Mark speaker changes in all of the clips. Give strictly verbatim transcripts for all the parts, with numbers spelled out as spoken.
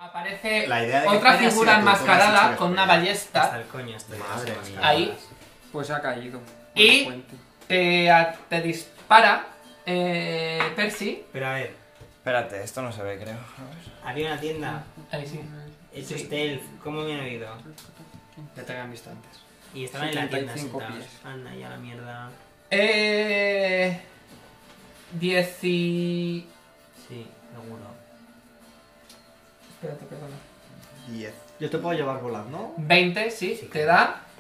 Speaker 1: Aparece
Speaker 2: La idea de que
Speaker 1: otra
Speaker 2: España
Speaker 1: figura
Speaker 2: sea tú, tú
Speaker 1: enmascarada
Speaker 2: has dicho
Speaker 1: con
Speaker 2: que
Speaker 1: una
Speaker 2: España.
Speaker 1: ballesta.
Speaker 3: Hasta el coño estoy.
Speaker 2: Madre mía.
Speaker 1: Ahí.
Speaker 4: Pues ha caído.
Speaker 1: Y-
Speaker 4: Por el puente.
Speaker 1: Te, a- te dispara eh, Percy.
Speaker 3: Pero a ver,
Speaker 2: Espérate, esto no se ve, creo. A ver.
Speaker 3: había una tienda,
Speaker 1: Ahí sí.
Speaker 3: he hecho
Speaker 1: Sí.
Speaker 3: stealth, ¿cómo me han oído?
Speaker 1: Ya te habían visto antes.
Speaker 3: Y estaban en la tienda
Speaker 4: setenta y cinco
Speaker 3: sentados.
Speaker 4: pies.
Speaker 3: Anda, ya la mierda.
Speaker 1: Eh. diez y...
Speaker 3: Sí, seguro.
Speaker 1: Espérate, perdona.
Speaker 2: diez.
Speaker 5: Yo te puedo llevar volando.
Speaker 1: veinte, sí,
Speaker 3: Sí,
Speaker 1: te
Speaker 3: claro.
Speaker 1: da.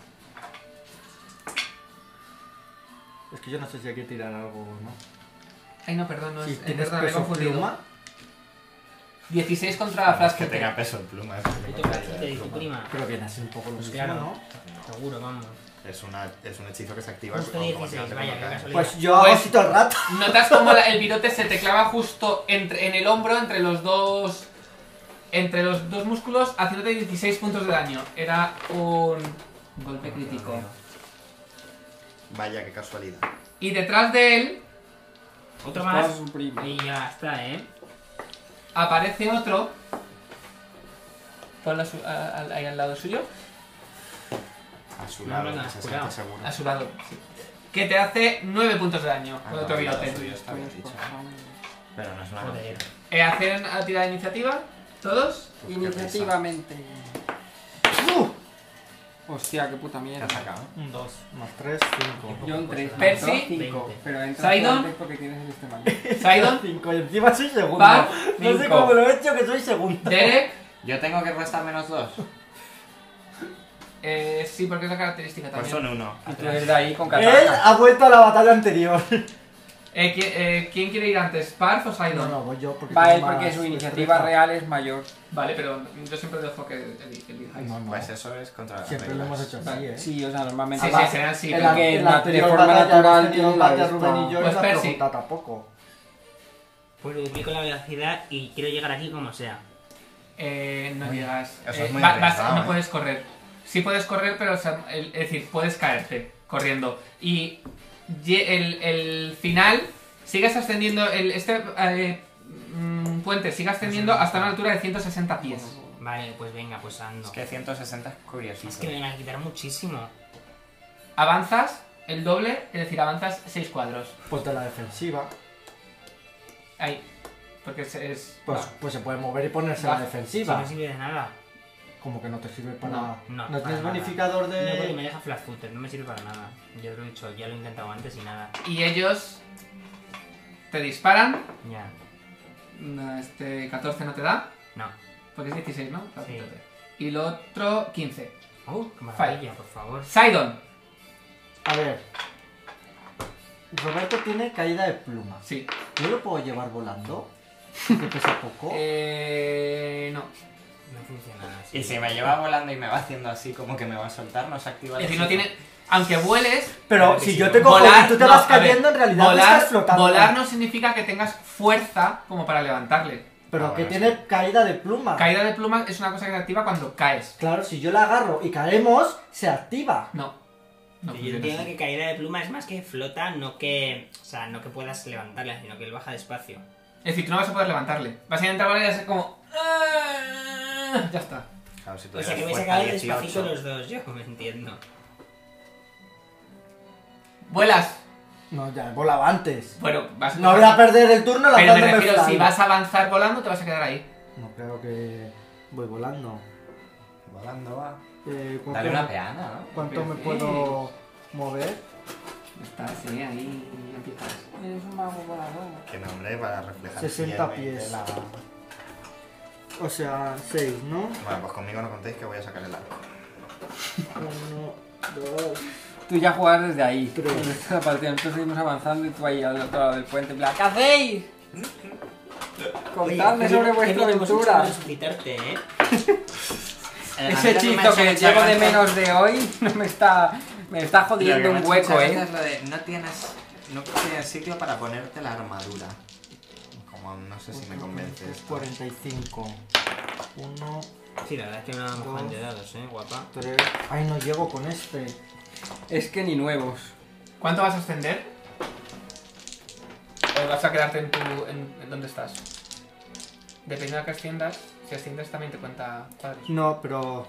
Speaker 5: Es que yo no sé si hay que tirar algo o no.
Speaker 1: Ay, no, perdón, no
Speaker 5: Si
Speaker 1: es. eh,
Speaker 5: tienes
Speaker 1: perdón, me he
Speaker 5: peso
Speaker 1: confundido.
Speaker 5: pluma,
Speaker 1: dieciséis contra
Speaker 2: Vamos,
Speaker 1: Flash
Speaker 2: que
Speaker 1: Hunter.
Speaker 2: tenga peso en pluma. Es,
Speaker 3: Yo tengo la de tu prima.
Speaker 5: pero viene así un poco lo
Speaker 3: Pues
Speaker 5: mismo,
Speaker 3: claro.
Speaker 5: ¿no?
Speaker 3: Seguro, vamos.
Speaker 2: es, una, es un hechizo que se activa
Speaker 3: Justo
Speaker 2: como-
Speaker 3: dieciséis,
Speaker 2: automáticamente
Speaker 3: vaya,
Speaker 2: cuando
Speaker 3: qué
Speaker 2: cae.
Speaker 3: casualidad.
Speaker 5: Pues yo hago
Speaker 1: Pues-
Speaker 5: así todo el rato.
Speaker 1: Notas como la- el virote se te clava justo entre, en el hombro, entre los dos. Entre los dos músculos, haciéndote dieciséis puntos de daño. Era un golpe crítico.
Speaker 2: Vaya, qué casualidad.
Speaker 1: Y detrás de él
Speaker 3: Otro
Speaker 4: Está
Speaker 3: más.
Speaker 4: su primo.
Speaker 3: Y ya está, ¿eh?
Speaker 1: aparece otro. Ponlo a su- a- a- ahí al lado suyo.
Speaker 2: A su
Speaker 3: No,
Speaker 2: lado,
Speaker 3: no, no,
Speaker 2: no se
Speaker 3: cuidado.
Speaker 2: siente seguro.
Speaker 1: A su lado, sí. Que te hace nueve puntos de daño
Speaker 2: Ah,
Speaker 1: con
Speaker 2: no,
Speaker 1: otro
Speaker 2: al lado
Speaker 1: virote.
Speaker 2: suyo está bien dicho. Pero no es una
Speaker 3: Joder.
Speaker 2: gracia.
Speaker 1: Eh, ¿Hacen a tirar de iniciativa? ¿Todos?
Speaker 2: Uf, qué
Speaker 4: Iniciativamente. Hostia, qué puta
Speaker 2: ¿Qué
Speaker 4: mierda.
Speaker 2: has sacado?
Speaker 5: Un dos, más tres, cinco.
Speaker 4: Yo un tres,
Speaker 1: Percy.
Speaker 4: cinco.
Speaker 3: veinte.
Speaker 4: Pero entra
Speaker 1: Sidon.
Speaker 4: antes porque tienes el este mayor.
Speaker 1: Sidon,
Speaker 5: cinco y encima soy segundo.
Speaker 1: Par,
Speaker 5: No sé
Speaker 1: cinco.
Speaker 5: cómo lo he hecho que soy segundo.
Speaker 1: Derek.
Speaker 2: Yo tengo que restar menos dos.
Speaker 1: Eh, sí, porque es la característica
Speaker 2: Pues
Speaker 1: también.
Speaker 2: son uno.
Speaker 4: Y tú eres de ahí con
Speaker 5: Él
Speaker 4: katana.
Speaker 5: ha vuelto a la batalla anterior.
Speaker 1: Eh, ¿qui- eh, ¿Quién quiere ir antes? ¿Parf o Sidon?
Speaker 5: No, no, voy yo porque
Speaker 4: Va
Speaker 5: tengo
Speaker 4: él porque
Speaker 5: más
Speaker 4: su iniciativa
Speaker 5: destreza.
Speaker 4: real es mayor.
Speaker 1: Vale, pero yo siempre dejo que eli- elijáis.
Speaker 5: No, no.
Speaker 2: Pues eso es contra las
Speaker 5: Siempre lo
Speaker 2: reglas.
Speaker 5: hemos hecho así,
Speaker 1: Vale.
Speaker 5: ¿eh?
Speaker 4: Sí, o sea, normalmente.
Speaker 1: Sí,
Speaker 4: va-
Speaker 1: sí, será así.
Speaker 5: En
Speaker 1: pero-
Speaker 5: la,
Speaker 4: que
Speaker 5: en
Speaker 4: la-
Speaker 5: la
Speaker 4: de
Speaker 5: anterior
Speaker 4: forma
Speaker 5: batalla
Speaker 4: natural
Speaker 5: hemos tenido
Speaker 4: tiene
Speaker 5: empate
Speaker 4: la
Speaker 5: Rubén y yo
Speaker 1: Pues
Speaker 5: y la
Speaker 1: Percy.
Speaker 5: pregunta tampoco.
Speaker 3: Pues duplico la velocidad y quiero llegar aquí como sea.
Speaker 1: Eh, no llegas.
Speaker 2: Eso
Speaker 1: Eh,
Speaker 2: es muy
Speaker 1: va- vas-
Speaker 2: arriesgado,
Speaker 1: no
Speaker 2: ¿eh?
Speaker 1: puedes correr. Sí puedes correr, pero o sea, el- es decir, puedes caerte corriendo. Y ye- el, el final, sigues ascendiendo, el, este eh, mm, puente sigue ascendiendo hasta una altura de ciento sesenta pies.
Speaker 3: Vale, pues venga, pues ando.
Speaker 2: Es que ciento sesenta es curiosísimo.
Speaker 3: Es que me van a quitar muchísimo.
Speaker 1: Avanzas el doble, es decir, avanzas seis cuadros.
Speaker 5: Pues de la defensiva,
Speaker 1: Ahí. Porque es... es-
Speaker 5: pues,
Speaker 1: va.
Speaker 5: pues se puede mover y ponerse
Speaker 1: Va.
Speaker 5: a la
Speaker 3: Si
Speaker 5: defensiva.
Speaker 3: no sirve de nada.
Speaker 5: Como que no te sirve para...
Speaker 1: No,
Speaker 3: no,
Speaker 5: ¿No
Speaker 3: para
Speaker 5: tienes
Speaker 3: nada.
Speaker 5: bonificador
Speaker 3: No, porque
Speaker 5: de...?
Speaker 3: me deja flat footer, no me sirve para nada. Yo lo he dicho, ya lo he intentado antes y nada.
Speaker 1: Y ellos te disparan.
Speaker 3: Ya.
Speaker 1: No, Este catorce no te da,
Speaker 3: No.
Speaker 1: porque es dieciséis, ¿no?
Speaker 3: Sí.
Speaker 1: Y lo otro quince.
Speaker 3: Uh, qué maravilla, por favor.
Speaker 1: Sidon.
Speaker 5: A ver... Roberto tiene caída de pluma.
Speaker 1: Sí.
Speaker 5: ¿Yo lo puedo llevar volando? Que pesa poco.
Speaker 1: Eh, no.
Speaker 3: No funciona así.
Speaker 2: Y si me lleva volando y me va haciendo así como que me va a soltar, no se activa
Speaker 1: Es
Speaker 2: el
Speaker 1: decir, no
Speaker 2: hechizo.
Speaker 1: tiene... Aunque vueles...
Speaker 5: Pero
Speaker 2: Pero
Speaker 5: si
Speaker 2: si
Speaker 5: yo
Speaker 2: no-
Speaker 5: te cojo
Speaker 1: volar,
Speaker 5: y tú te
Speaker 1: no,
Speaker 5: vas
Speaker 1: a ver,
Speaker 5: cayendo, en realidad
Speaker 1: volar,
Speaker 5: estás flotando.
Speaker 1: volar no significa que tengas fuerza como para levantarle.
Speaker 5: Pero
Speaker 2: Ah,
Speaker 5: que
Speaker 2: bueno,
Speaker 5: tiene caída de pluma.
Speaker 1: Caída de pluma es una cosa que se activa cuando caes.
Speaker 5: Claro, si yo la agarro y caemos, se activa.
Speaker 1: No. No
Speaker 3: Yo
Speaker 1: funciona
Speaker 3: entiendo
Speaker 1: así.
Speaker 3: que caída de pluma es más que flota, no que. O sea, no que puedas levantarla, sino que él baja despacio.
Speaker 1: Es decir, tú no vas a poder levantarle. Vas a intentar volar y vas a ser como... "Ah", ya está.
Speaker 2: Claro, si tú
Speaker 3: O sea, que
Speaker 2: eres
Speaker 3: vais a
Speaker 2: fuerza
Speaker 3: caer despacito
Speaker 2: dieciocho.
Speaker 3: los dos, yo me entiendo.
Speaker 1: Vuelas.
Speaker 5: No, ya he volado antes.
Speaker 1: Bueno, vas a...
Speaker 5: No voy a perder el turno
Speaker 1: Pero me
Speaker 5: lanzándome
Speaker 1: refiero,
Speaker 5: flan.
Speaker 1: si vas a avanzar volando, te vas a quedar ahí.
Speaker 5: No creo que voy volando.
Speaker 2: Volando va.
Speaker 5: Eh, ¿cuánto,
Speaker 2: Dale una peana, ¿no?
Speaker 5: ¿Cuánto me
Speaker 1: Sí.
Speaker 5: puedo mover?
Speaker 1: Está así, ahí empiezas.
Speaker 4: Eres un mago volador.
Speaker 2: Que nombre para reflejar
Speaker 5: sesenta
Speaker 2: fielmente
Speaker 5: pies.
Speaker 2: la-
Speaker 5: O sea, seis, ¿no?
Speaker 2: Bueno, pues conmigo no contéis que voy a sacar el arco.
Speaker 5: Uno, dos...
Speaker 4: Tú ya juegas desde ahí.
Speaker 5: Tres.
Speaker 4: El resto de la partida. Nosotros seguimos avanzando y tú ahí al otro lado del puente. En plan, ¿qué hacéis? Contadme sobre vuestra aventura.
Speaker 3: Resucitarte, ¿eh?
Speaker 4: Ese hechizo que llevo de menos de hoy no me está. Me está jodiendo un hueco, eh.
Speaker 2: Es lo de no tienes, no tienes sitio para ponerte la armadura. Como no sé si me convence esto.
Speaker 5: cuarenta y cinco. Uno,
Speaker 3: Sí, la verdad es que me han
Speaker 5: Dos.
Speaker 3: de dados, ¿eh? Guapa.
Speaker 5: tres... Ay, no llego con este.
Speaker 4: Es que ni nuevos.
Speaker 1: ¿Cuánto vas a ascender? ¿O vas a quedarte en tu... en, en donde estás? Dependiendo de que asciendas, si asciendes también te cuenta cuadros.
Speaker 5: No, pero...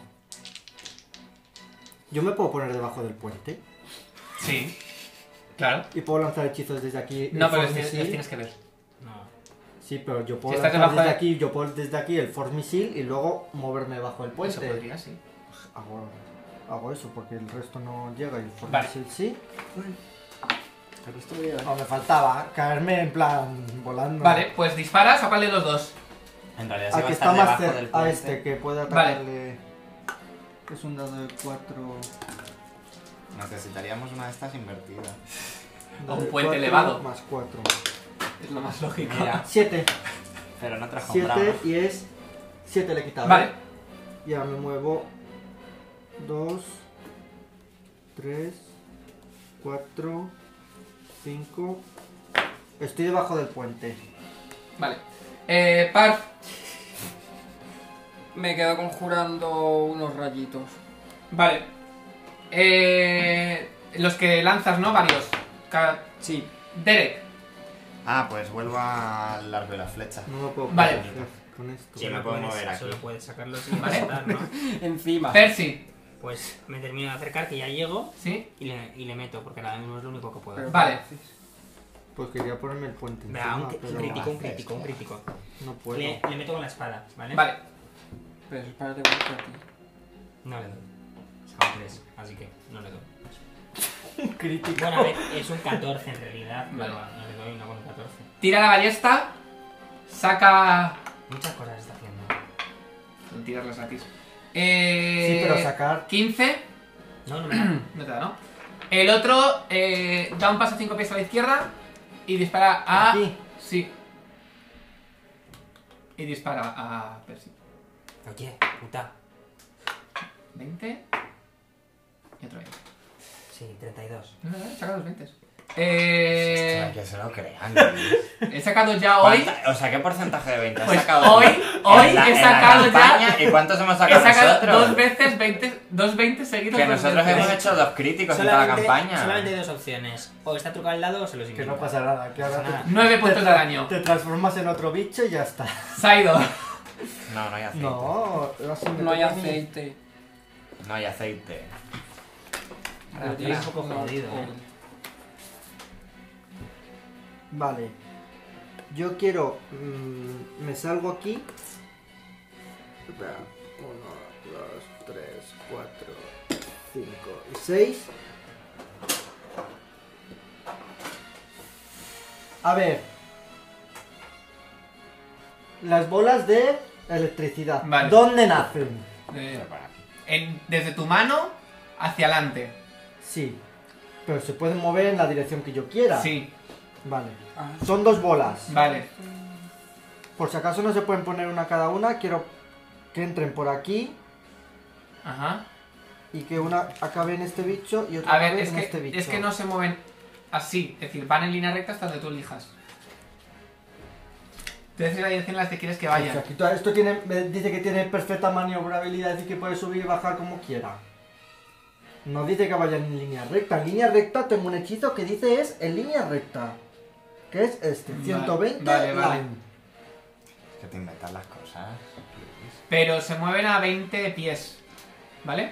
Speaker 5: Yo me puedo poner debajo del puente
Speaker 1: Sí, claro.
Speaker 5: y puedo lanzar hechizos desde aquí.
Speaker 1: No,
Speaker 5: el
Speaker 1: pero
Speaker 5: Force
Speaker 1: los tienes,
Speaker 5: Missile.
Speaker 1: los tienes que ver.
Speaker 3: No.
Speaker 5: Sí, pero yo puedo
Speaker 1: Si estás
Speaker 5: lanzar
Speaker 1: debajo
Speaker 5: desde
Speaker 1: de-
Speaker 5: aquí, yo puedo desde aquí el Force Missile y luego moverme bajo el
Speaker 1: Eso
Speaker 5: puente.
Speaker 1: podría, sí.
Speaker 5: Hago, hago eso porque el resto no llega y el Force
Speaker 1: Vale.
Speaker 5: Missile sí.
Speaker 2: Pero esto voy a-
Speaker 5: No, me faltaba caerme en plan volando.
Speaker 1: Vale, pues disparas a cuál de los dos.
Speaker 2: En realidad sí
Speaker 5: A
Speaker 2: va a
Speaker 5: que
Speaker 2: estar
Speaker 5: está más
Speaker 2: debajo del
Speaker 5: cerca, a
Speaker 2: puente.
Speaker 5: este que puede
Speaker 1: Vale.
Speaker 5: atacarle. Es un dado de cuatro.
Speaker 2: Necesitaríamos una de estas invertidas.
Speaker 1: O un puente elevado.
Speaker 5: Más cuatro.
Speaker 1: Es lo más lógico.
Speaker 2: Mira,
Speaker 5: siete.
Speaker 2: pero no te has comprado.
Speaker 5: siete y es. siete le he quitado.
Speaker 1: Vale.
Speaker 5: Y ahora me muevo. dos, tres, cuatro, cinco. Estoy debajo del puente.
Speaker 1: Vale. Eh, Parf,
Speaker 4: Me quedo conjurando unos rayitos.
Speaker 1: vale. Eh, los que lanzas, ¿no? Varios. Ca-
Speaker 4: Sí.
Speaker 1: Derek,
Speaker 2: Ah, pues vuelvo al largo de la flecha.
Speaker 5: No me puedo
Speaker 1: Vale.
Speaker 5: poner con esto.
Speaker 2: Sí, me puedo
Speaker 3: puedes-
Speaker 2: mover aquí.
Speaker 3: Solo puedes sacarlo sin
Speaker 1: Vale.
Speaker 3: gastar, ¿no?
Speaker 4: Encima.
Speaker 1: Percy,
Speaker 3: Pues me termino de acercar, que ya llego,
Speaker 1: ¿sí?
Speaker 3: y le, y le meto, porque ahora mismo es lo único que puedo.
Speaker 4: Pero-
Speaker 1: Vale.
Speaker 5: Pues quería ponerme el puente
Speaker 3: Venga,
Speaker 5: encima,
Speaker 3: un, cri- un
Speaker 5: pero
Speaker 3: crítico, un
Speaker 2: haces,
Speaker 3: crítico, un crítico.
Speaker 5: no puedo.
Speaker 3: Le, le meto con la espada, ¿vale?
Speaker 1: Vale.
Speaker 4: Pero es para devolverte a ti.
Speaker 3: No le doy. Saco tres, así que no le doy.
Speaker 5: Crítico.
Speaker 3: Bueno, a ver, es un catorce en realidad, pero
Speaker 1: Vale.
Speaker 3: no le doy, no con un catorce.
Speaker 1: Tira la ballesta. Saca.
Speaker 3: Muchas cosas está haciendo.
Speaker 1: Tirarlas gratis. Eh,
Speaker 5: Sí, pero sacar.
Speaker 1: quince.
Speaker 3: No, no me da.
Speaker 1: No te da, ¿no? El otro eh, da un paso cinco pies a la izquierda y dispara a.
Speaker 5: Aquí.
Speaker 1: Sí. Y dispara a Percy.
Speaker 3: Oye, puta.
Speaker 1: veinte. Y otro veinte.
Speaker 3: Sí, treinta y dos.
Speaker 1: No, no, no, he sacado los veinte.
Speaker 2: Hostia,
Speaker 1: Eh,
Speaker 2: que se lo crean. Luis.
Speaker 1: he sacado ya hoy.
Speaker 2: ¿Cuánta- O sea, ¿qué porcentaje de veinte has
Speaker 1: Pues
Speaker 2: sacado?
Speaker 1: hoy,
Speaker 2: tú?
Speaker 1: hoy
Speaker 2: En la-
Speaker 1: he
Speaker 2: en la
Speaker 1: sacado ya.
Speaker 2: campaña, ¿Y cuántos hemos
Speaker 1: He
Speaker 2: sacado,
Speaker 1: sacado
Speaker 2: nosotros?
Speaker 1: dos veces veinte, dos veinte seguidos.
Speaker 2: Que
Speaker 1: dos
Speaker 2: nosotros
Speaker 1: veces.
Speaker 2: hemos hecho dos críticos en toda la
Speaker 3: Solamente,
Speaker 2: campaña.
Speaker 3: solamente hay dos opciones. O está trucado al lado o se los
Speaker 5: Que
Speaker 3: inventa.
Speaker 5: no pasa nada, que ahora
Speaker 3: Pasa nada.
Speaker 5: te,
Speaker 1: nueve puntos de daño.
Speaker 5: te transformas en otro bicho y ya está.
Speaker 1: Saido.
Speaker 2: No, no hay aceite.
Speaker 5: No, así me
Speaker 4: No hay
Speaker 5: toca a mí.
Speaker 4: aceite.
Speaker 2: No hay aceite.
Speaker 3: Lo tienes un poco
Speaker 4: No,
Speaker 3: jodido,
Speaker 4: no.
Speaker 3: ¿eh?
Speaker 5: Vale. Yo quiero. mm, me salgo aquí. Espera. Uno, dos, tres, cuatro, cinco y seis. A ver. Las bolas de electricidad.
Speaker 1: Vale.
Speaker 5: ¿Dónde nacen?
Speaker 1: Eh, en- desde tu mano hacia adelante.
Speaker 5: Sí. Pero se pueden mover en la dirección que yo quiera.
Speaker 1: Sí,
Speaker 5: Vale.
Speaker 4: Ah,
Speaker 5: Son dos bolas.
Speaker 1: vale.
Speaker 5: Por si acaso no se pueden poner una cada una, quiero que entren por aquí
Speaker 1: Ajá.
Speaker 5: y que una acabe en este bicho y otra
Speaker 1: A
Speaker 5: acabe
Speaker 1: ver, es
Speaker 5: en
Speaker 1: que,
Speaker 5: este bicho.
Speaker 1: es que no se mueven así. Es decir, van en línea recta hasta donde tú elijas. Tú decides la dirección en la que quieres que
Speaker 5: O sea,
Speaker 1: vayan.
Speaker 5: aquí to- esto tiene, me dice que tiene perfecta maniobrabilidad, es decir, que puede subir y bajar como quiera. No dice que vayan en línea recta. En línea recta tengo un hechizo que dice es en línea recta. Que es este,
Speaker 1: Vale,
Speaker 5: ciento veinte
Speaker 1: vale, vale.
Speaker 5: line.
Speaker 2: Es que te inventas las cosas. Luis.
Speaker 1: Pero se mueven a veinte pies. ¿Vale?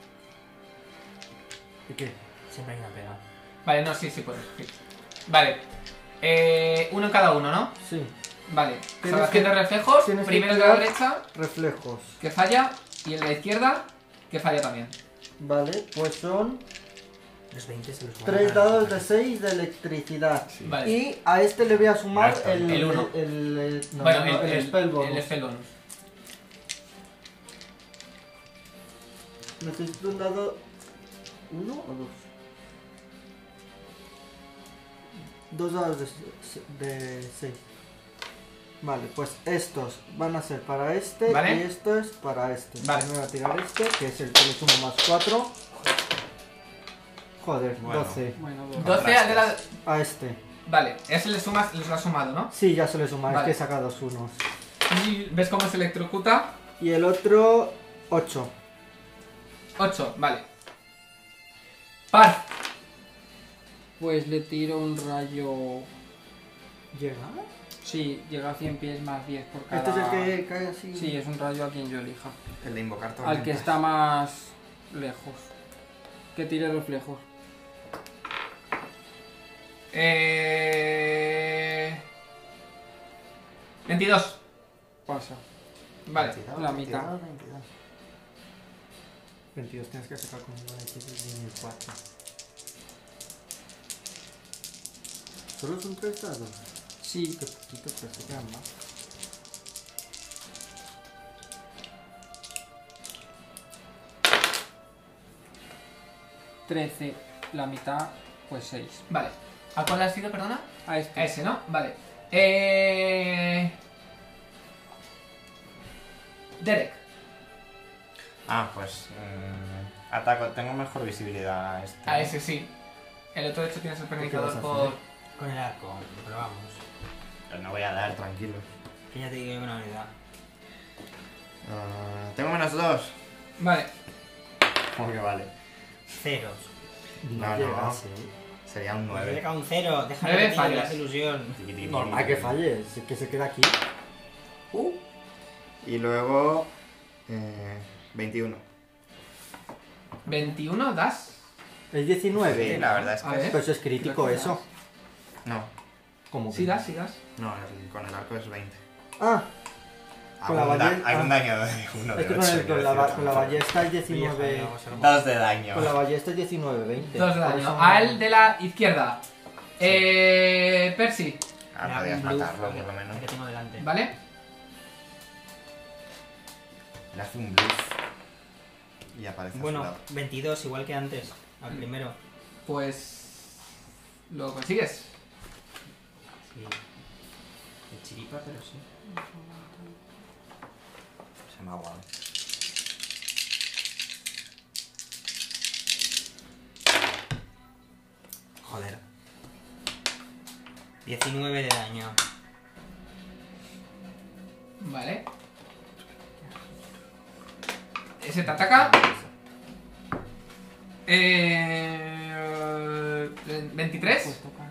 Speaker 5: ¿Y qué?
Speaker 3: Siempre hay una pega.
Speaker 1: Vale, no, sí, sí puedes. sí. Vale. Eh, uno en cada uno, ¿no?
Speaker 5: Sí,
Speaker 1: Vale.
Speaker 5: Tienes
Speaker 1: Salvación
Speaker 5: que-
Speaker 1: de reflejos.
Speaker 5: tienes que
Speaker 1: Primero el de la
Speaker 5: tirar-
Speaker 1: derecha,
Speaker 5: reflejos.
Speaker 1: que falla. Y el de la izquierda, que falla también.
Speaker 5: Vale, pues son
Speaker 3: Los veinte se los van a
Speaker 5: tres
Speaker 3: ganar.
Speaker 5: dados de seis de electricidad.
Speaker 1: Vale.
Speaker 5: Y a este le voy a sumar
Speaker 2: Ya está.
Speaker 5: el,
Speaker 1: El uno.
Speaker 5: el, el- el- no,
Speaker 1: bueno,
Speaker 5: no, no,
Speaker 1: el, el,
Speaker 5: spell bonus.
Speaker 1: el spell bonus.
Speaker 5: Necesito un dado. ¿Uno o dos? Dos dados de, se- de seis. Vale, pues estos van a ser para este
Speaker 1: Vale.
Speaker 5: y esto es para este.
Speaker 1: Vale.
Speaker 5: Me voy a tirar este, que es el que le sumo más cuatro. Joder,
Speaker 2: Bueno.
Speaker 5: doce.
Speaker 4: bueno, dos.
Speaker 1: doce al de la.
Speaker 5: A este.
Speaker 1: Vale, ese le sumas, les lo has sumado, ¿no?
Speaker 5: Sí, ya se le suma,
Speaker 1: Vale.
Speaker 5: es que he sacado dos unos.
Speaker 1: Y ¿ves cómo se electrocuta?
Speaker 5: Y el otro, ocho.
Speaker 1: ocho, vale. Par.
Speaker 4: Pues le tiro un rayo.
Speaker 5: ¿Llega?
Speaker 4: Sí, llega a cien pies más diez por cada...
Speaker 5: Este es el que cae así.
Speaker 4: Sí, es un rayo a quien yo elija.
Speaker 2: El de invocar
Speaker 4: Al
Speaker 2: tormentas.
Speaker 4: que está más lejos. Que tire reflejos.
Speaker 1: Eh... veintidós.
Speaker 4: Pasa.
Speaker 1: Vale.
Speaker 2: veintidós,
Speaker 4: la mitad.
Speaker 2: veintidós, veintidós.
Speaker 5: veintidós tienes que sacar con un hechizo de nivel cuatro. ¿Solo son tres dados?
Speaker 4: Sí.
Speaker 5: Qué poquito, pero se quedan más.
Speaker 4: trece. La mitad, pues seis.
Speaker 1: Vale. ¿A cuál has sido, perdona?
Speaker 4: A este.
Speaker 1: A ese, ¿no? Vale. Eh... Derek.
Speaker 2: Ah, pues... mm, ataco, tengo mejor visibilidad a este.
Speaker 1: A ese sí. El otro de hecho tienes el
Speaker 5: ¿Qué vas
Speaker 1: penalizador
Speaker 5: a
Speaker 1: por...
Speaker 5: hacer?
Speaker 3: Con el arco, pero vamos.
Speaker 2: Pero no voy a dar, tranquilo.
Speaker 3: Que ya te digo que no me da.
Speaker 2: Ah, tengo menos dos.
Speaker 1: Vale.
Speaker 2: ¿Cómo que vale?
Speaker 3: Ceros.
Speaker 2: No, no.
Speaker 5: llegas, ¿eh?
Speaker 2: Sería un
Speaker 3: Me
Speaker 2: nueve.
Speaker 3: deja un cero, déjame
Speaker 1: Nueve
Speaker 3: que tenga
Speaker 1: fallas.
Speaker 3: la ilusión.
Speaker 5: Normal que falles, es que se queda aquí.
Speaker 2: Uh. Y luego... Eh, veintiuno.
Speaker 1: veintiuno das.
Speaker 5: Es diecinueve.
Speaker 2: Sí, la verdad es
Speaker 1: A
Speaker 2: que...
Speaker 1: ver.
Speaker 5: Pero eso es crítico,
Speaker 1: Creo que
Speaker 5: eso.
Speaker 2: No,
Speaker 5: ¿Cómo
Speaker 1: Sí
Speaker 5: que?
Speaker 1: das, sí das.
Speaker 2: no, el- con el arco es veinte.
Speaker 5: Ah, Con la
Speaker 2: Hago un da-
Speaker 5: balle-
Speaker 2: hago un
Speaker 5: ah.
Speaker 2: daño de uno de
Speaker 5: es que con,
Speaker 2: ocho,
Speaker 5: el- con
Speaker 2: quiero
Speaker 5: la, ba-
Speaker 2: decir,
Speaker 5: con la
Speaker 2: tampoco.
Speaker 5: ballesta es diecinueve.
Speaker 2: Dos de daño.
Speaker 5: Con la ballesta es diecinueve, veinte.
Speaker 1: Dos de
Speaker 5: Por
Speaker 1: daño.
Speaker 5: eso-
Speaker 1: Al de la izquierda. Eh... Percy.
Speaker 2: Ah,
Speaker 3: Me da
Speaker 2: podías
Speaker 3: un bluff,
Speaker 2: matarlo
Speaker 3: porque-
Speaker 2: por lo menos.
Speaker 3: que tengo delante.
Speaker 1: ¿Vale?
Speaker 2: Le hace un bluff. Y aparece a su
Speaker 3: Bueno,
Speaker 2: lado.
Speaker 3: veintidós, igual que antes. Al
Speaker 1: Mm.
Speaker 3: primero.
Speaker 1: Pues... Lo consigues.
Speaker 3: Sí. De chiripa, pero sí.
Speaker 2: Se me ha aguado.
Speaker 3: Joder. diecinueve de daño.
Speaker 1: Vale. Ese te ataca. Eh... veintitrés.
Speaker 4: Pues toca-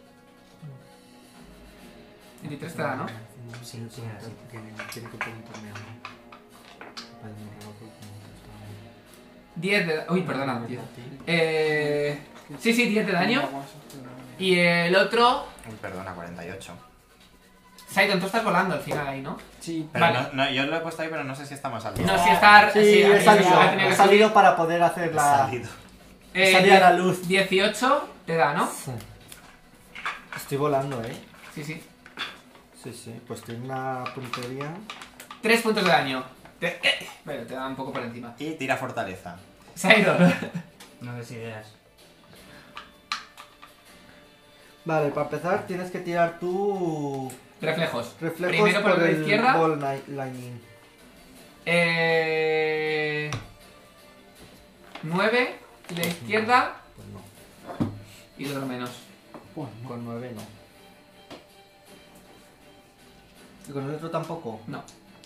Speaker 1: veintitrés te da, ¿no?
Speaker 3: Sí, sí, así.
Speaker 5: Tiene, tiene que preguntarme algo. Parece muy raro porque no está ahí.
Speaker 1: diez de... Uy, perdona.
Speaker 5: No,
Speaker 1: diez.
Speaker 5: a ti.
Speaker 1: Eh... Sí, sí, diez de daño. Y el otro...
Speaker 2: Uy, perdona, cuarenta y ocho.
Speaker 1: Saidon, tú estás volando al final ahí, ¿no?
Speaker 4: Sí.
Speaker 2: Pero
Speaker 1: Vale.
Speaker 2: no, no, yo lo he puesto ahí, pero no sé si está más alto.
Speaker 1: No, si está...
Speaker 5: Sí,
Speaker 1: sí,
Speaker 5: he
Speaker 1: ha
Speaker 5: salido,
Speaker 1: tenido- ha tenido
Speaker 5: he
Speaker 1: que
Speaker 5: salido para poder hacer
Speaker 2: He
Speaker 5: la...
Speaker 2: salido.
Speaker 1: Eh,
Speaker 5: Salí a la luz.
Speaker 1: dieciocho te da, ¿no?
Speaker 5: Sí. Estoy volando, ¿eh?
Speaker 1: Sí, sí.
Speaker 5: Sí, sí, pues tiene una puntería.
Speaker 1: tres puntos de daño. Te... eh, Bueno, te da un poco por encima.
Speaker 2: Y tira fortaleza.
Speaker 1: Saidon.
Speaker 3: No des ideas.
Speaker 5: Vale, para empezar tienes que tirar tu
Speaker 1: Reflejos.
Speaker 5: reflejos
Speaker 1: Primero por, la
Speaker 5: el
Speaker 1: izquierda.
Speaker 5: ball ni- lightning.
Speaker 1: Eh... nueve. Y la izquierda.
Speaker 5: Pues no,
Speaker 1: Y otro menos.
Speaker 5: con nueve no. ¿Y con el otro tampoco?
Speaker 1: No.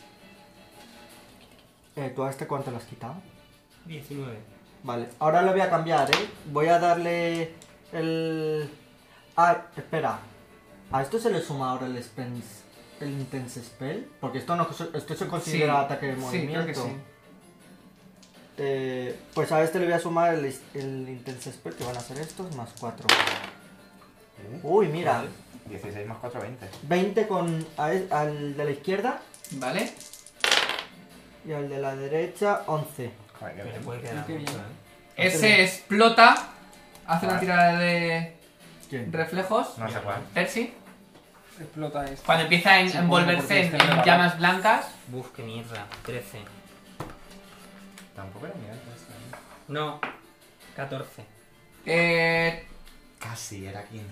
Speaker 5: Eh, ¿Tú a este cuánto le has quitado?
Speaker 3: diecinueve.
Speaker 5: Vale, ahora lo voy a cambiar, ¿eh? Voy a darle el... Ah, espera. ¿A esto se le suma ahora el Spence, el Intense Spell? Porque esto no esto se considera
Speaker 1: Sí,
Speaker 5: ataque de
Speaker 1: sí,
Speaker 5: movimiento.
Speaker 1: creo que sí.
Speaker 5: Eh, pues a este le voy a sumar el, el Intense Spell, que van a ser estos, más cuatro. Uy, mira.
Speaker 2: dieciséis más cuatro, veinte.
Speaker 5: veinte con a e- al de la izquierda
Speaker 1: Vale.
Speaker 5: y al de la derecha once.
Speaker 2: Joder, qué
Speaker 3: Que le
Speaker 2: bien.
Speaker 3: puede quedar
Speaker 4: Qué
Speaker 3: mucho,
Speaker 4: bien.
Speaker 3: ¿eh?
Speaker 1: Ese explota. Hace una
Speaker 2: Vale.
Speaker 1: tirada de
Speaker 5: ¿Quién?
Speaker 1: reflejos.
Speaker 2: No sé cuál.
Speaker 1: Percy.
Speaker 4: Explota este.
Speaker 1: Cuando empieza a en-
Speaker 4: Supongo
Speaker 1: envolverse
Speaker 4: porque
Speaker 1: en,
Speaker 4: este
Speaker 1: en
Speaker 4: me la
Speaker 1: llamas blancas.
Speaker 3: Buf, qué mierda. trece.
Speaker 2: Tampoco era nivel este, ¿no?
Speaker 3: No. catorce.
Speaker 1: Eh,
Speaker 2: Casi, era quince.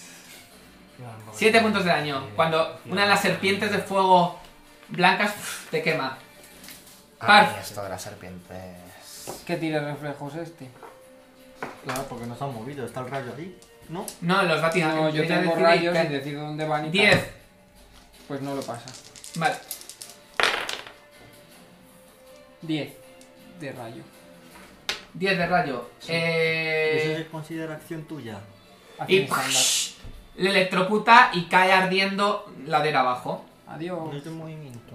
Speaker 1: siete puntos de daño. Cuando una de las serpientes de fuego blancas uf, te quema. Parf.
Speaker 2: Ay, esto de las serpientes.
Speaker 4: ¿Qué tira reflejos este?
Speaker 5: Claro, porque no se han movido, está el rayo ahí, ¿no?
Speaker 1: No, los va a tirar.
Speaker 4: No, yo
Speaker 1: Ella
Speaker 4: tengo
Speaker 1: decide-
Speaker 4: rayos y decido dónde van y tal.
Speaker 1: diez.
Speaker 4: Pues no lo pasa.
Speaker 1: Vale.
Speaker 4: diez de rayo.
Speaker 1: diez de rayo.
Speaker 5: ¿Eso
Speaker 1: Eh,
Speaker 5: se considera acción tuya?
Speaker 4: Acción
Speaker 1: y
Speaker 4: estándar.
Speaker 1: le electrocuta y cae ardiendo ladera abajo.
Speaker 4: Adiós.
Speaker 5: No es de movimiento.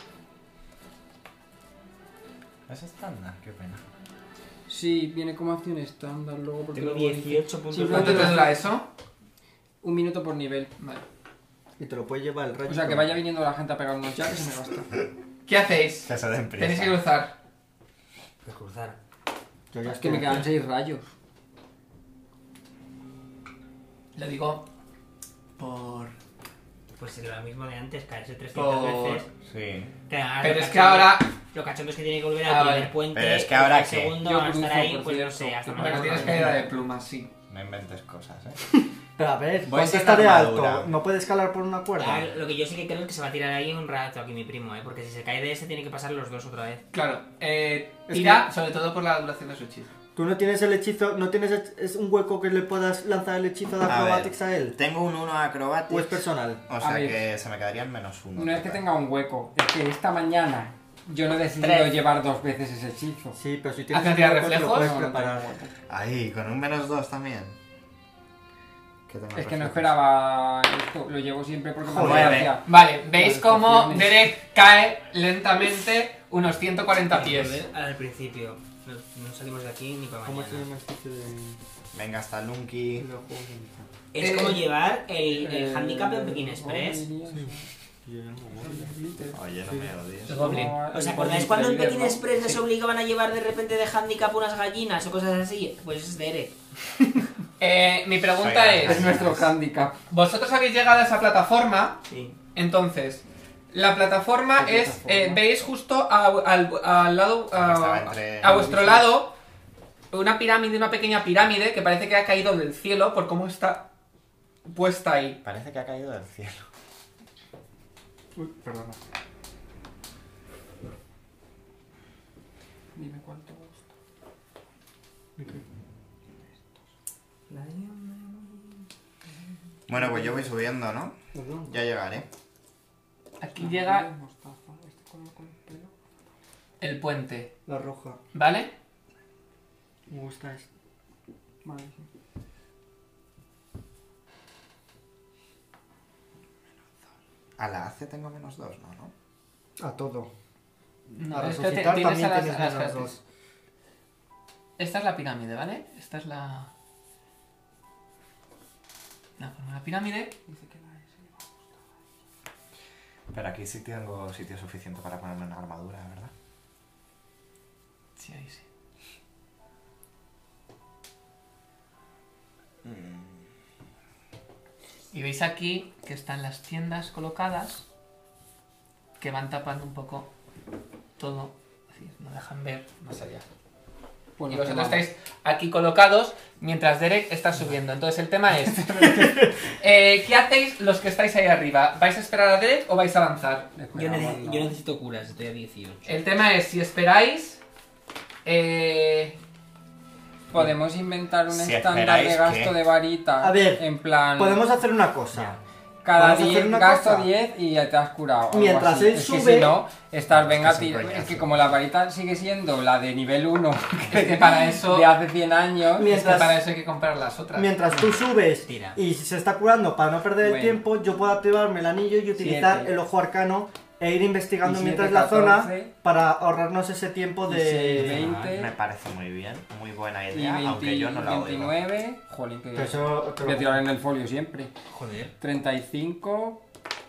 Speaker 2: ¿Es estándar? Qué pena.
Speaker 4: Sí, viene como acción estándar luego porque
Speaker 3: Tengo
Speaker 4: luego dice-
Speaker 3: dieciocho puntos
Speaker 4: Sí,
Speaker 3: de
Speaker 1: ¿Cuánto te
Speaker 3: vida.
Speaker 1: dura eso?
Speaker 4: Un minuto por nivel.
Speaker 1: Vale.
Speaker 5: Y te lo puedes llevar el rayo.
Speaker 4: O sea, que vaya viniendo la gente a pegarnos ya, que se me gasta.
Speaker 1: ¿Qué hacéis?
Speaker 2: Que se den prisa.
Speaker 1: Tenéis que cruzar.
Speaker 3: Pues cruzar.
Speaker 5: Yo ya
Speaker 4: Es que me
Speaker 5: estoy
Speaker 4: quedan
Speaker 5: aquí.
Speaker 4: seis rayos.
Speaker 1: Lo digo por...
Speaker 3: Pues lo mismo de antes, caerse trescientas
Speaker 1: Por...
Speaker 3: veces.
Speaker 2: Sí.
Speaker 3: Que ahora
Speaker 1: Pero
Speaker 3: lo
Speaker 1: es que
Speaker 3: cachondo-
Speaker 1: ahora...
Speaker 3: Lo cachondo es que tiene que volver
Speaker 1: Ah,
Speaker 3: al primer
Speaker 1: vale.
Speaker 3: puente.
Speaker 2: Pero es que
Speaker 3: y
Speaker 2: ahora
Speaker 3: el
Speaker 2: ¿qué?
Speaker 3: segundo
Speaker 4: Yo
Speaker 3: van a estar
Speaker 4: cruzo,
Speaker 3: ahí,
Speaker 4: por
Speaker 3: pues no
Speaker 4: cierto.
Speaker 3: sé, hasta
Speaker 1: Bueno,
Speaker 3: mañana.
Speaker 1: tienes caída de plumas, sí.
Speaker 2: No inventes cosas, ¿eh?
Speaker 5: Pero a ver,
Speaker 2: Voy
Speaker 5: ¿cuánto
Speaker 2: sin
Speaker 5: está de
Speaker 2: armadura.
Speaker 5: alto? ¿No puede escalar por una cuerda?
Speaker 3: Claro, lo que yo sí que creo es que se va a tirar ahí un rato aquí mi primo, ¿eh? Porque si se cae de ese tiene que pasar los dos otra vez.
Speaker 1: Claro, eh,
Speaker 5: Es
Speaker 1: tira
Speaker 5: que-
Speaker 1: sobre todo por la duración de su hechizo.
Speaker 5: Tú no tienes el hechizo, no tienes hech- es un hueco que le puedas lanzar el hechizo de
Speaker 2: A ver,
Speaker 5: acrobatics a, él.
Speaker 2: Tengo un uno acrobatics.
Speaker 5: ¿O es personal?
Speaker 2: O sea
Speaker 4: A ver.
Speaker 2: que se me quedarían menos uno.
Speaker 4: Una vez que tenga un hueco, es que esta mañana yo no he decidido
Speaker 3: Tres.
Speaker 4: llevar dos veces ese hechizo.
Speaker 5: Sí, pero si tienes
Speaker 1: ¿Hace
Speaker 5: un
Speaker 1: tirar
Speaker 5: hueco, te lo
Speaker 1: reflejos?
Speaker 5: puedes
Speaker 4: No, no tengo
Speaker 5: preparar.
Speaker 4: hueco.
Speaker 2: Ahí, con un menos dos también. ¿Qué tengo
Speaker 4: Es que no
Speaker 2: reflejos?
Speaker 4: esperaba esto, lo llevo siempre porque me hace
Speaker 5: Joder.
Speaker 4: gracia.
Speaker 1: Vale, veis
Speaker 4: Las
Speaker 1: cómo
Speaker 4: estaciones.
Speaker 1: Derek cae lentamente unos ciento cuarenta pies.
Speaker 3: Volver al principio. No, no salimos de aquí ni para
Speaker 5: ¿Cómo se
Speaker 3: mañana.
Speaker 5: llama este sitio de
Speaker 2: Venga, hasta Lunky.
Speaker 5: de los juegos de mesa?
Speaker 3: Es
Speaker 1: Eh,
Speaker 3: como llevar el, el
Speaker 4: Eh,
Speaker 3: handicap de Pekín Express.
Speaker 5: Yo ya no me acuerdo.
Speaker 2: Oye, no me odies.
Speaker 1: El Goblin.
Speaker 3: ¿Os acordáis cuando en Pekín Express les obligaban a llevar de repente de handicap unas gallinas o cosas así? Pues es Derek.
Speaker 1: Eh, mi pregunta
Speaker 2: Oiga,
Speaker 1: es,
Speaker 4: Es nuestro handicap.
Speaker 1: vosotros habéis llegado a esa plataforma,
Speaker 3: Sí.
Speaker 1: entonces, la plataforma
Speaker 4: ¿Qué
Speaker 1: es,
Speaker 4: plataforma?
Speaker 1: eh, veis justo a- al, al lado,
Speaker 2: Estaba
Speaker 1: a,
Speaker 2: entre-
Speaker 1: a vuestro lado, una pirámide, una pequeña pirámide que parece que ha caído del cielo por cómo está puesta ahí.
Speaker 2: Parece que ha caído del cielo.
Speaker 4: Uy, perdona. Dime cuánto gusta.
Speaker 2: Bueno, pues yo voy subiendo, ¿no?
Speaker 5: Perdón.
Speaker 2: Ya llegaré.
Speaker 1: Aquí llega
Speaker 4: Mostaza, este color con el pelo.
Speaker 1: el puente,
Speaker 5: La roja.
Speaker 1: ¿vale?
Speaker 5: Me gusta esto.
Speaker 4: Vale, sí.
Speaker 2: A la A C tengo menos dos, ¿no? ¿no?
Speaker 5: A todo.
Speaker 1: No,
Speaker 5: Para
Speaker 1: es que te-
Speaker 5: resucitar
Speaker 1: tienes
Speaker 5: también
Speaker 1: a las-
Speaker 5: tienes
Speaker 1: a las
Speaker 5: menos
Speaker 1: cartas.
Speaker 5: dos.
Speaker 1: Esta es la pirámide, ¿vale? Esta es la... La forma de la pirámide.
Speaker 4: Dice que la S le va a gustar.
Speaker 2: Pero aquí sí tengo sitio suficiente para ponerme una armadura, ¿verdad?
Speaker 1: Sí, ahí sí. Y veis aquí que están las tiendas colocadas que van tapando un poco todo. Es decir, no dejan ver más allá.
Speaker 4: Bueno,
Speaker 1: Y vosotros
Speaker 4: vamos.
Speaker 1: estáis aquí colocados mientras Derek está subiendo. Entonces el tema es... eh, ¿qué hacéis los que estáis ahí arriba? ¿Vais a esperar a Derek o vais a avanzar?
Speaker 3: Yo,
Speaker 4: Esperamos,
Speaker 3: nece-
Speaker 4: no.
Speaker 3: yo necesito curas, estoy a dieciocho.
Speaker 1: El tema es, si esperáis... Eh,
Speaker 4: Podemos inventar un
Speaker 2: Si
Speaker 4: estándar
Speaker 2: esperáis
Speaker 4: de gasto
Speaker 2: que-
Speaker 4: de varita.
Speaker 5: A ver,
Speaker 4: en plan.
Speaker 5: Podemos hacer una cosa.
Speaker 4: Cada
Speaker 5: vamos a hacer
Speaker 4: diez
Speaker 5: una
Speaker 4: gasto
Speaker 5: cosa.
Speaker 4: diez y ya te has curado. algo
Speaker 5: Mientras
Speaker 4: así.
Speaker 5: él
Speaker 4: es que
Speaker 5: sube-
Speaker 4: si no, estás, venga,
Speaker 2: Es que es un
Speaker 4: tío, es
Speaker 2: coñazo.
Speaker 4: que como la varita sigue siendo la de nivel uno
Speaker 1: es que para eso...
Speaker 4: de hace cien años.
Speaker 1: Es que
Speaker 5: Mientras-
Speaker 1: para eso hay que comprar las otras.
Speaker 5: Mientras tú subes
Speaker 3: Tira.
Speaker 5: y se está curando para no perder el
Speaker 4: Bueno.
Speaker 5: tiempo, yo puedo activarme el anillo y utilizar
Speaker 4: Siete.
Speaker 5: el ojo arcano e ir investigando
Speaker 4: Y
Speaker 5: mientras
Speaker 4: siete,
Speaker 5: la zona
Speaker 4: catorce.
Speaker 5: para ahorrarnos ese tiempo
Speaker 4: Y seis,
Speaker 5: de...
Speaker 4: veinte.
Speaker 2: Me parece muy bien, muy buena
Speaker 4: Y
Speaker 2: idea, aunque
Speaker 4: veinte,
Speaker 2: yo no la oigo.
Speaker 4: veintinueve. Jolín, que
Speaker 5: Pero eso te lo-
Speaker 4: voy a tirar en el folio siempre.
Speaker 3: Joder.
Speaker 4: treinta y cinco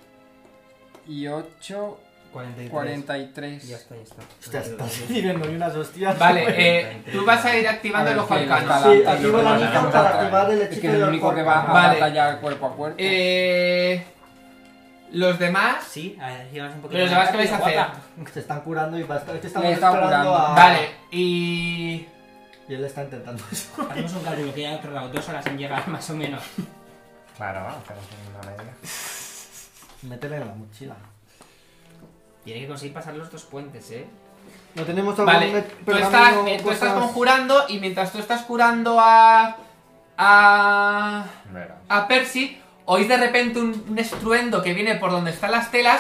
Speaker 4: y ocho,
Speaker 3: cuarenta y tres.
Speaker 4: cuarenta y tres.
Speaker 3: Ya está, ya está.
Speaker 5: Hostia, estás recibiendo ni unas hostias.
Speaker 1: Vale, eh, tú vas a ir activando
Speaker 4: A
Speaker 1: el
Speaker 4: ver,
Speaker 1: ojo
Speaker 4: que
Speaker 1: arcano.
Speaker 4: está
Speaker 5: Sí,
Speaker 4: la-
Speaker 5: activo el
Speaker 2: Vale,
Speaker 5: anillo
Speaker 2: vale,
Speaker 5: para
Speaker 2: vale.
Speaker 5: activar el
Speaker 4: Es
Speaker 5: hechizo
Speaker 4: que es el
Speaker 5: del
Speaker 4: único
Speaker 5: ojo
Speaker 4: que va a
Speaker 5: arcano.
Speaker 1: Vale.
Speaker 4: batallar cuerpo a cuerpo.
Speaker 1: Eh, los demás...
Speaker 3: Sí, a ver, llevas un poquito
Speaker 1: Pero los demás, ¿qué vais a hacer?
Speaker 3: guapa.
Speaker 5: Se están curando y va a estar... Es que estamos
Speaker 4: Le está
Speaker 5: esperando
Speaker 4: curando.
Speaker 5: a...
Speaker 1: Vale, y...
Speaker 5: Y él está intentando eso.
Speaker 3: Hacemos un cálculo que ya ha tardado dos horas en llegar, más o menos.
Speaker 2: Claro, hacemos una media.
Speaker 5: Métele en la mochila.
Speaker 3: Tiene que conseguir pasar los dos puentes, ¿eh?
Speaker 5: No tenemos algún
Speaker 1: Vale,
Speaker 5: met-
Speaker 1: tú estás,
Speaker 5: pergamino,
Speaker 1: eh, tú estás
Speaker 5: cosas-
Speaker 1: conjurando y mientras tú estás curando a... A...
Speaker 2: Verás.
Speaker 1: A Percy, oís de repente un, un estruendo que viene por donde están las telas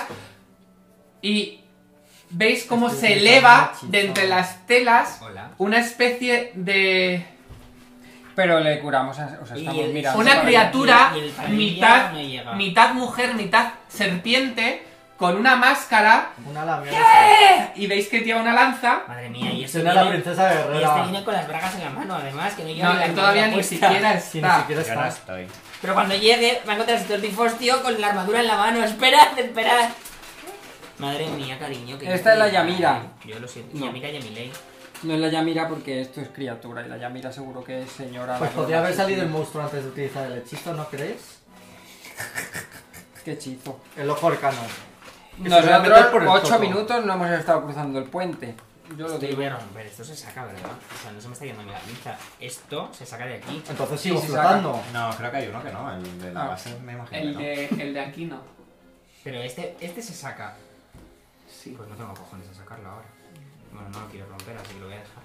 Speaker 1: y veis cómo
Speaker 5: Estoy
Speaker 1: se
Speaker 5: pensando
Speaker 1: eleva
Speaker 5: en
Speaker 1: de entre
Speaker 5: hechizo.
Speaker 1: las telas
Speaker 3: Hola.
Speaker 1: una especie de...
Speaker 4: Pero le curamos a... O sea,
Speaker 3: Y
Speaker 4: estamos
Speaker 3: el-
Speaker 4: mirando...
Speaker 1: Una
Speaker 4: para
Speaker 1: criatura
Speaker 3: y el paladín
Speaker 1: mitad,
Speaker 3: no llega.
Speaker 1: mitad mujer, mitad serpiente, con una máscara,
Speaker 5: Una la mierda.
Speaker 1: y veis que lleva una lanza.
Speaker 3: Madre mía, y este
Speaker 5: Suena la
Speaker 3: viene,
Speaker 5: princesa
Speaker 3: y este
Speaker 5: guerrera.
Speaker 3: viene con las bragas en la mano, además, que no lleva
Speaker 1: No,
Speaker 3: ni la
Speaker 1: él todavía ni
Speaker 3: armadura puesta.
Speaker 1: siquiera
Speaker 5: Sí, ni
Speaker 1: está.
Speaker 5: siquiera
Speaker 2: Yo no
Speaker 5: está.
Speaker 2: estoy.
Speaker 3: Pero cuando llegue, va a encontrar a su tifos, tío, con la armadura en la mano. Esperad, esperad. Madre mía, cariño. Que
Speaker 4: Esta es la Yamira.
Speaker 3: Yo lo siento.
Speaker 4: No.
Speaker 3: Yamira, Yamilei.
Speaker 4: No es la Yamira porque esto es criatura y la Yamira seguro que es señora.
Speaker 5: Pues
Speaker 4: la
Speaker 5: podría
Speaker 4: gorda,
Speaker 5: haber
Speaker 4: sí,
Speaker 5: salido
Speaker 4: sí.
Speaker 5: el monstruo antes de utilizar el hechizo, ¿no creéis?
Speaker 4: Qué hechizo.
Speaker 5: El ojo arcano. Que se voy a meter
Speaker 4: Nosotros
Speaker 5: por el
Speaker 4: ocho
Speaker 5: toto.
Speaker 4: minutos no hemos estado cruzando el puente. Yo lo
Speaker 3: Esto
Speaker 4: digo.
Speaker 3: voy a romper. Esto se saca, ¿verdad? O sea, no se me está yendo la pinza. Esto se saca de aquí.
Speaker 5: Entonces
Speaker 4: Sí,
Speaker 5: sigo
Speaker 4: sí,
Speaker 5: flotando.
Speaker 2: No, creo que hay uno que no. El de la
Speaker 4: Ah.
Speaker 2: base me imagino.
Speaker 1: El
Speaker 2: que no.
Speaker 1: de, el de aquí no.
Speaker 3: Pero este, este se saca.
Speaker 1: Sí.
Speaker 3: Pues no tengo cojones a sacarlo ahora. Bueno, no lo quiero romper, así que lo voy a dejar.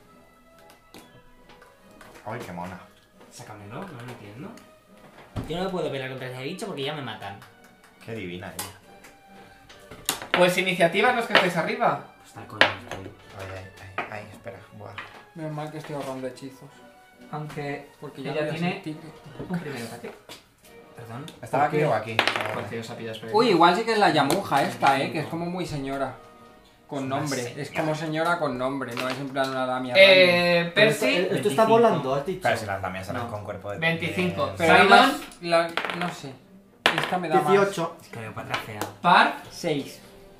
Speaker 2: Ay, qué mona.
Speaker 3: Sácamelo, no lo entiendo. Yo no me puedo pelear contra ese bicho porque ya me matan.
Speaker 2: Qué divina ella.
Speaker 1: Pues iniciativas los que estáis arriba.
Speaker 3: Pues tal coño estoy.
Speaker 2: Ay, ay, ay, ay, espera. Buah.
Speaker 4: Menos mal que estoy ahorrando hechizos.
Speaker 1: Aunque
Speaker 4: Porque ya
Speaker 1: ella
Speaker 4: voy a
Speaker 1: tiene
Speaker 4: sentir-
Speaker 1: un primer ataque.
Speaker 3: Perdón.
Speaker 2: ¿Estaba
Speaker 5: ¿Por
Speaker 2: aquí
Speaker 5: qué?
Speaker 2: o aquí?
Speaker 1: Porque os ha pillado desprevenido.
Speaker 4: Uy, igual sí que es la Yamuja esta, eh, que es como muy señora. Con
Speaker 3: Una
Speaker 4: nombre.
Speaker 3: señora.
Speaker 4: Es como señora con nombre, no es en plan una damia.
Speaker 1: Eh,
Speaker 5: Pero esto,
Speaker 1: Percy,
Speaker 5: esto está
Speaker 3: veinticinco.
Speaker 5: volando, has dicho.
Speaker 2: Pero si las lamias eran
Speaker 1: No.
Speaker 2: con cuerpo de...
Speaker 1: veinticinco.
Speaker 2: de-
Speaker 4: Pero
Speaker 1: Sidon.
Speaker 4: además, la, no sé. Esta me da más.
Speaker 5: dieciocho.
Speaker 3: Es que veo para atrás fea.
Speaker 1: par.
Speaker 4: seis.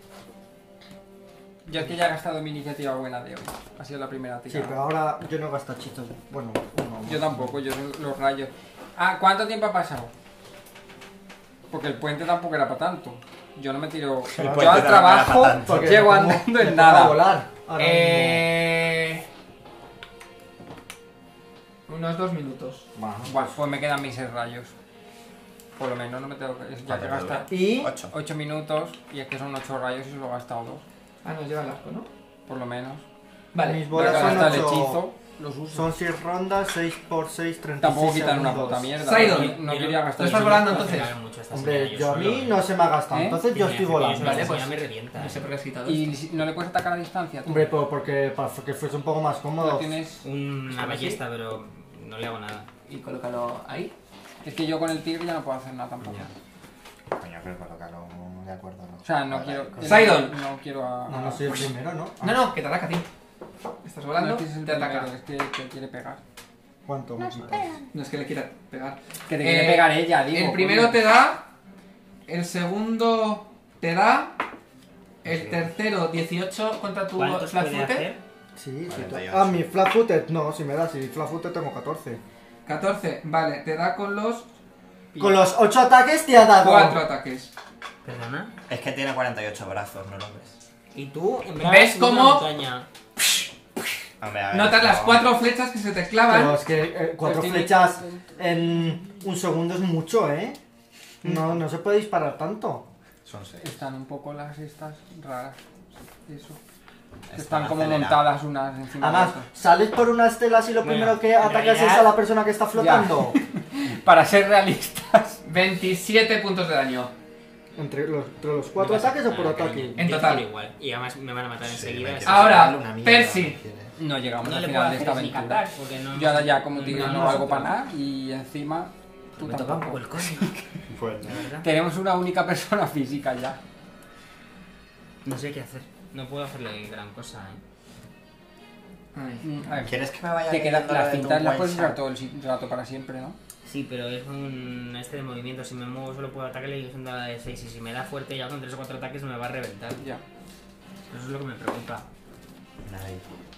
Speaker 4: Yo es que ya he gastado mi iniciativa buena de hoy. Ha sido la primera
Speaker 5: Sí,
Speaker 4: tirada.
Speaker 5: pero ahora yo no gasto hechizos. Bueno, uno.
Speaker 4: Yo tampoco, yo son los rayos. Ah, ¿cuánto tiempo ha pasado? Porque el puente tampoco era para tanto. Yo no me tiro.
Speaker 2: El
Speaker 4: Yo
Speaker 2: puente
Speaker 4: al
Speaker 2: tampoco era
Speaker 4: trabajo
Speaker 2: para tanto.
Speaker 5: Porque
Speaker 4: llego
Speaker 5: me
Speaker 4: andando
Speaker 5: pongo- me
Speaker 4: en
Speaker 5: pongo a
Speaker 4: nada.
Speaker 5: volar ahora
Speaker 1: Eh... Unos dos minutos.
Speaker 5: mismo. Bueno.
Speaker 4: Bueno, pues me quedan mis seis rayos. Por lo menos no me tengo que. Ya que
Speaker 2: ¿Cuánto te
Speaker 4: gastar
Speaker 5: Y
Speaker 2: Ocho.
Speaker 4: ocho minutos y es que son ocho rayos y solo he gastado dos.
Speaker 1: Ah, nos lleva el arco, ¿no?
Speaker 4: Por lo menos.
Speaker 1: Vale.
Speaker 5: mis
Speaker 4: Pero
Speaker 5: bolas
Speaker 4: que
Speaker 5: son
Speaker 4: hasta el
Speaker 5: ocho.
Speaker 4: hechizo los uso.
Speaker 5: Son seis rondas, seis por seis, treinta y seis
Speaker 4: Tampoco quitan una
Speaker 5: segundos.
Speaker 4: puta mierda.
Speaker 1: Sidon.
Speaker 4: No quería gastar
Speaker 1: ¿Tú estás
Speaker 4: el
Speaker 1: volando
Speaker 4: hechizo.
Speaker 1: entonces?
Speaker 3: Mucho esta
Speaker 5: Hombre,
Speaker 3: señora,
Speaker 5: yo a
Speaker 3: solo,
Speaker 5: mí
Speaker 3: ¿eh?
Speaker 5: no se me ha gastado,
Speaker 4: ¿Eh?
Speaker 5: entonces yo estoy volando.
Speaker 1: Vale,
Speaker 3: Vale,
Speaker 1: pues-
Speaker 3: pues me revienta.
Speaker 1: No sé por qué has quitado
Speaker 4: Y
Speaker 1: esto.
Speaker 4: si- no le puedes atacar a distancia. Tú.
Speaker 5: Hombre, pero porque para que fuese un poco más
Speaker 4: No
Speaker 5: cómodo.
Speaker 4: tienes.
Speaker 3: Una ballesta, pero no le hago nada.
Speaker 1: Y colócalo ahí.
Speaker 4: Es que yo con el tigre ya no puedo hacer nada tampoco.
Speaker 2: Coño, pero colocarlo de acuerdo, ¿no?
Speaker 4: O sea, no
Speaker 2: Vale,
Speaker 4: quiero.
Speaker 2: con-
Speaker 1: Sidon.
Speaker 4: No quiero a.
Speaker 5: No, no soy el primero, ¿no? Ah,
Speaker 1: No, no, que te ataca a ti. Estás volando,
Speaker 4: No es que es el
Speaker 1: te ataca.
Speaker 4: primero, es que te quiere pegar.
Speaker 5: ¿Cuánto me quitas?
Speaker 1: No es que le quiera pegar.
Speaker 4: Que te
Speaker 1: Eh,
Speaker 4: quiere pegar ella, digo.
Speaker 1: El primero
Speaker 4: coño.
Speaker 1: te da. El segundo te da. El tercero dieciocho contra tu
Speaker 3: ¿Cuántos
Speaker 1: flat
Speaker 3: puede
Speaker 1: footed.
Speaker 3: hacer?
Speaker 5: Sí, sí.
Speaker 2: cuarenta y
Speaker 5: to-
Speaker 2: ocho.
Speaker 5: Ah, mi flat footed, no, si me da, si flat footed tengo catorce.
Speaker 1: catorce, vale, te da con los
Speaker 5: Con los ocho ataques te ha dado.
Speaker 1: cuatro ataques.
Speaker 3: ¿Perdona?
Speaker 2: Es que tiene cuarenta y ocho brazos, ¿no lo ves?
Speaker 3: ¿Y tú? En verdad,
Speaker 1: ¿Ves
Speaker 3: subes
Speaker 1: cómo?
Speaker 3: una montaña.
Speaker 2: Hombre, a ver,
Speaker 1: Notas las
Speaker 2: no.
Speaker 1: cuatro flechas que se te
Speaker 5: Pero
Speaker 1: clavan.
Speaker 5: es que eh, cuatro
Speaker 4: Pero tiene-
Speaker 5: flechas en un segundo es mucho, ¿eh? No, no se puede disparar tanto.
Speaker 2: Son seis.
Speaker 4: Están un poco las estas raras. Eso.
Speaker 2: Están
Speaker 4: Están como
Speaker 2: aceleradas.
Speaker 4: montadas unas encima de
Speaker 5: Además,
Speaker 4: otras.
Speaker 5: sales por una estela y lo
Speaker 3: Bueno,
Speaker 5: primero que
Speaker 3: en
Speaker 5: atacas es
Speaker 3: realidad-
Speaker 5: a la persona que está flotando.
Speaker 4: Para ser realistas.
Speaker 1: veintisiete puntos de daño.
Speaker 5: ¿Entre los, entre los cuatro
Speaker 3: No pasa
Speaker 5: ataques o por
Speaker 3: nada,
Speaker 5: ataque?
Speaker 3: cariño.
Speaker 1: En
Speaker 3: Yo
Speaker 1: total.
Speaker 3: estoy igual. Y además me van a matar
Speaker 2: Sí,
Speaker 3: enseguida.
Speaker 2: me
Speaker 3: así
Speaker 2: quieres
Speaker 3: que
Speaker 1: Ahora,
Speaker 2: darle una mierda,
Speaker 1: Percy.
Speaker 2: ¿no quieres?
Speaker 4: No llegamos
Speaker 3: No
Speaker 4: al
Speaker 3: le puedo
Speaker 4: final de
Speaker 3: hacer
Speaker 4: esta
Speaker 3: ni
Speaker 4: aventura.
Speaker 3: cantar, porque no...
Speaker 4: Yo ahora ya como tigre no,
Speaker 5: no,
Speaker 4: valgo
Speaker 5: no.
Speaker 4: para nada y encima tú
Speaker 3: Me toca un
Speaker 4: tampoco.
Speaker 3: poco el coño,
Speaker 2: Pues
Speaker 3: la verdad.
Speaker 4: Tenemos una única persona física ya.
Speaker 3: No sé qué hacer. No puedo hacerle gran cosa, ¿eh?
Speaker 1: Ay.
Speaker 4: Mm, a ver,
Speaker 2: ¿Quieres que me vaya
Speaker 4: te queda,
Speaker 2: leyendo lo
Speaker 4: las
Speaker 2: de tu
Speaker 4: cintas las puedes
Speaker 2: one
Speaker 4: usar
Speaker 2: shot?
Speaker 4: todo el si- rato para siempre, ¿no?
Speaker 3: Sí, pero es un este de movimiento. Si me muevo solo puedo atacarle y es una de seis. Y si me da fuerte ya con tres o cuatro ataques me va a reventar.
Speaker 4: Ya.
Speaker 3: Eso es lo que me preocupa.
Speaker 2: Nadie.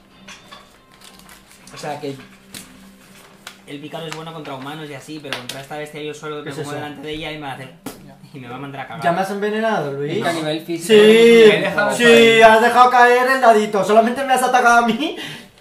Speaker 3: O sea que el pícaro es bueno contra humanos y así, pero contra esta bestia yo solo
Speaker 5: ¿Qué
Speaker 3: me
Speaker 5: es
Speaker 3: pongo
Speaker 5: eso?
Speaker 3: delante de ella y me va a hacer...
Speaker 4: Ya.
Speaker 3: Y me va a mandar a cagar.
Speaker 5: ¿Ya me has envenenado,
Speaker 4: Es
Speaker 5: Luis?
Speaker 4: que a nivel físico.
Speaker 5: Sí,
Speaker 1: he dejado esto
Speaker 5: sí,
Speaker 1: ahí.
Speaker 5: has dejado caer el dadito. Solamente me has atacado a mí.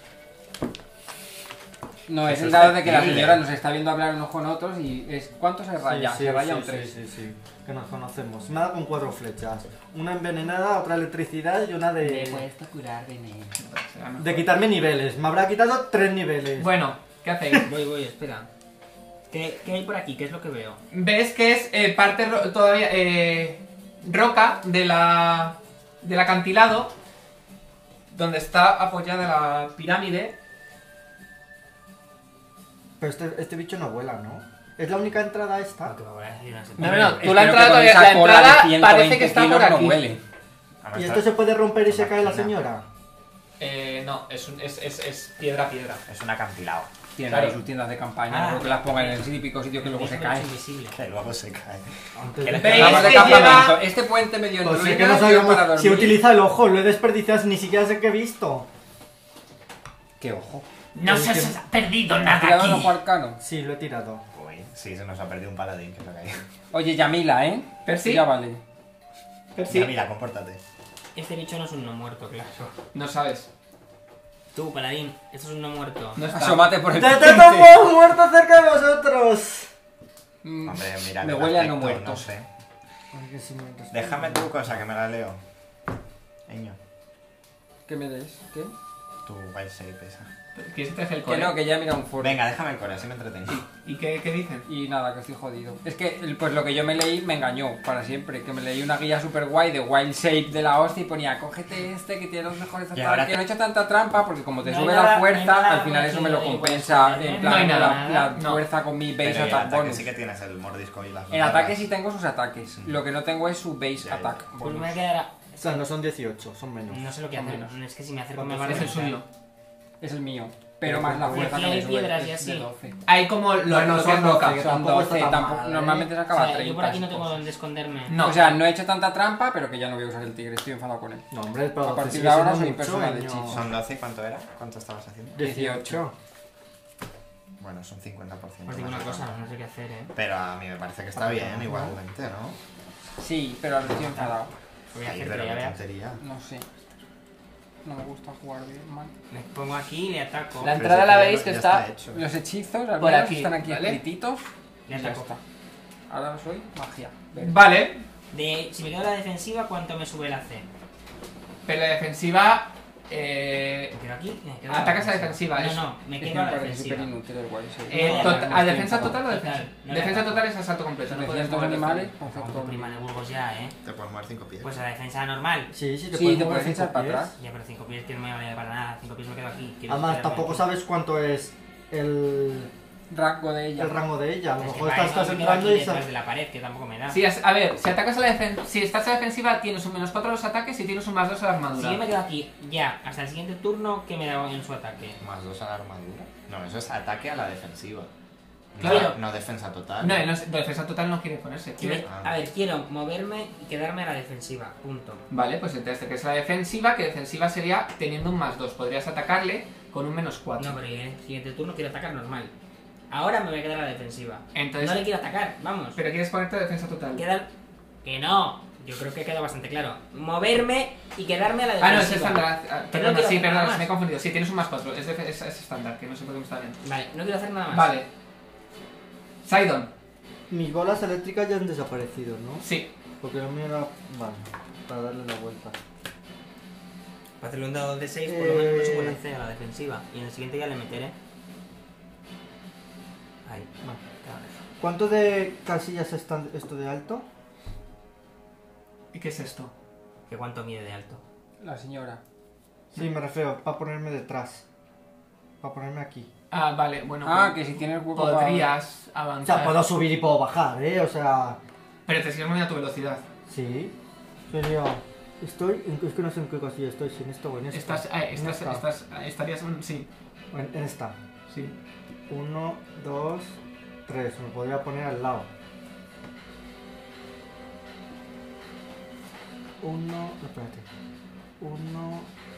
Speaker 4: No, es
Speaker 2: Eso
Speaker 4: el
Speaker 2: es
Speaker 4: dado de que la
Speaker 2: terrible.
Speaker 4: señora nos está viendo hablar unos con otros y es. ¿Cuánto se raya?
Speaker 5: Sí, sí,
Speaker 4: se raya
Speaker 5: sí,
Speaker 4: un tres.
Speaker 5: Sí, sí, sí, que nos conocemos. Me ha dado con cuatro flechas. Una envenenada, otra electricidad y una de...
Speaker 3: curar veneno.
Speaker 1: Será mejor.
Speaker 5: De quitarme niveles. Me habrá quitado tres niveles.
Speaker 1: Bueno, ¿qué hacéis?
Speaker 3: Voy, voy, espera. ¿Qué, ¿Qué hay por aquí? ¿Qué es lo que veo?
Speaker 1: Ves que es eh, parte ro- todavía eh, roca de la del acantilado donde está apoyada la pirámide
Speaker 5: Pero este, este bicho no vuela, ¿no? Es la única entrada esta.
Speaker 3: No, que me voy a decir una
Speaker 1: No,
Speaker 3: sentada.
Speaker 1: no, no,
Speaker 4: Espero
Speaker 1: tú la entrada
Speaker 4: con
Speaker 1: todavía-
Speaker 4: esa
Speaker 1: la
Speaker 4: cola de
Speaker 1: entrada
Speaker 4: ciento
Speaker 1: parece
Speaker 4: veinte
Speaker 1: que está
Speaker 4: kilos
Speaker 1: por
Speaker 4: no
Speaker 1: aquí.
Speaker 4: huele.
Speaker 2: A ver,
Speaker 5: ¿Y
Speaker 2: está-
Speaker 5: esto se puede romper y se
Speaker 2: una
Speaker 5: cae la
Speaker 2: máquina.
Speaker 5: señora?
Speaker 1: Eh, no, es, un- es, es, es piedra piedra.
Speaker 2: Es un acantilado.
Speaker 4: Tienen
Speaker 1: Claro.
Speaker 4: ahí sus tiendas de campaña,
Speaker 3: Ah.
Speaker 4: creo que las pongan en el típico sitio que luego se
Speaker 3: Déjame
Speaker 4: cae.
Speaker 3: ser invisible.
Speaker 2: Que luego se cae.
Speaker 5: Antes
Speaker 2: ¿Quieres
Speaker 5: de-
Speaker 1: ¿Veis
Speaker 4: Vamos de
Speaker 1: que
Speaker 4: campamento.
Speaker 1: lleva-
Speaker 4: Este puente medio en
Speaker 5: Pues sí
Speaker 4: ruinas,
Speaker 5: que no
Speaker 4: sirve
Speaker 5: sabemos
Speaker 4: para
Speaker 5: si
Speaker 4: dormir.
Speaker 5: utiliza el ojo, lo he desperdiciado, ni siquiera sé qué he visto.
Speaker 4: ¿Qué ojo?
Speaker 1: No se os ha perdido
Speaker 4: ¿Has
Speaker 1: nada
Speaker 4: tirado un ojo
Speaker 1: aquí.
Speaker 4: arcano?
Speaker 5: Sí, lo he tirado.
Speaker 2: Uy, sí, se nos ha perdido un paladín que se ha caído.
Speaker 4: Oye, Yamila, ¿eh?
Speaker 1: Percy.
Speaker 4: Ya vale.
Speaker 1: Percy,
Speaker 2: Ya, mira, compórtate.
Speaker 3: Este bicho no es un no muerto, claro.
Speaker 1: no sabes.
Speaker 3: Tú, paladín, esto es un no muerto.
Speaker 1: No está.
Speaker 4: Asómate por el
Speaker 5: ¡Te
Speaker 4: puente.
Speaker 5: tengo muerto cerca de vosotros!
Speaker 4: Mm,
Speaker 2: Hombre, mira.
Speaker 4: Me
Speaker 2: el
Speaker 4: huele a no
Speaker 2: aspecto,
Speaker 4: muerto.
Speaker 2: No sé.
Speaker 5: Ay, que sí me-
Speaker 2: Déjame tu cosa que me la leo. Eño,
Speaker 4: ¿Qué me lees? ¿Qué?
Speaker 2: tu wild shape esa.
Speaker 1: ¿Quieres que te deje el
Speaker 4: Que
Speaker 1: core?
Speaker 4: no, que ya mira un foro.
Speaker 2: Venga, déjame el core, así me entretengo.
Speaker 1: ¿Y qué, qué dicen?
Speaker 4: Y nada, que estoy jodido. Es que, el- pues lo que yo me leí me engañó para siempre. Que me leí una guía super guay de Wild Shape de la hostia y ponía, cógete este que tiene los mejores
Speaker 2: Y ahora
Speaker 4: ataques. Que no he hecho tanta trampa porque como te
Speaker 3: No hay
Speaker 4: sube
Speaker 3: nada-
Speaker 4: la
Speaker 3: no hay
Speaker 4: fuerza,
Speaker 3: nada
Speaker 4: al final eso me lo
Speaker 3: parecido
Speaker 4: compensa.
Speaker 3: igual, ¿eh?
Speaker 4: En plan,
Speaker 1: No hay nada,
Speaker 4: la, la
Speaker 1: no.
Speaker 4: fuerza con mi base
Speaker 2: Pero y el
Speaker 4: attack
Speaker 2: ataque
Speaker 4: bonus.
Speaker 2: sí que tienes el mordisco y las
Speaker 4: En ataque sí tengo sus ataques.
Speaker 2: Mm.
Speaker 4: Lo que no tengo es su base
Speaker 2: Ya, ya.
Speaker 4: attack
Speaker 3: Pues
Speaker 4: bonus.
Speaker 3: me voy a quedar a...
Speaker 5: O sea, no son dieciocho, son menos.
Speaker 3: No sé lo que
Speaker 4: Son
Speaker 3: hacer.
Speaker 4: menos.
Speaker 3: Es que si me acerco me
Speaker 5: ¿Cuántos
Speaker 3: va a
Speaker 1: Es el
Speaker 3: reventar.
Speaker 1: suyo.
Speaker 4: Es el mío. Pero
Speaker 5: Pero
Speaker 4: más la
Speaker 5: como
Speaker 4: fuerza
Speaker 3: aquí
Speaker 4: que me
Speaker 3: hay
Speaker 4: sube
Speaker 3: piedras y
Speaker 4: es
Speaker 3: así.
Speaker 4: de doce.
Speaker 1: Hay como lo,
Speaker 5: Bueno,
Speaker 1: lo que
Speaker 5: son
Speaker 1: es roca.
Speaker 5: doce.
Speaker 4: Son
Speaker 5: tampoco está
Speaker 4: doce,
Speaker 5: tan
Speaker 4: tampoco-
Speaker 5: mal, ¿eh?
Speaker 4: normalmente se
Speaker 3: O
Speaker 4: acaba a
Speaker 3: sea,
Speaker 4: treinta.
Speaker 3: yo por aquí no
Speaker 4: esas
Speaker 3: tengo
Speaker 4: cosas.
Speaker 3: donde esconderme.
Speaker 1: No.
Speaker 4: O sea, no he hecho tanta trampa, pero que ya no voy a usar el tigre, estoy enfadado con él.
Speaker 5: No, hombre, pero
Speaker 4: A partir
Speaker 5: sigue
Speaker 4: de ahora
Speaker 5: siendo
Speaker 4: soy
Speaker 5: mucho,
Speaker 4: persona de
Speaker 5: Eño.
Speaker 4: hechizo.
Speaker 2: ¿Son doce? ¿Cuánto era? ¿Cuánto estabas haciendo?
Speaker 5: dieciocho.
Speaker 2: Bueno, son cincuenta por ciento.
Speaker 3: Os digo
Speaker 2: más
Speaker 3: una
Speaker 2: de
Speaker 3: cosa,
Speaker 2: trampa.
Speaker 3: no sé qué hacer, eh.
Speaker 2: Pero a mí me parece que está
Speaker 5: Ah,
Speaker 2: bien,
Speaker 5: no.
Speaker 2: igualmente, ¿no?
Speaker 4: Sí, pero ahora estoy enfadado.
Speaker 3: Voy a
Speaker 2: Ay,
Speaker 3: hacer
Speaker 2: pero
Speaker 3: que ya
Speaker 2: qué
Speaker 3: veas.
Speaker 2: tontería.
Speaker 4: No sé. No me gusta jugar bien, mal.
Speaker 3: Me pongo aquí y le ataco.
Speaker 1: La
Speaker 2: Pero
Speaker 1: entrada
Speaker 2: si
Speaker 1: la
Speaker 2: ya
Speaker 1: veis
Speaker 2: lo-
Speaker 1: que
Speaker 2: ya
Speaker 1: está-
Speaker 2: hecho.
Speaker 4: Los hechizos, al
Speaker 1: Por
Speaker 4: menos,
Speaker 1: aquí,
Speaker 4: están aquí
Speaker 1: ¿vale?
Speaker 4: escrititos.
Speaker 3: Le
Speaker 4: Y ya
Speaker 3: ataco.
Speaker 4: está. Ahora soy magia. Verde.
Speaker 1: Vale,
Speaker 3: De, si me quedo en la defensiva, ¿cuánto me sube la C?
Speaker 1: pero la defensiva. Eh,
Speaker 3: ¿Me quedo aquí? Me quedo
Speaker 1: atacas a defensiva,
Speaker 3: No,
Speaker 1: eso.
Speaker 3: no, me
Speaker 4: Es que
Speaker 3: quedo
Speaker 4: me
Speaker 3: a la
Speaker 4: parece
Speaker 3: defensiva.
Speaker 4: súper inútil el wild shape.
Speaker 1: eh,
Speaker 3: No,
Speaker 1: tot-
Speaker 3: no, no,
Speaker 1: ¿A
Speaker 4: estoy
Speaker 1: defensa
Speaker 4: enfadado.
Speaker 1: total o defensa?
Speaker 3: Total, no le
Speaker 1: Defensa
Speaker 3: ataco.
Speaker 1: total es asalto completo. No puedes
Speaker 4: trescientos
Speaker 1: mover
Speaker 4: animales,
Speaker 1: defensa.
Speaker 3: Vamos,
Speaker 4: concepto.
Speaker 3: tu prima de Burgos ya, eh.
Speaker 2: Te puedes mover cinco pies.
Speaker 3: Pues a la defensa normal.
Speaker 5: Sí, sí, te
Speaker 4: Sí,
Speaker 5: puedes
Speaker 4: te
Speaker 5: mover
Speaker 4: puedes echar
Speaker 5: cinco
Speaker 4: para
Speaker 5: pies.
Speaker 4: atrás.
Speaker 3: Ya, pero cinco pies que no me vale para nada. cinco pies me quedo aquí. Quiero
Speaker 5: Además,
Speaker 3: quedarme
Speaker 5: tampoco
Speaker 3: aquí.
Speaker 5: sabes cuánto es el,
Speaker 4: Rango de ella.
Speaker 5: el rango de ella. A lo
Speaker 3: Es que
Speaker 5: mejor
Speaker 3: para
Speaker 5: estás,
Speaker 3: eso
Speaker 5: estás
Speaker 3: me quedo
Speaker 5: entrando
Speaker 3: aquí
Speaker 5: y
Speaker 3: detrás
Speaker 5: sabes.
Speaker 3: de la pared, que tampoco me da.
Speaker 1: Sí, as- a ver, si atacas a la defensa, si estás a la defensiva tienes un menos cuatro a los ataques y tienes un más dos a la
Speaker 3: Si yo me
Speaker 1: armadura.
Speaker 3: quedo aquí ya hasta el siguiente turno, ¿qué me da en su ataque?
Speaker 2: Más dos a la armadura. No, eso es ataque a la defensiva. No,
Speaker 3: Claro.
Speaker 2: no defensa total.
Speaker 1: No, no, no, defensa total no quiere ponerse. quiere-
Speaker 3: Quiero- A ver, quiero moverme y quedarme a la defensiva. Punto.
Speaker 1: Vale, pues entonces que es la defensiva, que defensiva sería teniendo un más dos. Podrías atacarle con un menos cuatro.
Speaker 3: No, pero en el siguiente turno quiero atacar normal. Ahora me voy a quedar a la defensiva.
Speaker 1: Entonces-
Speaker 3: No le quiero atacar, vamos.
Speaker 1: Pero quieres ponerte a defensa total.
Speaker 3: Quedar... Que no. Yo creo que ha quedado bastante claro. Moverme y quedarme a la
Speaker 1: Ah,
Speaker 3: defensiva.
Speaker 1: no, es estándar. Ah,
Speaker 3: Que no
Speaker 1: Perdona,
Speaker 3: quiero
Speaker 1: sí,
Speaker 3: hacer
Speaker 1: perdona,
Speaker 3: nada
Speaker 1: me he
Speaker 3: más.
Speaker 1: confundido. Sí, tienes un más cuatro. Es, de- es, es estándar, que no sé por qué me está bien.
Speaker 3: Vale, no quiero hacer nada más.
Speaker 1: Vale. Sidon,
Speaker 5: Mis bolas eléctricas ya han desaparecido, ¿no?
Speaker 1: sí.
Speaker 5: Porque lo mío era. Vale, para darle la vuelta.
Speaker 3: Para hacerle un dado de seis, por lo menos me subo la
Speaker 5: Eh.
Speaker 3: C a la defensiva. Y en el siguiente ya le meteré. Ahí.
Speaker 5: Vale.
Speaker 3: Claro.
Speaker 5: ¿Cuánto de casillas está esto de alto?
Speaker 1: ¿Y qué es esto?
Speaker 3: ¿Que cuánto mide de alto?
Speaker 4: La señora.
Speaker 5: Sí, me refiero, para ponerme detrás. Para ponerme aquí.
Speaker 1: Ah, vale, bueno.
Speaker 4: Ah,
Speaker 1: pues,
Speaker 4: que si tienes hueco para-
Speaker 1: podrías
Speaker 5: O
Speaker 1: avanzar.
Speaker 5: sea, puedo subir y puedo bajar, ¿eh? O sea.
Speaker 1: Pero te sigues moviendo a tu velocidad.
Speaker 5: Sí. Sería. Estoy. en- Es que no sé en qué casilla estoy, si en esto o en esta.
Speaker 1: Estás, eh,
Speaker 5: En
Speaker 1: estás,
Speaker 5: esta.
Speaker 1: estás, eh, estarías, mm, sí,
Speaker 5: O En, en esta.
Speaker 1: sí.
Speaker 5: Uno, dos, tres. Me podría poner al lado. Uno. Espérate. Uno.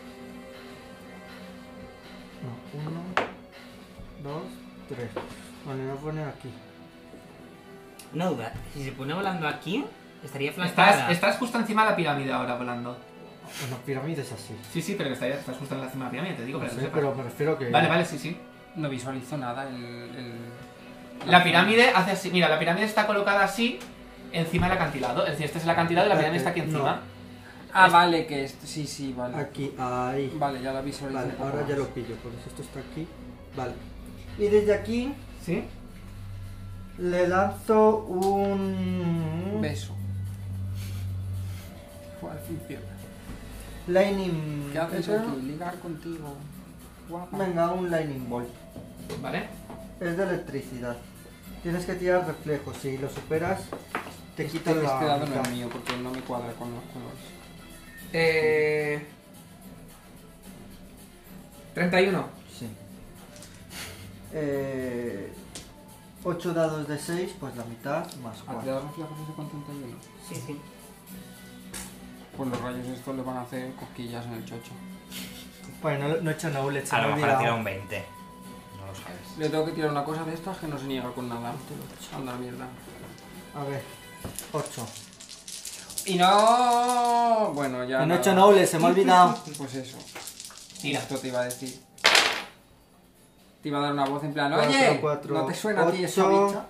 Speaker 5: No, uno. Dos, tres. Vale, me voy a poner aquí.
Speaker 3: No duda, si se pone volando aquí, estaría flanqueada.
Speaker 1: Estás, estás justo encima de la pirámide ahora volando.
Speaker 5: Una pirámide es así.
Speaker 1: Sí, sí, pero que estarías, estás justo en la cima de la pirámide, te digo,
Speaker 5: No
Speaker 1: para que
Speaker 5: sé,
Speaker 1: lo sepas.
Speaker 5: pero me refiero que.
Speaker 1: Vale, vale, sí, sí.
Speaker 4: No visualizo nada. El, el-
Speaker 1: La pirámide hace así, mira, la pirámide está colocada así encima del acantilado. Es decir, este es el acantilado y la pirámide está aquí
Speaker 5: No.
Speaker 1: encima.
Speaker 4: Ah, vale, que esto. Sí, sí, vale.
Speaker 5: Aquí, ahí.
Speaker 4: Vale, ya la visualizo.
Speaker 5: Vale,
Speaker 4: un poco
Speaker 5: ahora ya
Speaker 4: más.
Speaker 5: lo pillo, por eso esto está aquí. Vale. Y desde aquí
Speaker 1: ¿Sí?
Speaker 5: le lanzo un.
Speaker 4: Beso. Fue al principio.
Speaker 5: Lightning.
Speaker 4: ¿Qué haces
Speaker 5: ¿eso?
Speaker 4: aquí? Ligar contigo. Guapa.
Speaker 5: Venga, un Lightning Bolt.
Speaker 1: ¿Vale?
Speaker 5: Es de electricidad. Tienes que tirar reflejos. Si lo superas, te
Speaker 4: Este,
Speaker 5: quitas la
Speaker 4: este dado no
Speaker 5: mitad.
Speaker 4: es mío porque no me cuadra con los colores.
Speaker 1: Eh... treinta y uno.
Speaker 5: Sí. Eh, ocho dados de seis, pues la mitad más
Speaker 4: ¿A ti
Speaker 5: cuatro.
Speaker 4: das reflejos ese con treinta y uno?
Speaker 3: Sí, sí.
Speaker 4: Pues los rayos estos le van a hacer cosquillas en el chocho.
Speaker 5: Bueno, no, no he hecho knowledge, se
Speaker 2: A
Speaker 5: me
Speaker 2: lo
Speaker 5: ha
Speaker 2: mejor ha tirado
Speaker 5: olvidado.
Speaker 2: un veinte. No lo sabes.
Speaker 4: Le tengo que tirar una cosa de estas que no se niega con nada. Anda la mierda.
Speaker 5: A ver, ocho.
Speaker 4: Y no... Bueno, ya...
Speaker 5: No he
Speaker 4: nada.
Speaker 5: hecho knowledge, se me ha olvidado.
Speaker 4: Pues eso.
Speaker 1: Tira.
Speaker 4: Esto te iba a decir. Te iba a dar una voz en plan,
Speaker 5: Cuatro,
Speaker 4: oye,
Speaker 5: cuatro,
Speaker 4: ¿no te suena a ti esa
Speaker 5: ocho.
Speaker 4: bicha?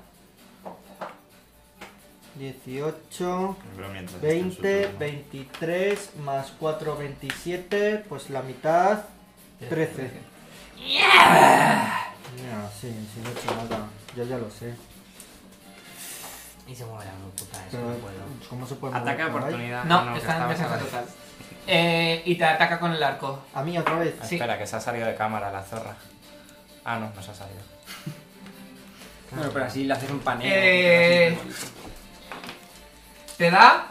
Speaker 5: dieciocho,
Speaker 2: Pero mientras está en su
Speaker 5: veinte,
Speaker 2: turno.
Speaker 5: veintitrés, más cuatro, veintisiete, pues la mitad, trece. Ya, sí, sí, no he hecho nada. Yo ya lo sé.
Speaker 3: Y se mueve la muy puta, eso
Speaker 5: Pero,
Speaker 3: no puedo.
Speaker 5: ¿cómo se puede mover
Speaker 2: Ataque de
Speaker 5: por ahí?
Speaker 2: oportunidad.
Speaker 1: No,
Speaker 2: que
Speaker 1: está en
Speaker 2: estabas
Speaker 1: defensa
Speaker 2: a-
Speaker 1: total. Eh, y te ataca con el arco.
Speaker 5: A mí otra vez.
Speaker 1: Sí.
Speaker 2: Espera, que se ha salido de cámara la zorra. Ah, no, no se ha salido.
Speaker 4: Bueno, pero así le haces un paneo.
Speaker 1: Eh.
Speaker 4: que queda así
Speaker 1: Te da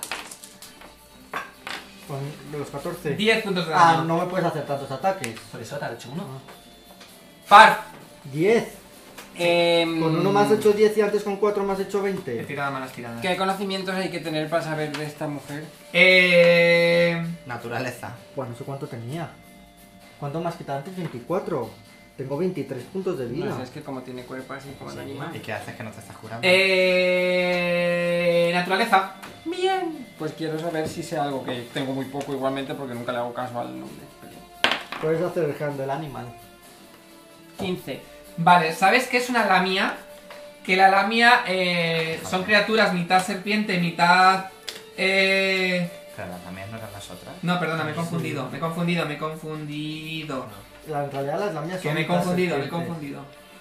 Speaker 5: Con de los catorce.
Speaker 1: diez puntos de daño.
Speaker 5: Ah, no me puedes hacer tantos ataques.
Speaker 1: Por eso te ha hecho uno. Par.
Speaker 5: diez.
Speaker 4: Em,
Speaker 5: Con uno más hecho diez y antes con cuatro más hecho
Speaker 1: He
Speaker 5: veinte.
Speaker 1: tirado malas tiradas.
Speaker 4: ¿Qué conocimientos hay que tener para saber de esta mujer?
Speaker 1: Eh.
Speaker 2: Naturaleza.
Speaker 5: Bueno, no sé cuánto tenía. ¿Cuánto más quita antes? veinticuatro. Tengo veintitrés puntos de vida.
Speaker 4: No sé, es que como tiene cuerpo así como de animal.
Speaker 2: ¿Y qué haces que no te estás curando?
Speaker 1: Eh. Naturaleza.
Speaker 4: Bien. Pues quiero saber si sé algo que tengo muy poco igualmente porque nunca le hago caso al nombre. pero-
Speaker 5: Puedes hacer el handle animal.
Speaker 4: quince.
Speaker 1: Vale, ¿sabes qué es una lamia? Que la lamia eh, son criaturas mitad serpiente, mitad... Eh...
Speaker 2: Pero las también no eran las otras.
Speaker 1: No, perdona, me he confundido, me he confundido, me he confundido.
Speaker 5: La, en realidad las lamias
Speaker 1: Que
Speaker 5: son
Speaker 1: me he
Speaker 5: mitad
Speaker 1: confundido, me he
Speaker 5: serpiente.
Speaker 1: confundido.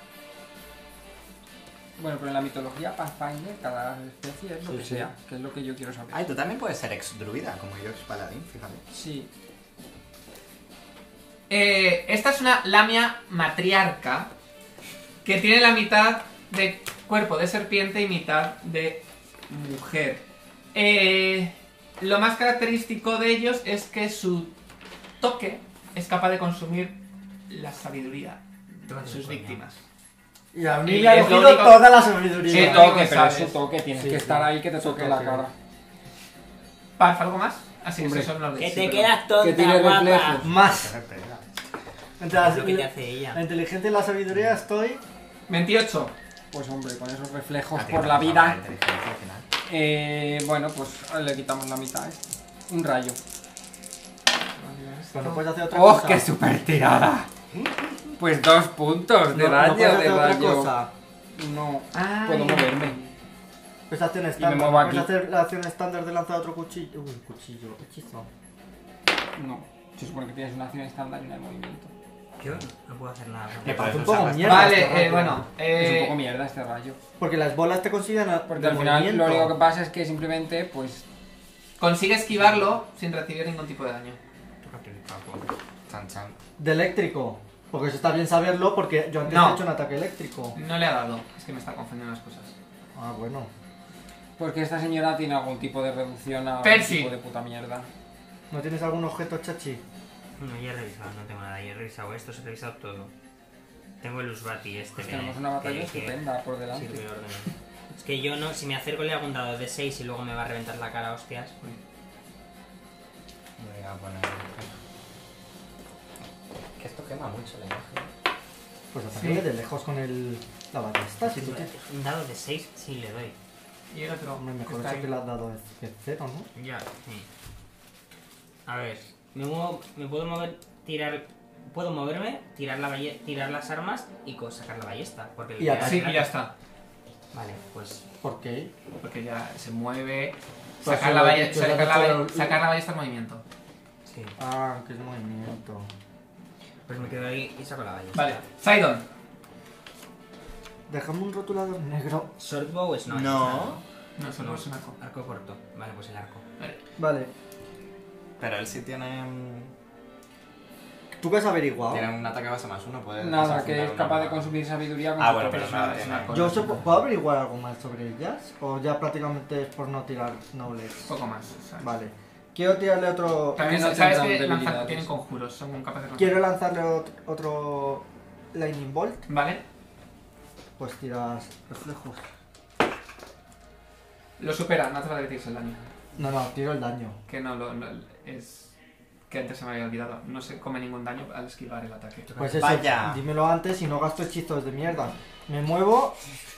Speaker 4: Bueno, pero en la mitología Pathfinder, cada especie es lo
Speaker 5: Sí,
Speaker 4: que
Speaker 5: sí.
Speaker 4: sea, que es lo que yo quiero saber.
Speaker 2: Ay, tú también puedes ser ex druida, como yo ex paladín, fíjate.
Speaker 4: Sí.
Speaker 1: Eh, esta es una lamia matriarca que tiene la mitad de cuerpo de serpiente y mitad de mujer. Eh, lo más característico de ellos es que su toque es capaz de consumir la sabiduría de sus víctimas.
Speaker 5: Y a mí
Speaker 1: Y
Speaker 5: me ha
Speaker 1: es lo
Speaker 5: cogido
Speaker 1: único-
Speaker 5: toda la
Speaker 1: Sí,
Speaker 5: sabiduría.
Speaker 1: lo único
Speaker 4: Toque,
Speaker 1: que
Speaker 4: pero es
Speaker 1: sabes.
Speaker 4: su toque, tienes
Speaker 5: Sí,
Speaker 4: que
Speaker 5: sí.
Speaker 4: estar ahí que te
Speaker 5: Su
Speaker 4: toque la
Speaker 5: toque.
Speaker 4: cara.
Speaker 1: Paz, ¿algo más? Así
Speaker 4: Hombre.
Speaker 1: que son los de
Speaker 3: Que
Speaker 1: sí,
Speaker 3: te
Speaker 1: pero-
Speaker 3: quedas tonta,
Speaker 4: Que tiene
Speaker 3: guapa.
Speaker 4: reflejos.
Speaker 5: Más.
Speaker 2: Qué pega.
Speaker 5: Entre las-
Speaker 3: Es lo que te
Speaker 5: la,
Speaker 3: hace
Speaker 5: la
Speaker 3: ella.
Speaker 5: inteligencia y la sabiduría estoy.
Speaker 1: veintiocho.
Speaker 4: Pues hombre, con esos reflejos
Speaker 2: A ti
Speaker 4: por
Speaker 2: te
Speaker 4: la
Speaker 2: pasaba
Speaker 4: vida.
Speaker 2: inteligencia al final.
Speaker 4: Eh, bueno, pues le quitamos la mitad, ¿eh? Un rayo.
Speaker 5: Pues no puedes hacer otra
Speaker 4: ¡Oh,
Speaker 5: cosa.
Speaker 4: qué super tirada! Pues dos puntos de
Speaker 5: No, no
Speaker 4: daño
Speaker 5: puedes
Speaker 4: de
Speaker 5: hacer otra
Speaker 4: rayo.
Speaker 5: cosa.
Speaker 4: No,
Speaker 1: Ay.
Speaker 4: puedo moverme.
Speaker 5: Pues acción
Speaker 4: me
Speaker 5: estándar.
Speaker 4: muevo
Speaker 5: No
Speaker 4: aquí.
Speaker 5: puedes hacer la acción estándar de lanzar otro cuchillo. Uy, cuchillo, hechizo.
Speaker 4: No, se supone que tienes una acción estándar y no hay movimiento.
Speaker 3: Yo no puedo hacer nada.
Speaker 5: Me
Speaker 2: puedes
Speaker 5: parece un
Speaker 2: usar
Speaker 5: poco
Speaker 2: las-
Speaker 5: mierda.
Speaker 1: Vale,
Speaker 5: este
Speaker 1: eh,
Speaker 5: rayo.
Speaker 1: bueno.
Speaker 4: Es un
Speaker 1: Eh,
Speaker 4: poco mierda este rayo.
Speaker 5: Porque las bolas te consiguen. a-
Speaker 4: Porque
Speaker 5: de
Speaker 4: al final
Speaker 5: movimiento.
Speaker 4: lo único que pasa es que simplemente, pues,
Speaker 1: consigue esquivarlo sin recibir ningún tipo de daño.
Speaker 2: Chan, chan.
Speaker 5: De eléctrico. Porque eso está bien saberlo porque yo antes
Speaker 1: No.
Speaker 5: he hecho un ataque eléctrico.
Speaker 1: No le ha dado, es que me está confundiendo las cosas.
Speaker 5: Ah, bueno.
Speaker 4: pues que esta señora tiene algún tipo de reducción a algún
Speaker 1: Percy.
Speaker 4: tipo de puta mierda.
Speaker 5: ¿No tienes algún objeto, chachi?
Speaker 3: No, ya he revisado, no tengo nada. Ya he revisado esto, he revisado todo. Tengo el Usbati este.
Speaker 4: Pues
Speaker 3: que-
Speaker 4: tenemos una batalla
Speaker 3: que- que
Speaker 4: estupenda por delante.
Speaker 3: sirve de orden. Es que yo no, si me acerco le hago un dado de seis y luego me va a reventar la cara, hostias.
Speaker 2: Voy a poner. Que esto quema mucho la imagen.
Speaker 5: Pues ataque
Speaker 1: Sí.
Speaker 5: de lejos con el. La ballesta, si tú
Speaker 3: Es
Speaker 5: tienes.
Speaker 3: un dado de seis sí le doy.
Speaker 1: Y el otro.
Speaker 5: Hombre, mejor
Speaker 1: está
Speaker 5: hecho
Speaker 1: ahí.
Speaker 5: que le has dado que cero, ¿no?
Speaker 3: Ya, sí. A ver, me, muevo, me puedo mover, tirar. Puedo moverme, tirar, la balle- tirar las armas y co- sacar la ballesta. Porque
Speaker 5: Y atacar.
Speaker 1: Sí, y ya está.
Speaker 3: Vale, pues.
Speaker 5: ¿Por qué?
Speaker 1: Porque ya se mueve.
Speaker 5: Pues
Speaker 1: Sacar
Speaker 5: sí,
Speaker 1: la,
Speaker 5: lo he
Speaker 1: balle-
Speaker 5: dicho,
Speaker 1: sacar
Speaker 5: lo he
Speaker 1: la,
Speaker 5: dicho,
Speaker 1: balle-
Speaker 5: lo-
Speaker 1: sacar la ballesta en movimiento.
Speaker 3: Sí.
Speaker 5: Ah, que es movimiento.
Speaker 3: Pues me quedo ahí y saco la ballesta.
Speaker 1: Vale, Sidon.
Speaker 5: Déjame un rotulador negro.
Speaker 3: Swordbow es no.
Speaker 2: No.
Speaker 1: No, solo es un arco.
Speaker 3: Arco corto. Vale, pues el arco.
Speaker 1: Vale.
Speaker 5: Vale.
Speaker 2: Pero él sí tiene. mm,
Speaker 5: ¿Tú qué has averiguado?
Speaker 2: Tiene un ataque base más uno, puede.
Speaker 4: Nada, que es
Speaker 2: desafiar
Speaker 4: capaz
Speaker 2: una-
Speaker 4: de consumir sabiduría con
Speaker 2: Ah,
Speaker 4: su
Speaker 2: bueno,
Speaker 4: tope.
Speaker 2: pero nada,
Speaker 1: es una
Speaker 2: tiene-
Speaker 1: cosa.
Speaker 5: Yo sé- ¿puedo averiguar algo más sobre ellas? ¿O ya prácticamente es por no tirar knowledge?
Speaker 1: Poco más. ¿sabes?
Speaker 5: Vale. Quiero tirarle otro...
Speaker 1: También
Speaker 4: Que no
Speaker 1: sabes
Speaker 4: tendrán
Speaker 1: que lanzan-
Speaker 4: debilidades.
Speaker 1: tienen conjuros, son capaces de
Speaker 5: Quiero lanzarle otro, otro Lightning Bolt.
Speaker 1: Vale.
Speaker 5: Pues tiras reflejos.
Speaker 1: Lo supera, no hace falta que tires el daño.
Speaker 5: No, no, tiro el daño.
Speaker 1: Que no, lo, no- es... Que antes se me había olvidado. No se come ningún daño al esquivar el ataque.
Speaker 5: Pues eso,
Speaker 2: Vaya.
Speaker 5: dímelo antes y no gasto hechizos de mierda. Me muevo...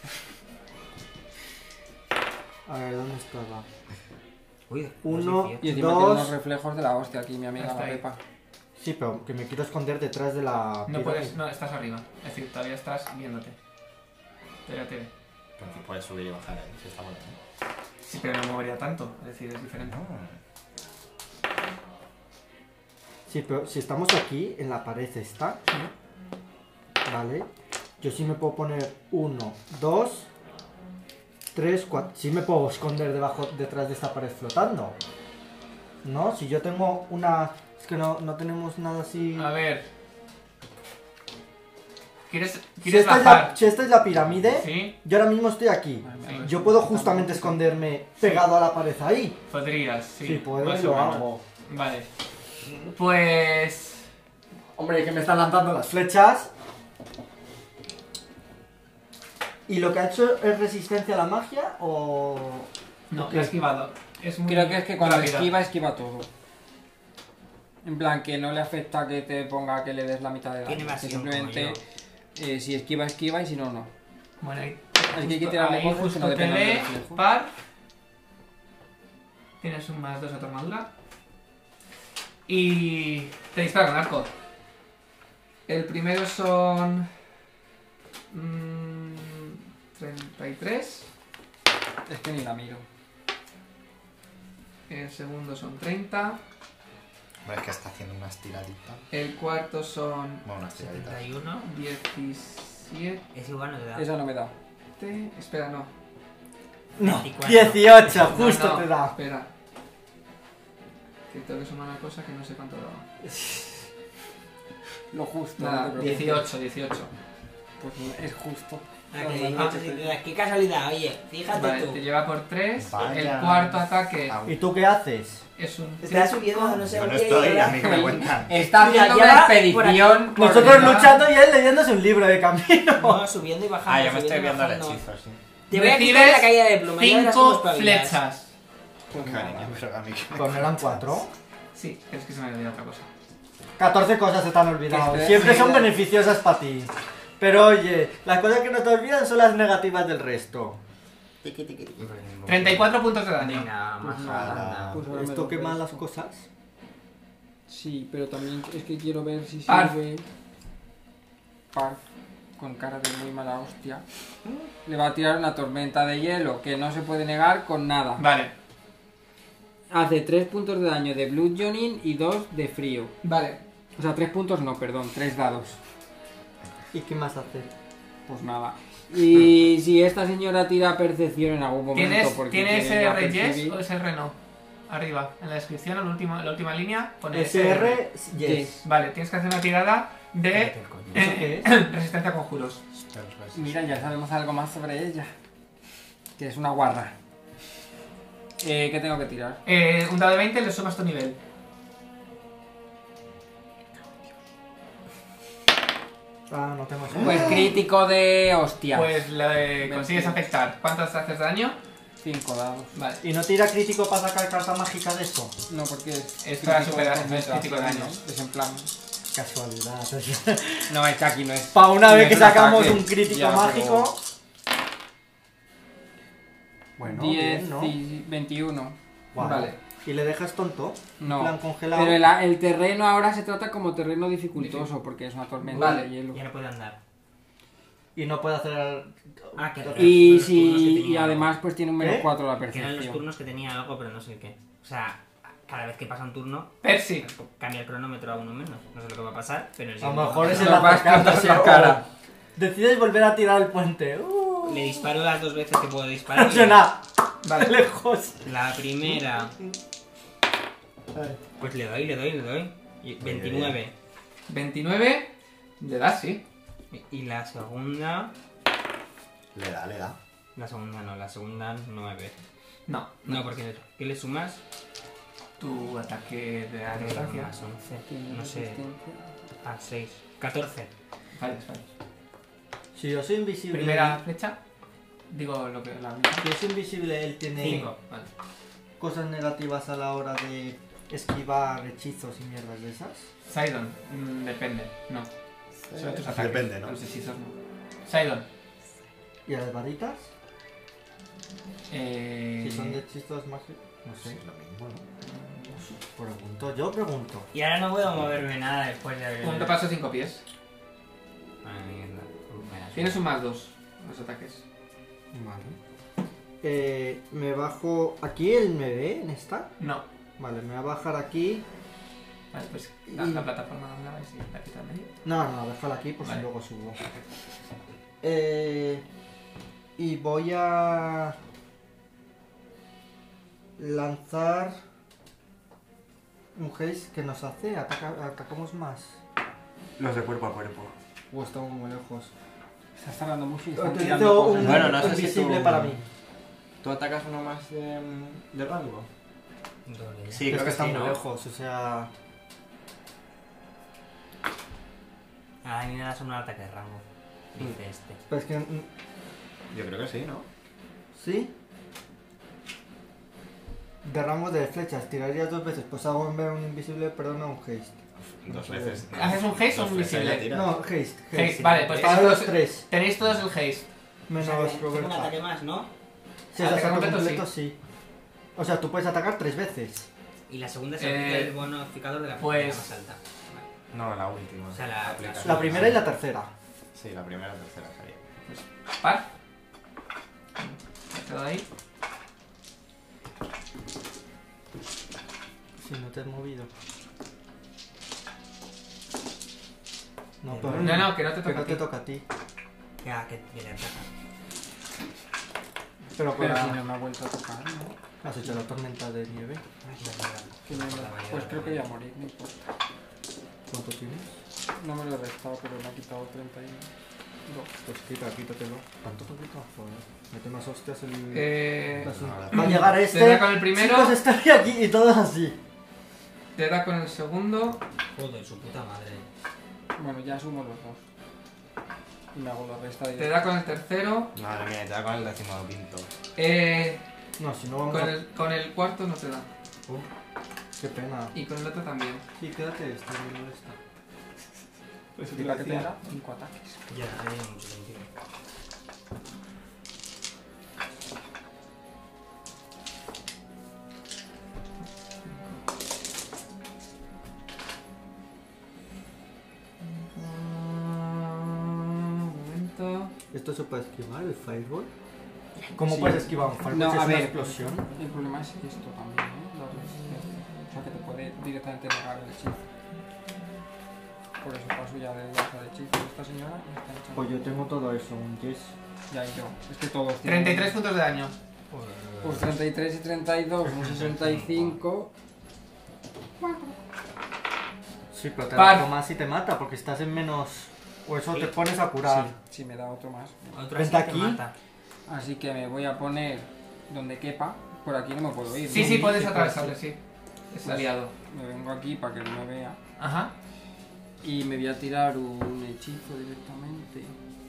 Speaker 5: A ver, ¿dónde estaba?
Speaker 3: Uy,
Speaker 5: Uno.
Speaker 3: pues
Speaker 4: Y encima
Speaker 5: Dos.
Speaker 4: tiene unos reflejos de la hostia aquí, mi amiga
Speaker 1: Hasta
Speaker 4: la
Speaker 1: ahí.
Speaker 4: Pepa.
Speaker 5: Sí, pero que me quiero esconder detrás de la...
Speaker 1: No
Speaker 5: pirámide.
Speaker 1: puedes, no, estás arriba. Es decir, todavía estás viéndote. Todavía te ve.
Speaker 2: Pero que puedes subir y bajar, ¿eh? Si está bueno.
Speaker 1: Sí, pero no movería tanto. Es decir, es diferente.
Speaker 5: Sí, pero si estamos aquí, en la pared esta, ¿vale? Yo sí me puedo poner uno, dos, tres, cuatro... Sí me puedo esconder debajo, detrás de esta pared flotando. ¿No? Si yo tengo una... Es que no, no tenemos nada así...
Speaker 1: A ver. ¿Quieres,
Speaker 5: Si
Speaker 1: quieres
Speaker 5: esta, es
Speaker 1: bajar?
Speaker 5: la, si esta es la pirámide,
Speaker 1: Sí,
Speaker 5: yo ahora mismo estoy aquí.
Speaker 1: sí.
Speaker 5: Yo puedo justamente esconderme pegado a la pared ahí.
Speaker 1: Podrías, sí.
Speaker 5: Sí, puedo
Speaker 1: más
Speaker 5: y
Speaker 1: o
Speaker 5: lo
Speaker 1: menos.
Speaker 5: hago.
Speaker 1: Vale. Pues...
Speaker 5: Hombre, que me están lanzando las flechas. ¿Y lo que ha hecho es resistencia a la magia o...?
Speaker 1: No,
Speaker 5: Ok.
Speaker 1: lo ha esquivado. Es muy
Speaker 4: Creo que es que cuando
Speaker 1: rápida.
Speaker 4: esquiva, esquiva todo. En plan, que no le afecta que te ponga que le des la mitad de daño.
Speaker 3: Tiene
Speaker 4: Que
Speaker 3: evasión
Speaker 4: simplemente,
Speaker 3: como
Speaker 4: eh, si esquiva, esquiva y si no, no.
Speaker 1: Bueno, ahí...
Speaker 4: Así que hay que
Speaker 1: justo-
Speaker 4: tirarle
Speaker 1: ahí
Speaker 4: cosas que
Speaker 1: justo
Speaker 4: no
Speaker 1: te
Speaker 4: dependan del
Speaker 1: ve,
Speaker 4: reflejo.
Speaker 1: par. Tienes un más dos a tu armadura. Y... Te dispara con arco. El primero son... mm, treinta y tres.
Speaker 4: Es que ni la miro.
Speaker 1: El segundo son treinta.
Speaker 2: Hombre, es que está haciendo unas tiraditas.
Speaker 1: El cuarto son
Speaker 2: Bueno, unas tiraditas.
Speaker 3: setenta y uno.
Speaker 1: diecisiete.
Speaker 3: Es igual, no te da.
Speaker 4: Esa no me da.
Speaker 1: Espera, no.
Speaker 5: No,
Speaker 3: veinticuatro.
Speaker 5: dieciocho,
Speaker 1: No,
Speaker 5: justo
Speaker 1: no,
Speaker 5: te da.
Speaker 1: Espera. Que tengo que sumar una cosa que no sé cuánto daba.
Speaker 4: Lo justo.
Speaker 1: Nada,
Speaker 4: no te preocupes.
Speaker 1: dieciocho, dieciocho.
Speaker 4: Pues es justo.
Speaker 3: Ah, que
Speaker 4: Ah,
Speaker 3: dieciocho, dieciocho. Qué casualidad, oye, fíjate
Speaker 1: Vale,
Speaker 3: tú.
Speaker 1: te lleva por tres.
Speaker 2: Vaya.
Speaker 1: El cuarto ataque
Speaker 2: Au.
Speaker 5: ¿Y tú qué haces?
Speaker 1: es un...
Speaker 3: Está subiendo, no sé,
Speaker 2: Yo no
Speaker 3: oye,
Speaker 2: estoy,
Speaker 3: y
Speaker 2: a
Speaker 3: ahora-
Speaker 2: mí que me cuentan.
Speaker 4: Está
Speaker 3: Mira,
Speaker 4: haciendo
Speaker 3: ya
Speaker 4: una
Speaker 3: por
Speaker 4: expedición. por
Speaker 5: Nosotros
Speaker 4: verdad.
Speaker 5: luchando y él leyéndose un libro de camino.
Speaker 3: No, subiendo y bajando.
Speaker 2: Ah, yo me estoy
Speaker 3: subiendo y
Speaker 2: viendo el
Speaker 3: bajando.
Speaker 2: hechizo, sí.
Speaker 3: Te voy a quitar
Speaker 1: Recibes
Speaker 3: la caída de pluma. ya verás cómo
Speaker 1: cinco
Speaker 3: espabilas.
Speaker 1: flechas.
Speaker 4: Pues
Speaker 2: Qué
Speaker 4: nada.
Speaker 2: cariño, pero a mí que me
Speaker 5: Pues no eran cuatro.
Speaker 1: Sí, es que se me había olvidado otra cosa.
Speaker 5: catorce cosas se te han olvidado.
Speaker 4: Que esté-
Speaker 5: Siempre
Speaker 4: sí,
Speaker 5: son
Speaker 4: la-
Speaker 5: beneficiosas para ti. Pero oye, las cosas que no te olvidan son las negativas del resto.
Speaker 3: Tiqui, tiqui, tiqui.
Speaker 1: treinta y cuatro puntos de daño.
Speaker 3: Venga, más
Speaker 2: Pues
Speaker 3: nada.
Speaker 2: nada.
Speaker 4: Pues ahora me
Speaker 5: ¿Esto
Speaker 4: lo
Speaker 5: quema
Speaker 4: ves.
Speaker 5: las cosas?
Speaker 4: Sí, pero también es que quiero ver si
Speaker 1: Par.
Speaker 4: sirve. Par. Con cara de muy mala hostia. Le va a tirar una tormenta de hielo que no se puede negar con nada.
Speaker 1: Vale,
Speaker 4: Hace tres puntos de daño de bludgeoning y dos de frío.
Speaker 1: vale.
Speaker 4: O sea, tres puntos no, perdón, tres dados.
Speaker 5: ¿Y qué más hace?
Speaker 4: Pues nada. Y si esta señora tira percepción en algún momento
Speaker 1: ¿Tienes,
Speaker 4: porque
Speaker 1: ¿tienes
Speaker 4: tiene ya
Speaker 1: R yes
Speaker 4: percibir-
Speaker 1: o S R no? Arriba, en la descripción, en la última, en la última línea, pone
Speaker 5: S R, yes.
Speaker 4: Yes.
Speaker 1: Vale, tienes que hacer una tirada de
Speaker 3: Cállate el coño.
Speaker 5: ¿Eso qué
Speaker 1: eh,
Speaker 5: es?
Speaker 1: resistencia a conjuros.
Speaker 4: Mira, ya sabemos algo más sobre ella. Que es una guarra. Eh, ¿Qué tengo que tirar?
Speaker 1: Eh, un dado de veinte, le sumas tu nivel.
Speaker 5: Ah, no tengo eso.
Speaker 4: Pues crítico de hostia.
Speaker 1: Pues le consigues
Speaker 4: veinte.
Speaker 1: afectar. ¿Cuántos haces de daño?
Speaker 4: Cinco dados.
Speaker 1: Vale.
Speaker 5: ¿Y no tira crítico para sacar carta mágica de esto?
Speaker 4: No, porque es.
Speaker 1: Es para
Speaker 4: crítico
Speaker 1: superar,
Speaker 4: de
Speaker 1: no es crítico de daño.
Speaker 4: concentración, Es en plan.
Speaker 5: Casualidad.
Speaker 4: No, es que aquí no es.
Speaker 5: Para una
Speaker 4: no
Speaker 5: vez
Speaker 4: es
Speaker 5: que
Speaker 4: un
Speaker 5: sacamos
Speaker 4: ataque.
Speaker 5: un crítico
Speaker 4: Ya,
Speaker 5: mágico.
Speaker 4: pero
Speaker 5: Bueno,
Speaker 4: diez
Speaker 5: bien, ¿no?
Speaker 4: y veintiuno.
Speaker 5: Guau.
Speaker 1: Vale.
Speaker 5: ¿Y le dejas tonto?
Speaker 4: No.
Speaker 5: En plan congelado.
Speaker 4: Pero el, el terreno ahora se trata como terreno dificultoso porque es una tormenta
Speaker 1: Vale.
Speaker 4: de hielo.
Speaker 3: Ya no puede andar.
Speaker 5: Y no puede hacer...
Speaker 3: Ah, que-
Speaker 4: Y
Speaker 3: Los turnos que
Speaker 4: si y
Speaker 3: tenía
Speaker 4: además pues tiene un menos
Speaker 5: ¿Qué?
Speaker 4: cuatro la
Speaker 3: Que eran los
Speaker 4: percepción.
Speaker 3: turnos que tenía algo, pero no sé qué. O sea, cada vez que pasa un turno,
Speaker 1: Percy.
Speaker 3: cambia el cronómetro a uno menos. No sé lo que va a pasar, pero el
Speaker 5: A lo
Speaker 3: siguiente
Speaker 5: mejor es
Speaker 3: turno-
Speaker 5: el
Speaker 4: Nos va
Speaker 5: atacante.
Speaker 4: explotando la cara.
Speaker 5: Decides volver a tirar el puente. Uh,
Speaker 3: Le disparo las dos veces que puedo
Speaker 5: no
Speaker 3: disparar.
Speaker 5: sé nada.
Speaker 1: Vale.
Speaker 5: Lejos.
Speaker 3: La primera, pues le doy, le doy, le doy. Y veintinueve.
Speaker 1: veintinueve. Le das, sí.
Speaker 3: Y la segunda...
Speaker 2: Le da, le da.
Speaker 3: La segunda no, la segunda nueve.
Speaker 1: No.
Speaker 3: No, porque ¿qué le sumas?
Speaker 1: Tu ataque de la distancia.
Speaker 3: Más once.
Speaker 4: Tiene
Speaker 3: No sé.
Speaker 4: resistencia.
Speaker 3: A seis. catorce.
Speaker 1: Fallas, fallas.
Speaker 5: Si yo soy invisible.
Speaker 1: Primera flecha. Digo lo que la única.
Speaker 5: Si yo soy invisible, él tiene
Speaker 1: cinco. Vale.
Speaker 5: cosas negativas a la hora de esquivar hechizos y mierdas de esas.
Speaker 1: Sidon, mm, depende. No. Son tus ataques.
Speaker 2: Depende, ¿no?
Speaker 1: Los hechizos no. Sidon.
Speaker 5: ¿Y las varitas?
Speaker 1: Eh...
Speaker 5: Si son de hechizos mágicos. No
Speaker 2: Sí,
Speaker 5: sé.
Speaker 2: es lo mismo, ¿no?
Speaker 5: Pregunto, yo pregunto.
Speaker 3: Y ahora no puedo moverme nada después de...
Speaker 1: Un repaso cinco pies.
Speaker 3: Ah, mierda. Me la
Speaker 1: Tienes un más dos los ataques.
Speaker 5: Vale. Eh, me bajo. ¿Aquí él me ve en esta?
Speaker 1: No.
Speaker 5: Vale, me voy a bajar aquí.
Speaker 1: Vale, pues la,
Speaker 5: Y-
Speaker 1: la plataforma no la ves y la quitas de ahí.
Speaker 5: No, no, déjala aquí por
Speaker 1: Vale.
Speaker 5: si luego subo. Eh, y voy a lanzar un haste que nos hace. Ataca- atacamos más.
Speaker 2: Los de cuerpo a cuerpo.
Speaker 5: O estamos muy lejos.
Speaker 4: Estás tardando mucho y están
Speaker 5: Utilizo
Speaker 4: tirando
Speaker 5: un,
Speaker 4: cosas.
Speaker 2: Bueno, no sé
Speaker 5: un
Speaker 2: si
Speaker 5: visible
Speaker 2: tú-
Speaker 5: para mí.
Speaker 2: ¿Tú atacas uno más de, de rango?
Speaker 3: Doble.
Speaker 2: Sí,
Speaker 5: es
Speaker 2: creo
Speaker 5: que
Speaker 2: que
Speaker 5: está
Speaker 2: sí,
Speaker 5: muy
Speaker 2: ¿no?
Speaker 5: lejos, o sea.
Speaker 3: Ah, a mí me das un ataque de rango. Dice este.
Speaker 5: Pero es que. mm,
Speaker 2: Yo creo que sí, ¿no?
Speaker 5: ¿Sí? De rango de flechas, tiraría dos veces. Pues hago en vez de un invisible, perdón, un haste.
Speaker 2: Dos veces.
Speaker 1: ¿Haces un haste o un
Speaker 2: Dos flechas
Speaker 1: invisible?
Speaker 2: ya tiras.
Speaker 5: No, haste.
Speaker 1: Haste,
Speaker 5: haste.
Speaker 1: vale, pues
Speaker 5: Para
Speaker 1: tenéis
Speaker 5: los
Speaker 1: todos,
Speaker 5: tres.
Speaker 1: tenéis todos el haste.
Speaker 5: Menos
Speaker 3: O sea, que tengo un
Speaker 5: Roberta.
Speaker 3: ataque más, ¿no?
Speaker 5: Si es
Speaker 1: Ataque
Speaker 5: asalto
Speaker 1: completo,
Speaker 5: completo, sí. O sea, tú puedes atacar tres veces.
Speaker 3: Y la segunda es
Speaker 1: Eh,
Speaker 3: el bonificador de la
Speaker 1: pues-
Speaker 3: primera más alta. Vale.
Speaker 2: No, la última.
Speaker 3: O sea, la-
Speaker 2: Aplicas-
Speaker 5: La primera y la tercera.
Speaker 2: Sí, la primera y la tercera sería.
Speaker 1: Par. Me quedo ahí.
Speaker 5: Si no te has movido. No,
Speaker 3: No,
Speaker 5: pero
Speaker 1: No, no, que no te
Speaker 5: que
Speaker 1: toca.
Speaker 5: no
Speaker 1: a
Speaker 5: te
Speaker 1: ti.
Speaker 5: toca a ti.
Speaker 3: Que, ah, que, que le ataca.
Speaker 5: Pero,
Speaker 4: Pero
Speaker 5: para-
Speaker 4: si no me ha vuelto a tocar, ¿no?
Speaker 5: has hecho la tormenta de nieve.
Speaker 4: Que me lo- Pues creo que voy a morir, no importa.
Speaker 5: ¿Cuánto tienes?
Speaker 4: No me lo he restado, pero me ha quitado treinta y dos.
Speaker 5: Pues quita, quítatelo. ¿Tanto poquito? Joder. Mete más hostias el...
Speaker 1: Eh,
Speaker 5: las-
Speaker 2: no,
Speaker 5: Va a llegar este.
Speaker 1: Te da con el primero.
Speaker 5: Chicos, estoy aquí y todos así.
Speaker 1: te da con el segundo.
Speaker 3: Joder, su puta madre.
Speaker 4: Bueno, ya sumo los dos. Y me hago la resta
Speaker 1: Te
Speaker 4: de...
Speaker 1: da con el tercero.
Speaker 2: Madre mía, te da con el decimoquinto.
Speaker 1: Eh,
Speaker 5: No, si no vamos
Speaker 1: con,
Speaker 5: a...
Speaker 1: el, con el cuarto no te da.
Speaker 5: Uh, qué pena.
Speaker 1: Y con el otro también.
Speaker 5: Sí, quédate esta, no molesta.
Speaker 1: Pues
Speaker 4: Significa que tendrá cinco ataques.
Speaker 3: Ya, tiene mucho sentido.
Speaker 1: Un momento.
Speaker 5: ¿Esto se puede esquivar, el fireball? ¿Cómo
Speaker 4: Sí.
Speaker 5: puedes esquivar un fireball?
Speaker 4: No,
Speaker 5: si
Speaker 4: a
Speaker 5: es una
Speaker 4: ver,
Speaker 5: explosión.
Speaker 4: el problema es esto también, ¿eh? La resistencia. O sea, que te puede directamente negar el hechizo. Por eso paso ya de lanza de hechizo de esta señora y está echando.
Speaker 5: Pues yo tengo todo eso, un yes.
Speaker 4: Ya y yo. Es que todos tienen...
Speaker 1: treinta y tres puntos de daño.
Speaker 4: Pues treinta y tres y treinta y dos, un sesenta y cinco.
Speaker 5: Sí, pero te
Speaker 1: Par.
Speaker 5: da más y te mata porque estás en menos... O eso te pones a curar.
Speaker 4: Sí, sí, me da otro más.
Speaker 3: Otro
Speaker 5: Vente
Speaker 3: así te
Speaker 5: aquí.
Speaker 3: mata.
Speaker 4: Así que me voy a poner donde quepa. Por aquí no me puedo ir.
Speaker 1: Sí,
Speaker 4: ¿no?
Speaker 1: sí, puedes
Speaker 4: Sí,
Speaker 1: atravesarle,
Speaker 4: pues,
Speaker 1: sí. Es
Speaker 4: Pues-
Speaker 1: aliado.
Speaker 4: Me vengo aquí para que no me vea.
Speaker 1: Ajá.
Speaker 4: Y me voy a tirar un hechizo directamente.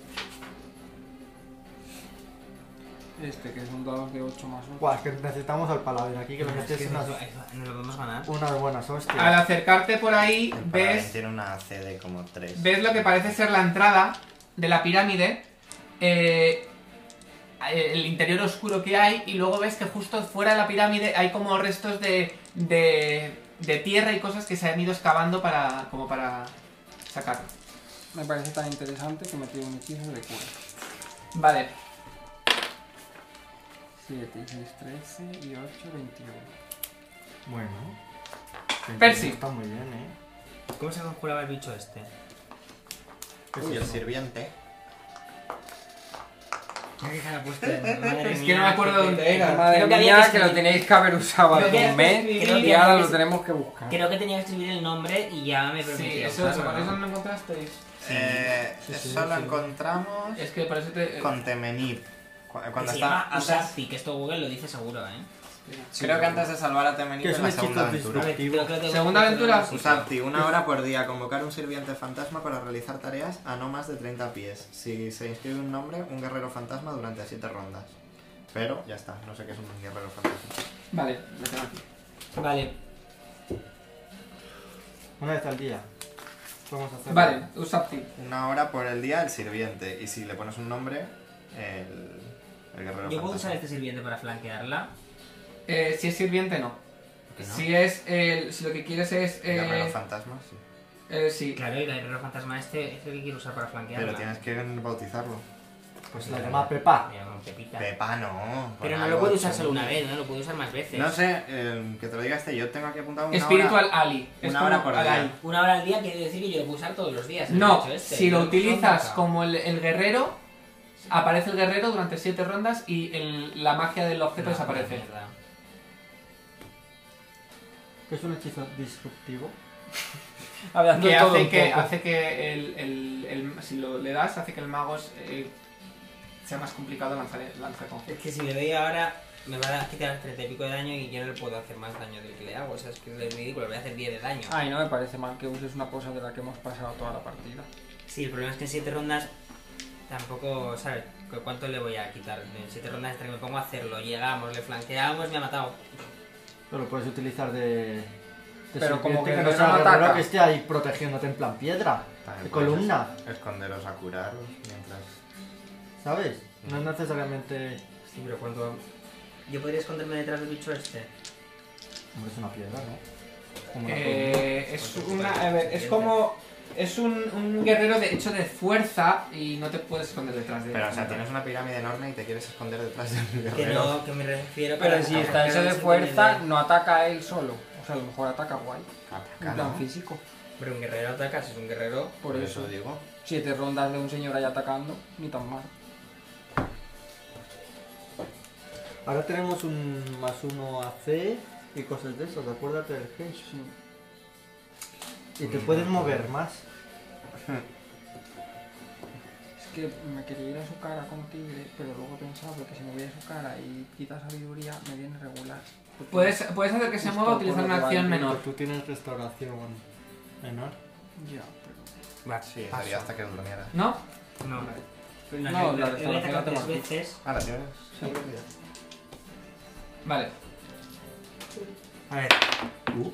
Speaker 4: Este, que es un dado de ocho más ocho.
Speaker 5: Buah, es que necesitamos al paladín aquí que lo
Speaker 3: Es
Speaker 5: metes
Speaker 3: que
Speaker 5: unas,
Speaker 3: eso- eso- nos lo podemos ganar.
Speaker 5: unas buenas
Speaker 1: Al
Speaker 5: hostias.
Speaker 1: acercarte por ahí,
Speaker 2: El paladín
Speaker 1: ves,
Speaker 2: tiene una C de como tres.
Speaker 1: ves lo que parece ser la entrada de la pirámide. Eh, el interior oscuro que hay. Y luego ves que justo fuera de la pirámide hay como restos de, de, de tierra y cosas que se han ido excavando para, como para sacar.
Speaker 4: Me parece tan interesante que me tiro un hechizo de cura.
Speaker 1: Vale.
Speaker 4: siete y seis, trece y ocho, veintiuno.
Speaker 5: Bueno.
Speaker 1: Percy.
Speaker 5: Está muy bien, eh.
Speaker 3: ¿Cómo se conjuraba el bicho este?
Speaker 5: ¿Qué es
Speaker 2: Uy, el
Speaker 5: eso?
Speaker 2: sirviente.
Speaker 3: ¿Qué cara ha puesto? Madre
Speaker 1: Es que
Speaker 3: mía,
Speaker 1: no me acuerdo
Speaker 3: qué-
Speaker 1: dónde era.
Speaker 4: Madre
Speaker 3: Creo que había
Speaker 4: mía,
Speaker 3: que
Speaker 4: que lo
Speaker 3: escribir-
Speaker 4: tenéis que haber usado
Speaker 1: Creo que
Speaker 4: hace un mes
Speaker 1: escribir-
Speaker 4: y ahora lo tenemos que buscar.
Speaker 3: Creo que tenía que escribir el nombre y ya me permitía
Speaker 1: Sí, eso,
Speaker 3: usarlo,
Speaker 1: ¿por eso
Speaker 3: ¿no?
Speaker 1: no lo encontrasteis?
Speaker 2: Eh,
Speaker 5: sí, sí,
Speaker 2: eso lo
Speaker 5: sí.
Speaker 2: encontramos
Speaker 1: Es que por eso te...
Speaker 2: con Temenip. Cu-
Speaker 3: Que
Speaker 2: Cuando
Speaker 3: se
Speaker 2: está
Speaker 3: llama
Speaker 2: antes,
Speaker 3: Usapti, que esto Google lo dice seguro, ¿eh?
Speaker 2: creo que antes de salvar a Temenip
Speaker 5: Que es
Speaker 2: en
Speaker 5: un
Speaker 2: la segunda
Speaker 5: hechizo
Speaker 2: aventura.
Speaker 5: disruptivo.
Speaker 3: Creo que lo tengo
Speaker 1: ¿Segunda
Speaker 3: que
Speaker 1: aventura?
Speaker 3: poner en
Speaker 2: Usapti, una hora por día, convocar un sirviente fantasma para realizar tareas a no más de treinta pies. Si se inscribe un nombre, un guerrero fantasma durante siete rondas. Pero ya está, no sé qué es un guerrero fantasma.
Speaker 1: Vale, lo tengo aquí.
Speaker 3: sitio. Vale,
Speaker 5: Una vez al día. Vamos a hacer.
Speaker 1: Vale, Usapti.
Speaker 2: Una hora por el día el sirviente. Y si le pones un nombre, el, el guerrero
Speaker 3: yo puedo usar
Speaker 2: fantasma.
Speaker 3: este sirviente para flanquearla.
Speaker 1: Eh, si es sirviente, no.
Speaker 3: ¿Que no?
Speaker 1: Si es el... Si lo que quieres es...
Speaker 2: El guerrero
Speaker 1: Eh,
Speaker 2: fantasma, sí.
Speaker 1: eh, sí.
Speaker 3: Claro, y el guerrero fantasma este es el que quiero usar para flanquearla.
Speaker 2: Pero tienes que bautizarlo.
Speaker 5: Pues la llama Pepa.
Speaker 3: Mira, con Pepita.
Speaker 2: Pepa, no.
Speaker 3: Pero
Speaker 2: con
Speaker 3: no lo
Speaker 2: algo
Speaker 3: puedo usar
Speaker 2: chungo.
Speaker 3: solo una vez, ¿no? Lo puedo usar más veces.
Speaker 2: No sé, eh, que te lo diga este, yo tengo aquí apuntado una
Speaker 1: Espiritual
Speaker 2: hora.
Speaker 1: Ali. Es
Speaker 2: Una
Speaker 1: como
Speaker 2: hora por día.
Speaker 1: Alai.
Speaker 3: Una hora al día quiere decir que yo lo puedo usar todos los días. el
Speaker 1: No,
Speaker 3: bicho este.
Speaker 1: si
Speaker 3: Yo
Speaker 1: lo
Speaker 3: no puedo
Speaker 1: utilizas
Speaker 3: nunca.
Speaker 1: como el, el guerrero, aparece el guerrero durante siete rondas y el- la magia del objeto
Speaker 3: No,
Speaker 1: desaparece.
Speaker 3: mierda.
Speaker 5: Que es un hechizo disruptivo.
Speaker 4: Hablando
Speaker 1: Que
Speaker 4: de todo
Speaker 1: hace
Speaker 4: un
Speaker 1: que,
Speaker 4: poco.
Speaker 1: hace que el, el- el- si lo le das, hace que el mago es, eh, sea más complicado lanzar, lanzar con
Speaker 3: Es que si le doy ahora, me va a quitar treinta y pico de daño y yo no le puedo hacer más daño del que le hago. O sea, es que es ridículo, le voy a hacer diez de daño.
Speaker 4: Ay, no me parece mal que uses una cosa de la que hemos pasado toda la partida.
Speaker 3: Sí, el problema es que en siete rondas tampoco, ¿sabes? ¿Cu- ¿Cuánto le voy a quitar? En siete rondas hasta que me pongo a hacerlo, llegamos, le flanqueamos, me ha matado.
Speaker 5: Pero lo puedes utilizar de. de
Speaker 4: Pero como
Speaker 5: serpiente,
Speaker 4: que
Speaker 5: no
Speaker 4: no
Speaker 5: sea
Speaker 4: no
Speaker 5: guerrero
Speaker 4: ataca.
Speaker 5: que esté ahí protegiéndote en plan piedra.
Speaker 2: También
Speaker 5: De
Speaker 2: puedes
Speaker 5: columna.
Speaker 2: es- Esconderos a curaros mientras.
Speaker 5: ¿Sabes? No es necesariamente.
Speaker 3: Sí, pero cuando... Yo podría esconderme detrás del bicho este.
Speaker 5: Hombre, es una piedra, ¿no? Como una columna.
Speaker 1: Eh, es una, a ver, es como es un, un guerrero de hecho de fuerza y no te puedes esconder detrás de él.
Speaker 2: Pero, o sea, tienes una pirámide enorme y te quieres esconder detrás del
Speaker 3: Que
Speaker 2: guerrero.
Speaker 3: no, que me refiero
Speaker 4: Pero
Speaker 3: para-
Speaker 4: si
Speaker 3: para
Speaker 4: está eso de
Speaker 3: hacer
Speaker 4: fuerza,
Speaker 3: el-
Speaker 4: no ataca a él solo. O sea, a lo mejor ataca guay.
Speaker 2: Ataca,
Speaker 4: En plan
Speaker 2: ¿no?
Speaker 4: físico.
Speaker 3: Pero un guerrero ataca, si es un guerrero...
Speaker 4: Por
Speaker 2: Por
Speaker 4: eso.
Speaker 2: eso digo.
Speaker 4: Siete rondas de un señor ahí atacando, ni tan mal.
Speaker 5: Ahora tenemos un más uno a C y cosas de esos, acuérdate del G.
Speaker 4: Sí.
Speaker 5: Y te puedes mover más.
Speaker 4: Es que me quería ir a su cara con tigre, pero luego he pensado que si me voy a su cara y quita sabiduría, me viene regular. Porque-
Speaker 1: Puedes, puedes hacer que se
Speaker 5: Justo
Speaker 1: mueva
Speaker 5: por
Speaker 1: utilizando
Speaker 5: lo
Speaker 1: una
Speaker 5: que
Speaker 1: acción
Speaker 5: va,
Speaker 1: menor.
Speaker 5: Tú tienes restauración menor.
Speaker 4: Ya, pero...
Speaker 3: Va,
Speaker 2: Sí,
Speaker 3: paso.
Speaker 2: sería hasta que durmiera.
Speaker 1: ¿No?
Speaker 3: No,
Speaker 4: No,
Speaker 3: no,
Speaker 4: la
Speaker 3: yo- yo- yo le he
Speaker 4: restauración la
Speaker 3: atacado
Speaker 4: tengo
Speaker 3: tres
Speaker 4: aquí.
Speaker 3: veces.
Speaker 2: Ah, la tienes.
Speaker 4: Sí.
Speaker 1: Vale.
Speaker 3: A ver.
Speaker 5: Uh.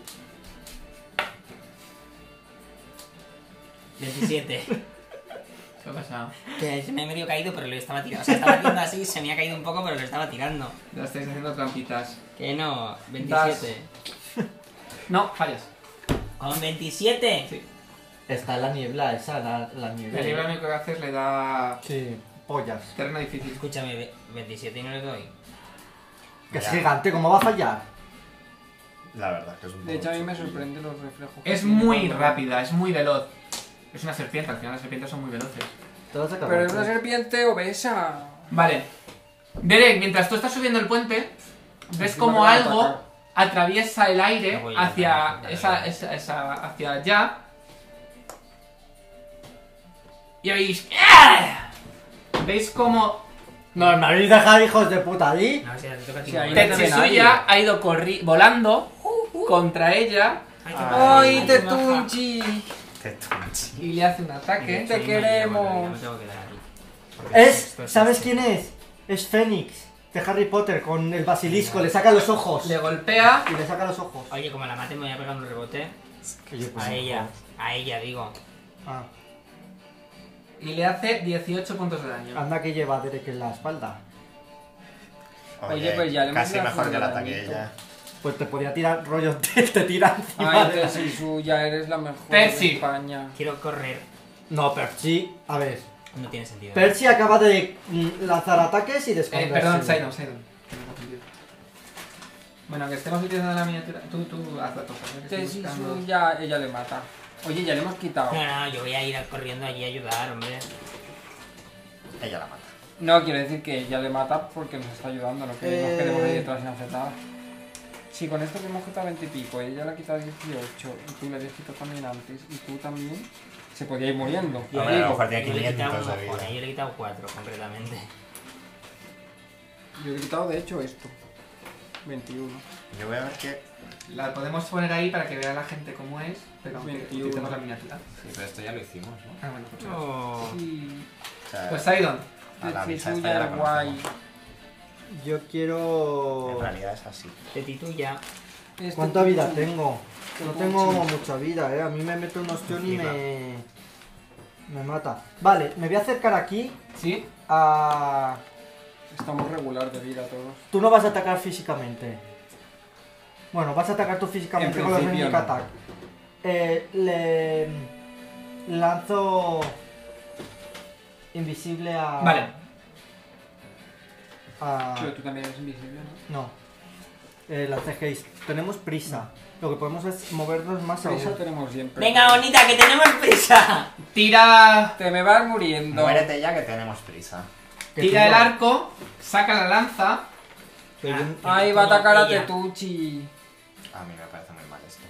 Speaker 3: veintisiete.
Speaker 1: ¿Qué ha pasado?
Speaker 3: Que se me ha medio caído, pero lo estaba tirando. O sea, estaba haciendo así, se me ha caído un poco, pero lo estaba tirando.
Speaker 1: Ya estáis haciendo trampitas.
Speaker 3: Que no, veintisiete.
Speaker 1: No, fallas.
Speaker 3: ¿Con veintisiete?
Speaker 1: Sí.
Speaker 5: Está la niebla esa, la, la niebla.
Speaker 1: El libro lo único que haces le da
Speaker 5: Sí, pollas.
Speaker 1: terreno difícil.
Speaker 3: Escúchame, ve- veintisiete y no le doy.
Speaker 5: Que es
Speaker 2: Ya.
Speaker 5: gigante, ¿cómo va a fallar?
Speaker 2: La verdad, que es un poco
Speaker 4: De hecho, a mí me
Speaker 2: chulo.
Speaker 4: sorprende los reflejos. que
Speaker 1: Es
Speaker 4: tiene
Speaker 1: muy
Speaker 4: cuando-
Speaker 1: rápida, es muy veloz. Es una serpiente, al final las serpientes son muy veloces.
Speaker 5: Te vas a acabar.
Speaker 4: Pero es una serpiente obesa.
Speaker 1: Vale. Derek, mientras tú estás subiendo el puente, ves
Speaker 4: Encima
Speaker 1: como
Speaker 4: te van a
Speaker 1: algo
Speaker 4: atacar.
Speaker 1: atraviesa el aire
Speaker 3: No voy a
Speaker 1: hacia
Speaker 3: atacar,
Speaker 1: esa,
Speaker 3: dale.
Speaker 1: esa, esa- hacia allá. Y veis. ¡Ah! ¿Veis como
Speaker 5: No, me habéis dejado hijos de puta ahí.
Speaker 3: No, si te toca a ti.
Speaker 4: Sí, ahí
Speaker 3: mover.
Speaker 4: no te ve
Speaker 1: Tetsuya ha ido corri volando contra ella
Speaker 3: Ay, qué
Speaker 2: Ay,
Speaker 3: maja,
Speaker 4: ¡Ay,
Speaker 3: qué
Speaker 4: te
Speaker 3: maja.
Speaker 4: tunchi!
Speaker 2: Qué tunchi.
Speaker 1: y le hace un ataque.
Speaker 4: Te
Speaker 3: Soy mayor,
Speaker 4: queremos.
Speaker 3: bueno, ya me tengo que dar aquí. Porque
Speaker 5: Es,
Speaker 3: esto es
Speaker 5: ¿sabes
Speaker 3: este.
Speaker 5: quién es? Es Fénix, de Harry Potter, con el basilisco, le saca los ojos.
Speaker 1: Le golpea.
Speaker 5: Y le saca los ojos.
Speaker 3: Oye, como la mate me voy a pegar un rebote.
Speaker 5: Oye, pues
Speaker 3: A
Speaker 5: no
Speaker 3: ella,
Speaker 5: jodas.
Speaker 3: a ella digo.
Speaker 5: Ah,
Speaker 1: Y le hace dieciocho puntos de daño.
Speaker 5: anda que lleva a Derek en la espalda.
Speaker 4: Oye, pues ya le hemos
Speaker 2: Casi
Speaker 4: dado
Speaker 2: mejor que el
Speaker 4: un
Speaker 2: ataque
Speaker 4: dañito.
Speaker 2: ella.
Speaker 5: Pues te podía tirar rollo, te, te tira encima
Speaker 4: Ay,
Speaker 5: de la-
Speaker 4: Percy, suya, eres la mejor
Speaker 1: Percy.
Speaker 4: de España.
Speaker 3: Quiero correr.
Speaker 5: No, Percy, a ver.
Speaker 3: No tiene sentido.
Speaker 5: Percy acaba de mm, lanzar ataques y
Speaker 1: Eh,
Speaker 5: descontarse.
Speaker 1: perdón, Sidon, Sidon. Bueno, que estemos utilizando la miniatura. Tú, tú, haz la cosa. que estoy
Speaker 4: Percy,
Speaker 1: buscando.
Speaker 4: suya, ella le mata. Oye, ya le hemos quitado.
Speaker 3: No, no, yo voy a ir corriendo allí a ayudar, hombre.
Speaker 2: Ella la mata.
Speaker 4: No, quiero decir que ella le mata porque nos está ayudando, no que nos
Speaker 5: Eh.
Speaker 4: quedemos ahí detrás sin hacer nada. Si con esto que hemos quitado veinte y pico, ella le ha quitado dieciocho y tú le habías quitado también antes y tú también, se podía ir muriendo.
Speaker 3: Yo,
Speaker 2: Hombre, a lo mejor
Speaker 3: yo
Speaker 2: tiene
Speaker 3: le he quitado
Speaker 2: quinientos de
Speaker 3: un mojón,
Speaker 2: vida.
Speaker 3: eh, yo le he quitado cuatro concretamente.
Speaker 4: Yo he quitado de hecho esto. veintiuno.
Speaker 2: Yo voy a ver qué.
Speaker 1: La podemos poner ahí para que vea la gente cómo es, pero aunque
Speaker 4: veintiuno.
Speaker 1: quitemos la miniatura.
Speaker 2: Sí, pero esto ya lo hicimos, ¿no?
Speaker 1: Ah, bueno, pues,
Speaker 3: Oh.
Speaker 4: Sí.
Speaker 2: O sea,
Speaker 1: pues Sidon.
Speaker 2: a la
Speaker 4: De
Speaker 2: vista esta
Speaker 4: suya
Speaker 2: ya la
Speaker 4: el guay.
Speaker 2: conocemos.
Speaker 5: Yo quiero...
Speaker 2: En realidad es así.
Speaker 3: Tetituya.
Speaker 4: Este
Speaker 5: ¿Cuánta vida
Speaker 4: tipo-
Speaker 5: tengo? No
Speaker 4: tipo
Speaker 5: tengo
Speaker 4: chis.
Speaker 5: mucha vida, eh. A mí me mete un ostión y
Speaker 2: Encima.
Speaker 5: me... Me mata. Vale, me voy a acercar aquí
Speaker 1: ¿Sí?
Speaker 5: a...
Speaker 4: Estamos regular de vida todos.
Speaker 5: Tú no vas a atacar físicamente. Bueno, vas a atacar tú físicamente
Speaker 4: En
Speaker 5: con los
Speaker 4: principio
Speaker 5: Sneak
Speaker 4: no.
Speaker 5: Attack. Eh, le... Lanzo... Invisible a...
Speaker 1: Vale.
Speaker 5: A...
Speaker 4: Pero tú también eres invisible, ¿no?
Speaker 5: No. Eh, lancé haste. Tenemos prisa. Lo que podemos es movernos más aún.
Speaker 4: Eso tenemos siempre.
Speaker 3: Venga, bonita, que tenemos prisa.
Speaker 1: Tira.
Speaker 4: Te me vas muriendo.
Speaker 2: Muérete ya que tenemos prisa.
Speaker 5: Que
Speaker 1: Tira el
Speaker 5: tiro.
Speaker 1: arco, saca la lanza.
Speaker 5: Pero yo-
Speaker 3: Ah.
Speaker 4: Ahí va a atacar a
Speaker 3: Ella.
Speaker 4: Tetuchi.
Speaker 2: A mí me parece muy mal esto.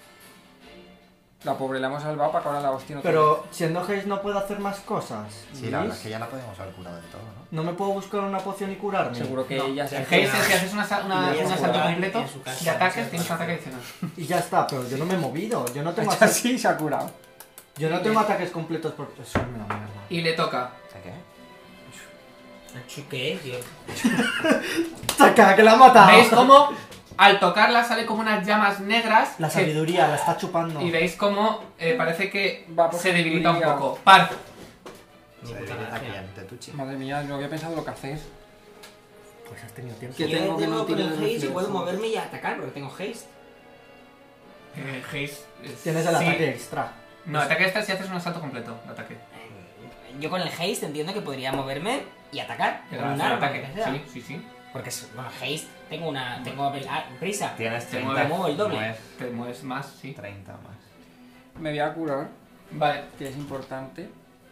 Speaker 4: La pobre la hemos salvado para que ahora la hostia no te
Speaker 5: Pero siendo haste no puedo hacer más cosas.
Speaker 2: Sí, la verdad
Speaker 5: ¿Veis?
Speaker 2: es que ya la podemos haber curado de todo, ¿no?
Speaker 5: No me puedo buscar una poción y curarme.
Speaker 4: Seguro que
Speaker 1: No.
Speaker 4: ella se
Speaker 1: El haste es si haces una, sa- una-
Speaker 3: Y
Speaker 1: un
Speaker 3: ella
Speaker 1: asalto
Speaker 3: juega
Speaker 1: completo
Speaker 3: en su casa,
Speaker 1: de ataques,
Speaker 3: ¿no?
Speaker 1: tienes un ataque adicional.
Speaker 5: Y ya está, pero yo no me he movido. Yo no tengo,
Speaker 4: ha hecho
Speaker 5: ata-
Speaker 4: así y se ha curado.
Speaker 5: yo no tengo ataques completos porque eso me da mierda.
Speaker 1: Y le toca.
Speaker 2: ¿De qué?
Speaker 3: ¿Qué, tío?
Speaker 5: ¡Saca, que la ha matado!
Speaker 1: ¿Veis cómo al tocarla sale como unas llamas negras?
Speaker 5: La
Speaker 1: que-
Speaker 5: sabiduría, la está chupando.
Speaker 1: Y veis cómo eh, parece que
Speaker 4: Va por
Speaker 1: se debilita un
Speaker 4: sabiduría.
Speaker 1: poco. Par.
Speaker 3: Ni
Speaker 2: Se
Speaker 3: puta
Speaker 2: debilita
Speaker 3: gracia.
Speaker 2: quién, Tetuchi.
Speaker 4: Madre mía, no había pensado lo que haces.
Speaker 5: Pues has tenido tiempo.
Speaker 4: Que
Speaker 3: Yo
Speaker 4: tengo que
Speaker 3: tengo
Speaker 4: no
Speaker 3: con
Speaker 4: tiene
Speaker 3: el haste y
Speaker 4: reflejo.
Speaker 3: puedo moverme y atacar porque tengo haste.
Speaker 1: Eh, haste. es-
Speaker 5: Tienes el
Speaker 1: sí.
Speaker 5: ataque extra.
Speaker 1: No, ataque extra si haces un asalto completo. de ataque.
Speaker 3: Yo con el haste entiendo que podría moverme y atacar.
Speaker 1: Que
Speaker 3: Con un
Speaker 1: lanzar
Speaker 3: arma,
Speaker 1: ataque.
Speaker 3: lo que sea.
Speaker 1: Sí, sí, sí.
Speaker 3: Porque es- con el haste tengo una. tengo vel- ah, prisa.
Speaker 2: Tienes
Speaker 1: Te
Speaker 2: treinta.
Speaker 1: mueves,
Speaker 3: muevo el doble.
Speaker 2: mueves
Speaker 1: Te mueves más, sí.
Speaker 2: treinta más.
Speaker 4: Me voy a curar,
Speaker 1: Vale.
Speaker 4: que es importante.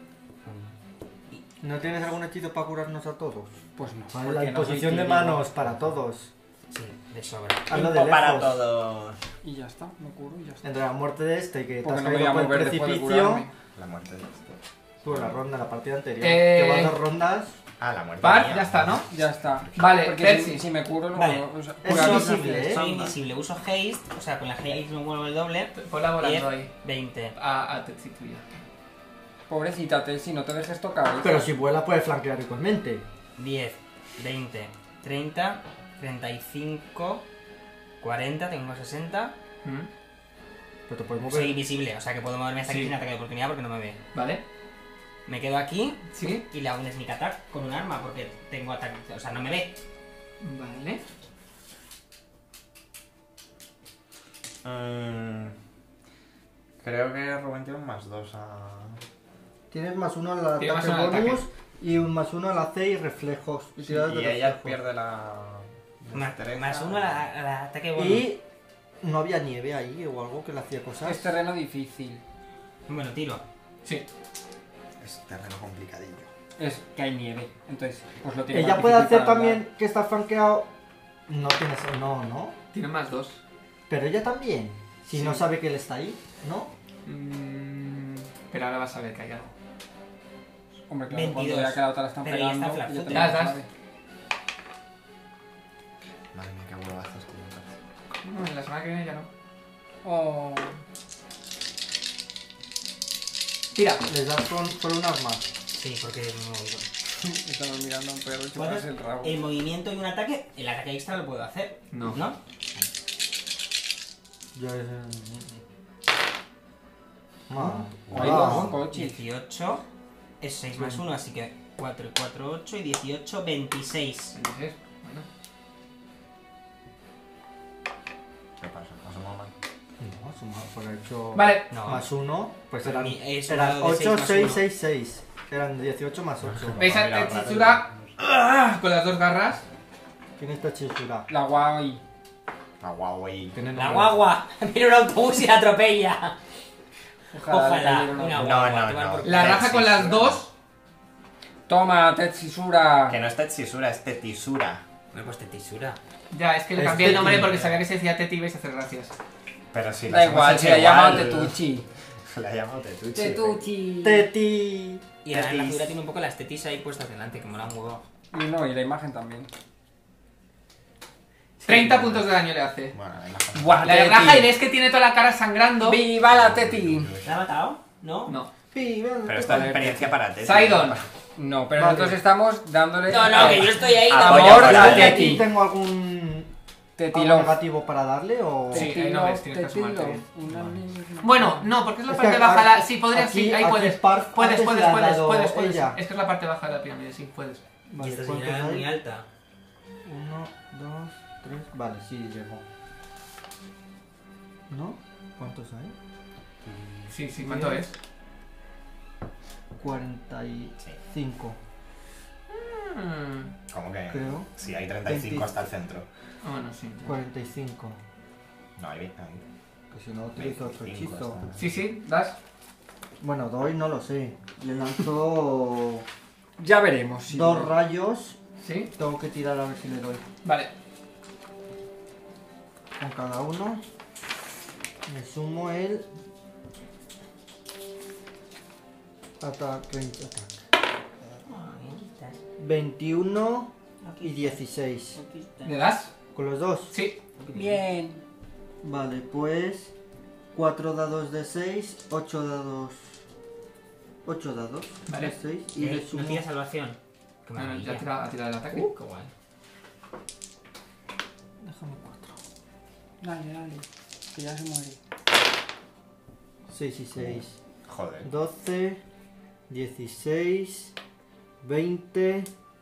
Speaker 5: ¿No tienes algún hechizo para curarnos a todos?
Speaker 4: Pues no.
Speaker 5: Vale,
Speaker 4: porque
Speaker 5: la
Speaker 4: no soy
Speaker 5: posición de
Speaker 4: clérigo.
Speaker 5: manos para todos.
Speaker 3: Sí, de sobra.
Speaker 5: Hazlo de
Speaker 2: Tiempo para
Speaker 5: lejos.
Speaker 2: todos.
Speaker 4: Y ya está, me curo y ya está.
Speaker 5: Entre la muerte de este y que te
Speaker 4: Porque
Speaker 5: has
Speaker 4: no me voy
Speaker 5: caído
Speaker 4: a
Speaker 5: por el
Speaker 4: mover después de
Speaker 5: precipicio.
Speaker 4: curarme.
Speaker 2: La muerte de este.
Speaker 5: Por la ronda, la partida anterior.
Speaker 1: Eh,
Speaker 5: Que van dos rondas.
Speaker 2: Ah, la muerte.
Speaker 1: Par,
Speaker 2: mía.
Speaker 1: ya está, ¿no?
Speaker 4: Ya está.
Speaker 1: Vale,
Speaker 4: Porque
Speaker 1: Percy.
Speaker 4: si, si me curo, no
Speaker 3: Vale.
Speaker 4: puedo. O sea,
Speaker 5: Es
Speaker 4: curar no se
Speaker 5: invisible,
Speaker 4: hace.
Speaker 5: ¿eh?
Speaker 3: Soy invisible, uso haste, o sea, con la haste me muevo el doble.
Speaker 1: Ponla volando ahí.
Speaker 3: veinte.
Speaker 1: A, a Tetsi tuya.
Speaker 4: Pobrecita Tessie, no te dejes tocar.
Speaker 5: Pero si vuela puede flanquear igualmente.
Speaker 3: diez, veinte, treinta, treinta y cinco, cuarenta, tengo sesenta.
Speaker 1: ¿Mm?
Speaker 5: Pero te puedes
Speaker 3: Soy
Speaker 5: mover.
Speaker 3: invisible, o sea que puedo moverme hasta aquí
Speaker 1: Sí.
Speaker 3: sin ataque de oportunidad porque no me ve.
Speaker 1: ¿Vale?
Speaker 3: Me quedo aquí
Speaker 1: Sí.
Speaker 3: y le hago un sneak attack con un arma porque tengo ataque, o sea, no me ve.
Speaker 1: Vale.
Speaker 2: Mm, creo que Rubén tiene un más dos a.
Speaker 5: Tienes más uno al
Speaker 1: Tiene más
Speaker 5: ataque
Speaker 1: uno al
Speaker 5: bonus y un más uno a la C y reflejos. Y, tiradas de
Speaker 2: Y ella
Speaker 5: reflejos.
Speaker 2: pierde la.
Speaker 3: Más,
Speaker 2: destreza.
Speaker 3: más uno al al ataque bonus.
Speaker 5: Y no había nieve ahí o algo que le hacía cosas.
Speaker 4: Es terreno difícil.
Speaker 3: Bueno, tiro.
Speaker 1: Sí.
Speaker 2: Es terreno complicadillo.
Speaker 4: Es que hay nieve. Entonces, pues lo tiene
Speaker 5: Ella
Speaker 4: más
Speaker 5: puede
Speaker 4: difícil
Speaker 5: hacer
Speaker 4: para
Speaker 5: también que está flanqueado. No tienes. No, no.
Speaker 1: Tiene más dos.
Speaker 5: Pero ella también. Si
Speaker 1: Sí.
Speaker 5: no sabe que él está ahí, ¿no?
Speaker 1: Mm, pero ahora vas a ver que hay algo.
Speaker 4: andar. Hombre, claro,
Speaker 3: veintidós.
Speaker 4: cuando ya que la otra la están
Speaker 3: Pero ya
Speaker 4: pegando.
Speaker 3: está
Speaker 4: ella
Speaker 3: flacuta.
Speaker 4: también
Speaker 1: Ya estás.
Speaker 4: sabe.
Speaker 2: Madre mía, qué huevazos que me parece.
Speaker 1: No, en la semana que viene ya no.
Speaker 4: Oh.
Speaker 1: Tira.
Speaker 5: Les das con, con un arma.
Speaker 3: Sí, porque me movido.
Speaker 4: Estamos mirando a un perro y
Speaker 3: ¿Puedo
Speaker 4: chuparse
Speaker 3: hacer
Speaker 4: el rabo.
Speaker 3: el movimiento y un ataque? El ataque extra lo puedo hacer.
Speaker 1: No.
Speaker 3: ¿No?
Speaker 5: Yo es. Ah,
Speaker 4: Hay
Speaker 5: ah.
Speaker 4: dos coches.
Speaker 3: dieciocho es seis más uno, así que cuatro y cuatro, ocho y dieciocho, veintiséis.
Speaker 1: Entonces, bueno.
Speaker 2: ¿Qué pasa? ¿No somos mal?
Speaker 5: No, suma, por hecho.
Speaker 1: Vale.
Speaker 3: No,
Speaker 5: Más uno, pues eran,
Speaker 3: Ni- he
Speaker 5: eran
Speaker 3: sumado de seis
Speaker 5: ocho,
Speaker 3: más
Speaker 5: seis,
Speaker 3: uno.
Speaker 5: seis, seis. Eran dieciocho más ocho.
Speaker 1: ¿Veis a
Speaker 2: Mira, raro,
Speaker 1: Tetsura ¡ah! con las dos garras?
Speaker 5: ¿Quién está chisura?
Speaker 4: La guay.
Speaker 2: Ah, Huawei.
Speaker 5: Tiene
Speaker 3: la
Speaker 5: nombre.
Speaker 3: guagua. Mira un autobús y la atropella.
Speaker 4: Ojalá.
Speaker 3: Ojalá.
Speaker 4: le cayera
Speaker 3: Una
Speaker 2: No,
Speaker 3: guagua.
Speaker 2: no,
Speaker 3: te van
Speaker 2: no.
Speaker 3: por-
Speaker 1: La raja con las dos
Speaker 4: Toma, Tetsisura.
Speaker 2: Que no es Tetsisura, es Tetisura.
Speaker 3: Me he puesto tisura.
Speaker 1: Ya, es que le
Speaker 5: Es
Speaker 1: cambié el nombre
Speaker 5: Teti.
Speaker 1: porque sabía que se decía Teti y vais a hacer gracias.
Speaker 2: Pero si
Speaker 4: Da
Speaker 2: las hemos
Speaker 4: igual,
Speaker 2: hecho
Speaker 4: se la ha llamado
Speaker 2: igual.
Speaker 4: Tetuchi.
Speaker 2: La he llamado Tetuchi.
Speaker 4: Tetuchi.
Speaker 5: Teti.
Speaker 3: Y ahora la
Speaker 2: Tetis.
Speaker 3: figura tiene un poco las tetis ahí puestas delante, que mola un huevo.
Speaker 4: Y no, y la imagen también.
Speaker 1: treinta puntos de daño le hace.
Speaker 2: Bueno, la imagen.
Speaker 4: Buah,
Speaker 1: La
Speaker 4: Teti.
Speaker 1: raja y ves que tiene toda la cara sangrando.
Speaker 4: ¡Viva la Teti!
Speaker 3: ¿La ha matado? ¿No?
Speaker 1: No.
Speaker 2: Pero esto es experiencia para Teti.
Speaker 1: Sidon.
Speaker 4: No, pero
Speaker 5: Vale.
Speaker 4: nosotros estamos dándole...
Speaker 3: No, no, que yo estoy ahí.
Speaker 2: Apoyo
Speaker 4: Amor,
Speaker 2: para
Speaker 4: la
Speaker 5: ¿Aquí
Speaker 4: Teti.
Speaker 5: tengo algún,
Speaker 4: Teti
Speaker 5: algo
Speaker 4: Love.
Speaker 5: negativo para darle o...?
Speaker 1: Sí, ahí no ves, tienes que
Speaker 4: Teti
Speaker 1: asomarte
Speaker 4: Love.
Speaker 1: bien.
Speaker 4: Una misma-
Speaker 1: Bueno, no, porque es la
Speaker 5: Es
Speaker 1: parte
Speaker 5: que
Speaker 1: baja.
Speaker 5: aquí-
Speaker 1: La... Sí, podrías,
Speaker 5: aquí-
Speaker 1: sí, ahí
Speaker 5: aquí
Speaker 1: puedes.
Speaker 5: Parf
Speaker 1: Puedes,
Speaker 5: antes
Speaker 1: puedes,
Speaker 5: le ha
Speaker 1: puedes,
Speaker 5: dado
Speaker 1: puedes, puedes.
Speaker 5: ella.
Speaker 1: Es que es la parte baja de la pirámide, sí, puedes.
Speaker 3: Y
Speaker 5: Vale,
Speaker 3: esta
Speaker 5: ¿cuántos
Speaker 3: señora es
Speaker 5: hay?
Speaker 3: muy alta.
Speaker 5: Uno, dos, tres... Vale, sí, llego. ¿No? ¿Cuántos hay?
Speaker 1: Sí, sí, ¿cuánto es?
Speaker 5: cuarenta y cinco,
Speaker 1: Mm.
Speaker 2: ¿Cómo que?
Speaker 5: creo.
Speaker 2: Sí, hay treinta y cinco
Speaker 5: veinte.
Speaker 2: hasta el centro.
Speaker 1: Ah, Bueno, sí.
Speaker 5: cuarenta y cinco.
Speaker 2: No, hay veinte.
Speaker 5: Que si no utilizo otro
Speaker 2: veinticinco
Speaker 5: hechizo.
Speaker 2: hasta-
Speaker 1: Sí, sí, das.
Speaker 5: Bueno, doy, no lo sé. Le lanzo
Speaker 4: Ya veremos. Sí.
Speaker 5: dos rayos.
Speaker 1: Sí,
Speaker 5: Tengo que tirar a ver si le doy
Speaker 1: vale.
Speaker 5: con cada uno. Me sumo el ataque, range attack. veintiuno y dieciséis.
Speaker 1: ¿Le das?
Speaker 5: ¿Con los dos?
Speaker 1: Sí.
Speaker 4: Bien.
Speaker 5: Vale, pues cuatro dados de seis, ocho dados. ocho dados
Speaker 1: Vale.
Speaker 5: de seis y le
Speaker 3: Eh,
Speaker 5: sumo.
Speaker 3: ¿No tira salvación? Qué
Speaker 1: Bueno,
Speaker 3: maravilla.
Speaker 1: ya ha tirado, ha tirado el ataque.
Speaker 3: Uh, qué guay.
Speaker 5: Déjame cuatro.
Speaker 4: Dale, dale. Que ya se muere.
Speaker 5: seis y seis.
Speaker 2: Joder.
Speaker 5: doce, dieciséis, veinte,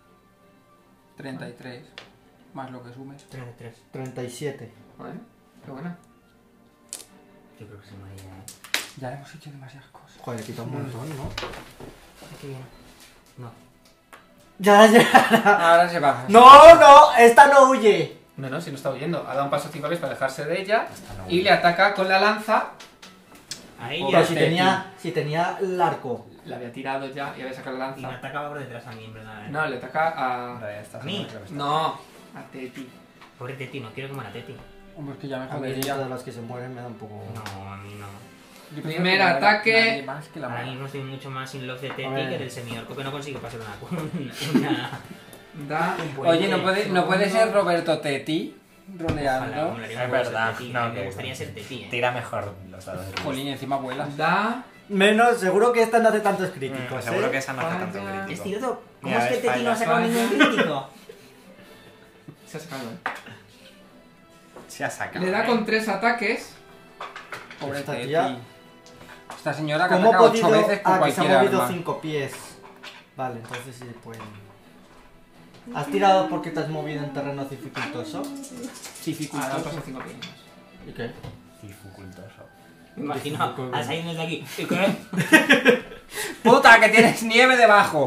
Speaker 4: treinta y tres. Más lo que sumes.
Speaker 3: treinta y tres.
Speaker 5: treinta y siete.
Speaker 1: Joder, qué buena.
Speaker 3: Yo creo que se muere ya, eh.
Speaker 4: Ya hemos hecho demasiadas cosas.
Speaker 5: Joder, le quita un montón, ¿no?
Speaker 3: Ay, qué bien. No.
Speaker 5: Ya, ya.
Speaker 4: Ahora se baja.
Speaker 5: No, no, esta no huye.
Speaker 1: No, no, si no está huyendo. Ha dado un paso cinco veces para dejarse de ella.
Speaker 2: Esta no
Speaker 1: Y le ataca con la lanza.
Speaker 3: Ahí
Speaker 4: Pobre
Speaker 3: ya.
Speaker 5: Pero si tenía, si tenía el arco.
Speaker 1: La había tirado ya y había sacado la
Speaker 3: Y me
Speaker 1: lanza.
Speaker 3: atacaba por detrás a mí, en verdad. eh.
Speaker 1: No, le ataca a.
Speaker 2: Ahora ya está,
Speaker 3: ¿A mí?
Speaker 2: creo que está.
Speaker 1: No, a Teti.
Speaker 3: Pobre Teti, no quiero que muera Teti.
Speaker 4: Hombre, es que ya me
Speaker 5: A mí
Speaker 4: jodería.
Speaker 5: de las que se mueren me da un poco...
Speaker 3: No, a mí no.
Speaker 4: Yo
Speaker 1: Primer
Speaker 4: prefiero que muera
Speaker 1: ataque.
Speaker 4: nadie más que la
Speaker 3: Ahora
Speaker 4: mala.
Speaker 3: mismo estoy mucho más in love de
Speaker 5: A
Speaker 3: Teti
Speaker 5: ver.
Speaker 3: que del semiorco que no consigue pasar una. una,
Speaker 1: Da.
Speaker 3: un puente.
Speaker 4: Oye, ¿no puede, ¿no puede ser Roberto Teti
Speaker 3: Ojalá,
Speaker 4: roleando?
Speaker 3: molaría
Speaker 2: Es
Speaker 3: un huevo ser
Speaker 2: verdad,
Speaker 3: Teti,
Speaker 2: no,
Speaker 3: a mí me
Speaker 2: que-
Speaker 3: gustaría ser Teti, eh.
Speaker 2: Tira mejor los dados de
Speaker 4: Jolín, encima vuelas.
Speaker 1: Da.
Speaker 5: Menos, seguro que esta no hace tantos
Speaker 2: Mm,
Speaker 5: críticos,
Speaker 2: Seguro
Speaker 5: ¿eh?
Speaker 2: que esa no hace tanto
Speaker 1: Falla.
Speaker 3: Es
Speaker 2: crítico.
Speaker 3: cierto, ¿cómo
Speaker 2: Mira,
Speaker 3: es que
Speaker 2: ves,
Speaker 3: Teti no ha
Speaker 2: falla,
Speaker 3: sacado
Speaker 1: falla.
Speaker 3: ningún crítico?
Speaker 1: Se ha sacado, eh.
Speaker 2: Se ha sacado.
Speaker 1: Le da con tres ataques.
Speaker 4: Pobre
Speaker 5: Esta
Speaker 4: Teti.
Speaker 5: tía-
Speaker 4: Esta señora que
Speaker 5: ¿Cómo
Speaker 4: ataca
Speaker 5: ha
Speaker 4: ocho
Speaker 5: podido...?
Speaker 4: veces con
Speaker 5: Ah, que se ha
Speaker 4: cualquier
Speaker 5: movido
Speaker 4: arma.
Speaker 5: cinco pies. Vale, entonces sí pueden. ¿Has tirado porque te has movido en terreno dificultoso?
Speaker 1: Ha dado paso
Speaker 4: Dificultoso.
Speaker 1: cinco pies.
Speaker 5: ¿Y qué?
Speaker 2: Dificultoso.
Speaker 3: Me imagino a Sayon desde aquí. ¿Y qué?
Speaker 4: ¡Puta, que tienes nieve debajo!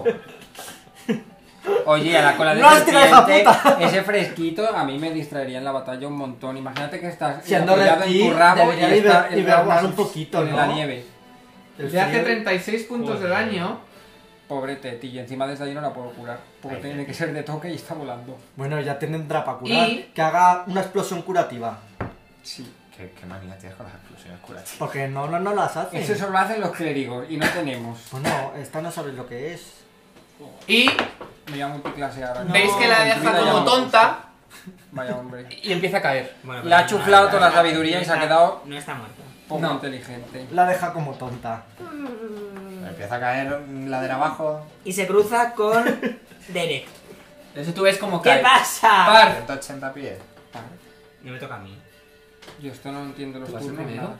Speaker 4: Oye, a la cola de
Speaker 5: ¡No has tirado esa
Speaker 4: serpiente, ese fresquito a mí me distraería en la batalla un montón. Imagínate que estás
Speaker 5: Siendo
Speaker 4: apoyado en
Speaker 5: reptil,
Speaker 4: tu rabo
Speaker 5: debería
Speaker 4: y está
Speaker 5: hiber-
Speaker 4: el rabo
Speaker 5: hibernar
Speaker 4: así
Speaker 5: un poquito,
Speaker 4: en
Speaker 5: ¿no?
Speaker 4: la nieve.
Speaker 5: El
Speaker 1: Le hace
Speaker 5: frío-
Speaker 1: treinta y seis puntos de daño.
Speaker 4: Pobre Teti, y encima desde allí no la puedo curar. Porque
Speaker 2: Ay,
Speaker 4: tiene
Speaker 2: Teti.
Speaker 4: que ser de toque y está volando.
Speaker 5: Bueno, ya tendrá para curar.
Speaker 1: Y-
Speaker 5: Que haga una explosión curativa.
Speaker 4: Sí.
Speaker 2: ¿Qué, qué manía tienes con las explosiones curativas?
Speaker 5: Porque no, no, no las hacen.
Speaker 4: Eso solo lo hacen los clérigos y no tenemos.
Speaker 5: Bueno, esta no sabes lo que es.
Speaker 1: Y
Speaker 4: Me llamo multiclase ahora.
Speaker 3: No.
Speaker 1: veis que la
Speaker 4: en tu
Speaker 1: deja
Speaker 4: vida ya
Speaker 1: como
Speaker 4: no me
Speaker 1: tonta
Speaker 4: Vaya hombre.
Speaker 1: y empieza a caer.
Speaker 3: Bueno,
Speaker 4: Le ha
Speaker 3: pero no,
Speaker 4: chuflado
Speaker 3: no,
Speaker 4: toda la
Speaker 3: no,
Speaker 4: sabiduría
Speaker 3: no
Speaker 4: y se ha
Speaker 3: está-
Speaker 4: quedado
Speaker 3: No está muerta.
Speaker 4: poco
Speaker 1: No.
Speaker 4: inteligente.
Speaker 5: La deja como tonta.
Speaker 2: Empieza a caer ladera abajo.
Speaker 3: Y se cruza con Derek.
Speaker 1: Entonces tú ves como
Speaker 3: ¿Qué
Speaker 1: cae.
Speaker 3: pasa?
Speaker 1: Par.
Speaker 2: ciento ochenta pies.
Speaker 3: No me toca a mí.
Speaker 4: Yo esto no entiendo los
Speaker 1: ¿Tú
Speaker 4: turnos.
Speaker 1: primero?
Speaker 4: nada.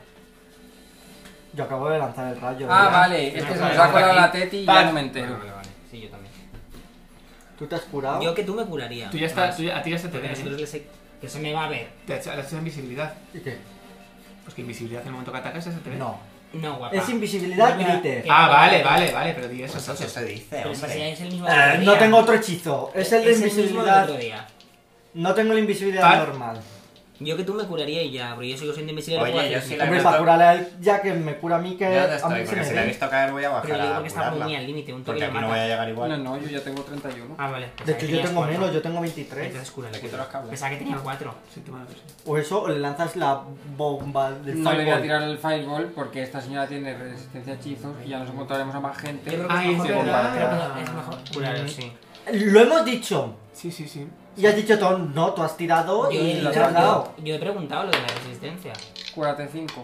Speaker 5: Yo acabo de lanzar el rayo.
Speaker 4: Ah,
Speaker 5: ¿verdad?
Speaker 4: vale, es
Speaker 3: No,
Speaker 4: que se
Speaker 3: vale,
Speaker 4: nos ha colado
Speaker 1: aquí.
Speaker 4: la teti y
Speaker 1: Par.
Speaker 4: ya no me entero.
Speaker 3: Vale, vale, vale. Sí, yo también.
Speaker 5: ¿Tú te has curado?
Speaker 3: Yo que tú me curaría.
Speaker 1: Tú ya estás,
Speaker 3: Más.
Speaker 1: tú ya- a ti ya se te
Speaker 3: Porque
Speaker 1: ve.
Speaker 3: nosotros
Speaker 1: ¿eh?
Speaker 3: que se, que se me va a ver.
Speaker 1: Te ha hecho, le has hecho invisibilidad.
Speaker 5: ¿Y qué?
Speaker 1: Pues que invisibilidad en el momento que atacas ya se te ve.
Speaker 5: No.
Speaker 3: No, guapa.
Speaker 5: Es invisibilidad
Speaker 3: No me da-
Speaker 5: glitter.
Speaker 3: que-
Speaker 1: Ah, vale, vale, vale, pero di eso
Speaker 2: Pues eso
Speaker 1: entonces.
Speaker 2: se dice,
Speaker 3: Pero si
Speaker 2: hombre.
Speaker 3: es el mismo
Speaker 5: Eh,
Speaker 3: del otro
Speaker 5: no
Speaker 3: día.
Speaker 5: tengo otro hechizo. Es el de
Speaker 3: mismo del
Speaker 5: invisibilidad.
Speaker 3: otro día.
Speaker 5: No tengo la invisibilidad
Speaker 1: Par.
Speaker 5: normal.
Speaker 3: Yo que tú me curaría y ya, pero yo sigo siendo invisible.
Speaker 2: Oye,
Speaker 3: no puedo
Speaker 2: yo
Speaker 3: hacer
Speaker 2: sí
Speaker 3: nada.
Speaker 2: la he
Speaker 5: Hombre,
Speaker 2: visto.
Speaker 5: para curarle a él, ya que me cura a mí, que
Speaker 2: ¿De dónde
Speaker 5: a
Speaker 2: estoy?
Speaker 5: mí se
Speaker 2: Porque
Speaker 5: me
Speaker 2: si la he
Speaker 5: ve.
Speaker 2: visto caer voy a
Speaker 3: Pero
Speaker 2: bajar
Speaker 3: yo digo
Speaker 2: a
Speaker 3: que está muy
Speaker 2: curarla.
Speaker 3: al límite, un toque
Speaker 2: Porque
Speaker 3: lo
Speaker 2: aquí no
Speaker 3: mata.
Speaker 2: voy a llegar igual.
Speaker 4: No, no, yo ya tengo treinta y uno.
Speaker 3: Ah, vale.
Speaker 5: De
Speaker 3: pensaba
Speaker 5: hecho,
Speaker 3: que
Speaker 5: yo
Speaker 3: tenías
Speaker 5: tengo
Speaker 3: cuatro.
Speaker 5: menos, yo tengo veintitrés.
Speaker 3: Entonces cura.
Speaker 2: Le quito los cables.
Speaker 3: Pensaba que tenía cuatro.
Speaker 1: Sí, toma la presión.
Speaker 5: O eso, o le lanzas la bomba del
Speaker 4: No le voy a
Speaker 5: fireball.
Speaker 4: tirar el fireball porque esta señora tiene resistencia a hechizos y ya nos encontraremos a más
Speaker 3: Yo
Speaker 4: gente.
Speaker 3: creo que
Speaker 1: Ay,
Speaker 3: es
Speaker 1: es
Speaker 3: mejor,
Speaker 1: verdad.
Speaker 3: creo que es mejor curarlo,
Speaker 5: Mm.
Speaker 3: sí.
Speaker 5: Lo hemos dicho.
Speaker 1: Sí, sí, sí.
Speaker 5: Y has dicho tú, no, tú has tirado
Speaker 3: Yo,
Speaker 5: y
Speaker 3: he
Speaker 5: le
Speaker 3: dicho-
Speaker 5: has dado.
Speaker 3: yo- yo he preguntado lo de la resistencia.
Speaker 4: Cúrate cinco.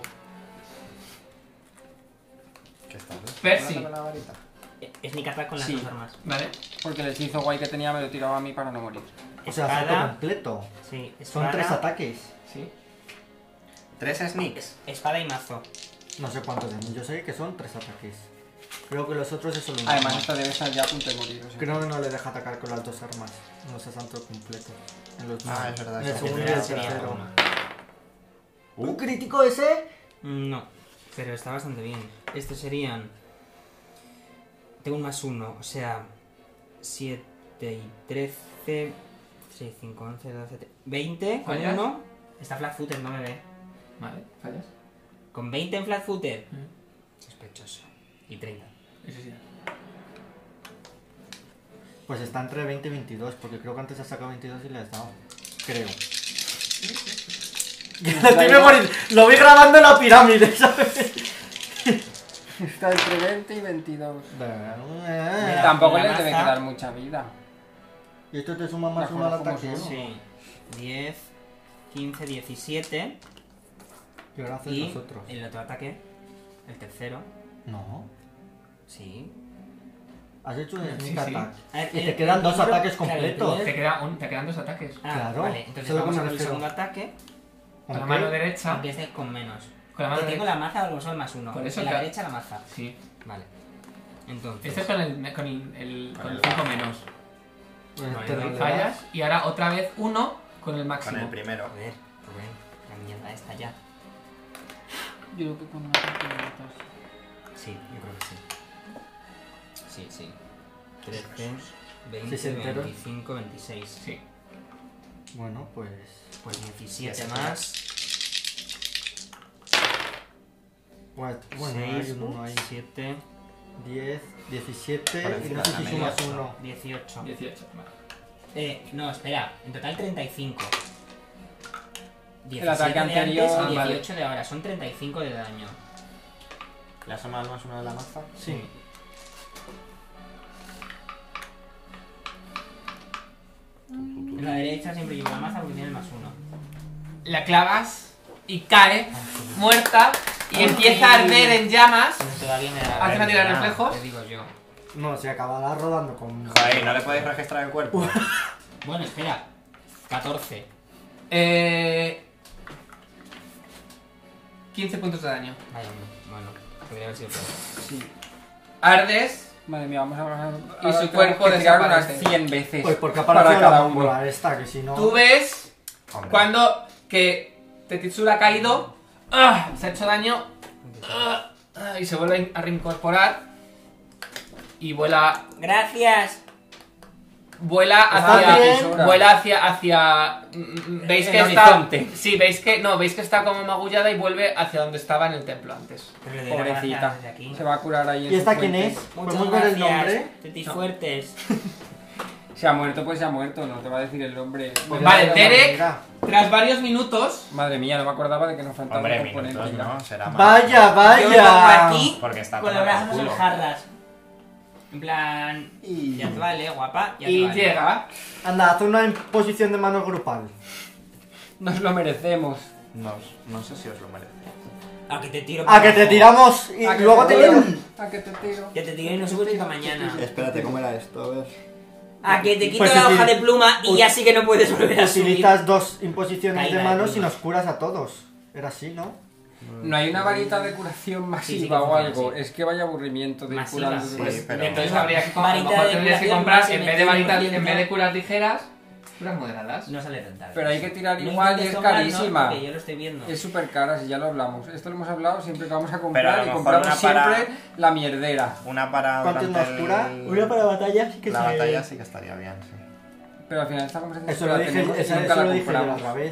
Speaker 2: ¿Qué estás?
Speaker 1: Percy.
Speaker 2: Con la varita.
Speaker 3: Es mi attack con las
Speaker 4: Sí.
Speaker 3: dos armas.
Speaker 1: Vale.
Speaker 4: Porque el hechizo guay que tenía me lo tiraba a mí para no morir.
Speaker 5: O sea, salto
Speaker 3: Espada.
Speaker 5: completo.
Speaker 3: Sí,
Speaker 5: Son
Speaker 3: espada.
Speaker 5: tres ataques.
Speaker 1: Sí.
Speaker 2: Tres sneaks.
Speaker 3: Espada y mazo.
Speaker 5: No sé cuántos de yo sé que son tres ataques. Creo que los otros es solo uno.
Speaker 4: Además, esta debe estar ya a punto de morir. O sea.
Speaker 5: Creo que no le deja atacar con las dos armas. No se salto completo. En los
Speaker 2: Ah, es verdad,
Speaker 5: En el
Speaker 2: sí.
Speaker 5: segundo y
Speaker 3: Primera
Speaker 5: el
Speaker 3: sería
Speaker 5: tercero.
Speaker 3: uno.
Speaker 5: ¿Un crítico ese?
Speaker 3: No, pero está bastante bien. Estos serían... Tengo un más uno, o sea... siete y trece... seis, cinco, once, doce... veinte con
Speaker 1: ¿Fallas?
Speaker 3: uno. Está flat footed, no me ve.
Speaker 1: Vale, fallas.
Speaker 3: Con veinte en flat footed.
Speaker 1: Mm.
Speaker 3: Sospechoso. Y treinta.
Speaker 1: Ese sí.
Speaker 5: Pues está entre veinte y veintidós, porque creo que antes has sacado veintidós y le has dado. Creo. Lo, estoy memori- lo vi grabando en la pirámide, ¿sabes?
Speaker 4: Está entre veinte y veintidós.
Speaker 5: Eh,
Speaker 4: Tampoco
Speaker 3: la
Speaker 4: le debe
Speaker 3: maza-
Speaker 4: quedar mucha vida.
Speaker 5: Y esto te suma más
Speaker 4: La
Speaker 5: uno al
Speaker 4: conozco
Speaker 5: ataque,
Speaker 4: como
Speaker 5: ¿no?
Speaker 3: Sí. diez, quince, diecisiete.
Speaker 5: Y ahora haces
Speaker 3: Y
Speaker 5: los otros.
Speaker 3: el otro ataque. El tercero.
Speaker 5: No.
Speaker 3: Sí.
Speaker 5: Has hecho un
Speaker 1: Sí,
Speaker 5: sneak
Speaker 1: sí.
Speaker 5: attack.
Speaker 3: A ver,
Speaker 5: Y
Speaker 3: el-
Speaker 5: te quedan
Speaker 3: el
Speaker 5: dos
Speaker 3: primero-
Speaker 5: ataques
Speaker 3: claro, el
Speaker 5: completos.
Speaker 3: primer-
Speaker 1: Te, queda un, te quedan dos ataques.
Speaker 3: Ah,
Speaker 5: Claro,
Speaker 3: vale.
Speaker 5: eso
Speaker 3: Entonces
Speaker 5: es lo que
Speaker 3: vamos
Speaker 5: me
Speaker 3: a con el
Speaker 5: refiero.
Speaker 3: segundo ataque.
Speaker 1: Con la
Speaker 5: Ok.
Speaker 1: mano derecha.
Speaker 3: Empieza con menos.
Speaker 1: Con la mano
Speaker 3: Que tengo
Speaker 1: derecha.
Speaker 3: la maza o lo uso el más uno.
Speaker 1: Por eso
Speaker 3: en la
Speaker 1: que-
Speaker 3: derecha la maza.
Speaker 1: Sí.
Speaker 3: Vale. Entonces.
Speaker 1: Este es con el con el, el, con el
Speaker 2: Con el
Speaker 1: cinco menos.
Speaker 5: Pues
Speaker 3: Vale,
Speaker 5: te
Speaker 3: vale.
Speaker 5: lo
Speaker 1: Fallas. Y ahora otra vez uno con el máximo.
Speaker 2: Con el primero.
Speaker 3: Joder, Rubén. La mierda esta ya.
Speaker 4: Yo creo que con un ataque me matas.
Speaker 3: Sí, yo creo que sí. Sí, sí. trece, veinte,
Speaker 5: Si se entero.
Speaker 3: veinticinco, veintiséis.
Speaker 1: Sí.
Speaker 5: Bueno, pues.
Speaker 3: Pues diecisiete
Speaker 2: Ya se
Speaker 3: más.
Speaker 5: Bueno, bueno hay
Speaker 3: seis,
Speaker 5: un uno ahí.
Speaker 3: siete,
Speaker 5: diez, diecisiete
Speaker 2: Por
Speaker 5: y
Speaker 2: encima
Speaker 5: no sé
Speaker 2: de
Speaker 5: si
Speaker 2: la
Speaker 5: sumas
Speaker 2: media.
Speaker 5: uno.
Speaker 3: dieciocho.
Speaker 1: dieciocho. Vale.
Speaker 3: Eh, no, espera. En total treinta y cinco.
Speaker 4: El ataque
Speaker 3: diecisiete de
Speaker 4: anterior-
Speaker 3: antes
Speaker 1: Ah,
Speaker 3: y
Speaker 1: vale.
Speaker 3: dieciocho de ahora. Son treinta y cinco de daño.
Speaker 2: ¿Le has sumado más uno de la maza?
Speaker 5: Sí.
Speaker 3: En la derecha siempre llevo la maza porque tiene el más uno.
Speaker 1: La clavas y cae muerta y empieza a arder en llamas.
Speaker 3: Pero todavía me da.
Speaker 1: ¿Hace una tira de reflejos?
Speaker 3: Te digo yo.
Speaker 5: No, se acabará rodando con.
Speaker 2: Joder, ¿no le podéis registrar el cuerpo?
Speaker 3: Bueno, espera. catorce.
Speaker 1: Eh... quince puntos de daño.
Speaker 3: Vaya, hombre. Bueno, podría haber sido peor.
Speaker 4: Sí.
Speaker 1: Ardes.
Speaker 4: Madre mía, vamos a bajar.
Speaker 1: Y su
Speaker 4: ahora
Speaker 1: cuerpo
Speaker 4: tenemos que tirar unas
Speaker 1: desaparece.
Speaker 4: cien veces.
Speaker 5: Pues porque ha
Speaker 4: para
Speaker 5: aparecido
Speaker 4: cada
Speaker 5: la
Speaker 4: uno.
Speaker 5: bomba esta, que si no.
Speaker 1: Tú ves
Speaker 2: Hombre.
Speaker 1: cuando que Tetitsura ha caído, ¡ah! Se ha hecho daño ¡ah! ¡ah! Y se vuelve a reincorporar y vuela
Speaker 3: Gracias.
Speaker 1: vuela
Speaker 5: ¿Está
Speaker 1: hacia
Speaker 5: bien?
Speaker 1: vuela hacia hacia mm, mm, veis
Speaker 4: El
Speaker 1: que está
Speaker 4: horizonte.
Speaker 1: sí veis que no veis que está como magullada y vuelve hacia donde estaba en el templo antes.
Speaker 3: Pero le doy las
Speaker 4: Pobrecita.
Speaker 3: gracias desde aquí.
Speaker 4: Se va a curar ahí en
Speaker 5: ¿Y
Speaker 4: su
Speaker 5: esta quién
Speaker 4: fuente.
Speaker 5: es?
Speaker 3: Muchas
Speaker 5: ¿Podemos ver el
Speaker 3: gracias.
Speaker 5: nombre?
Speaker 3: Tetis
Speaker 1: No.
Speaker 3: fuertes.
Speaker 4: Se ha muerto, pues se ha muerto. No te va a decir el nombre.
Speaker 5: Pues
Speaker 1: Vale,
Speaker 5: mira,
Speaker 1: Derek.
Speaker 5: mira.
Speaker 1: Tras varios minutos
Speaker 4: Madre mía, no me acordaba de que nos faltaba
Speaker 2: Hombre,
Speaker 4: un componente.
Speaker 2: minutos,
Speaker 4: mira.
Speaker 2: ¿no? Será más.
Speaker 5: Vaya,
Speaker 3: Yo me pongo
Speaker 5: vaya.
Speaker 3: aquí
Speaker 2: Porque está
Speaker 3: con los
Speaker 2: tomando
Speaker 3: brazos en
Speaker 2: culo.
Speaker 3: jarras. En plan.
Speaker 5: Y...
Speaker 3: Ya te vale, guapa. Ya te
Speaker 1: y
Speaker 3: vale.
Speaker 1: llega
Speaker 5: Anda, haz una imposición de mano grupal.
Speaker 4: Nos lo merecemos.
Speaker 2: No, no sé si os lo merecéis.
Speaker 3: A que te tiro.
Speaker 5: A que te tiramos y
Speaker 4: ¿A que
Speaker 5: luego te
Speaker 4: tiro?
Speaker 5: vienen.
Speaker 4: ¿A que te tiro?
Speaker 3: Que te tiro y no subo hasta mañana.
Speaker 2: Espérate, ¿cómo era esto? A ver.
Speaker 3: A que te quito
Speaker 5: Pues
Speaker 3: la
Speaker 5: util-
Speaker 3: hoja de pluma y ya sí que no puedes volver a subir.
Speaker 5: Utilizas dos imposiciones
Speaker 3: Caída
Speaker 5: de
Speaker 3: de
Speaker 5: manos y
Speaker 3: pluma.
Speaker 5: nos curas a todos. Era así, ¿no?
Speaker 4: No hay una varita de curación masiva
Speaker 3: Sí, sí que
Speaker 4: o
Speaker 3: funciona
Speaker 4: algo.
Speaker 3: así.
Speaker 4: Es que vaya aburrimiento de ir
Speaker 3: Masiva,
Speaker 4: curando.
Speaker 2: sí,
Speaker 4: Pues,
Speaker 2: pero-
Speaker 1: entonces habría que co- a lo
Speaker 3: Varita
Speaker 1: mejor
Speaker 3: de
Speaker 1: tendrías que
Speaker 3: curación
Speaker 1: comprar
Speaker 3: más
Speaker 1: en vez de
Speaker 3: veintiuno por
Speaker 1: varitas
Speaker 3: ciento.
Speaker 1: en vez de curas ligeras curas moderadas.
Speaker 3: No sale rentable.
Speaker 4: Pero hay que tirar
Speaker 3: No
Speaker 4: igual y
Speaker 3: intentes
Speaker 4: es
Speaker 3: tomar,
Speaker 4: carísima.
Speaker 3: ¿no? Porque yo lo estoy viendo.
Speaker 4: Es súper cara, si ya lo hablamos. Esto lo hemos hablado siempre que vamos a
Speaker 2: Pero a
Speaker 4: comprar
Speaker 2: lo
Speaker 4: y
Speaker 2: mejor
Speaker 4: compramos
Speaker 2: una para-
Speaker 4: siempre la mierdera.
Speaker 2: Una para
Speaker 5: ¿Cuánto
Speaker 2: durante
Speaker 5: nos cura?
Speaker 2: el-
Speaker 5: Una para batalla sí que
Speaker 2: La
Speaker 5: se-
Speaker 2: batalla sí que estaría bien, sí.
Speaker 4: Pero al final esta conversación
Speaker 5: Eso
Speaker 4: la
Speaker 5: lo dije,
Speaker 4: tenemos y
Speaker 5: eso,
Speaker 4: nunca
Speaker 5: eso
Speaker 4: la
Speaker 5: lo dije yo la
Speaker 4: compramos.
Speaker 5: otra vez.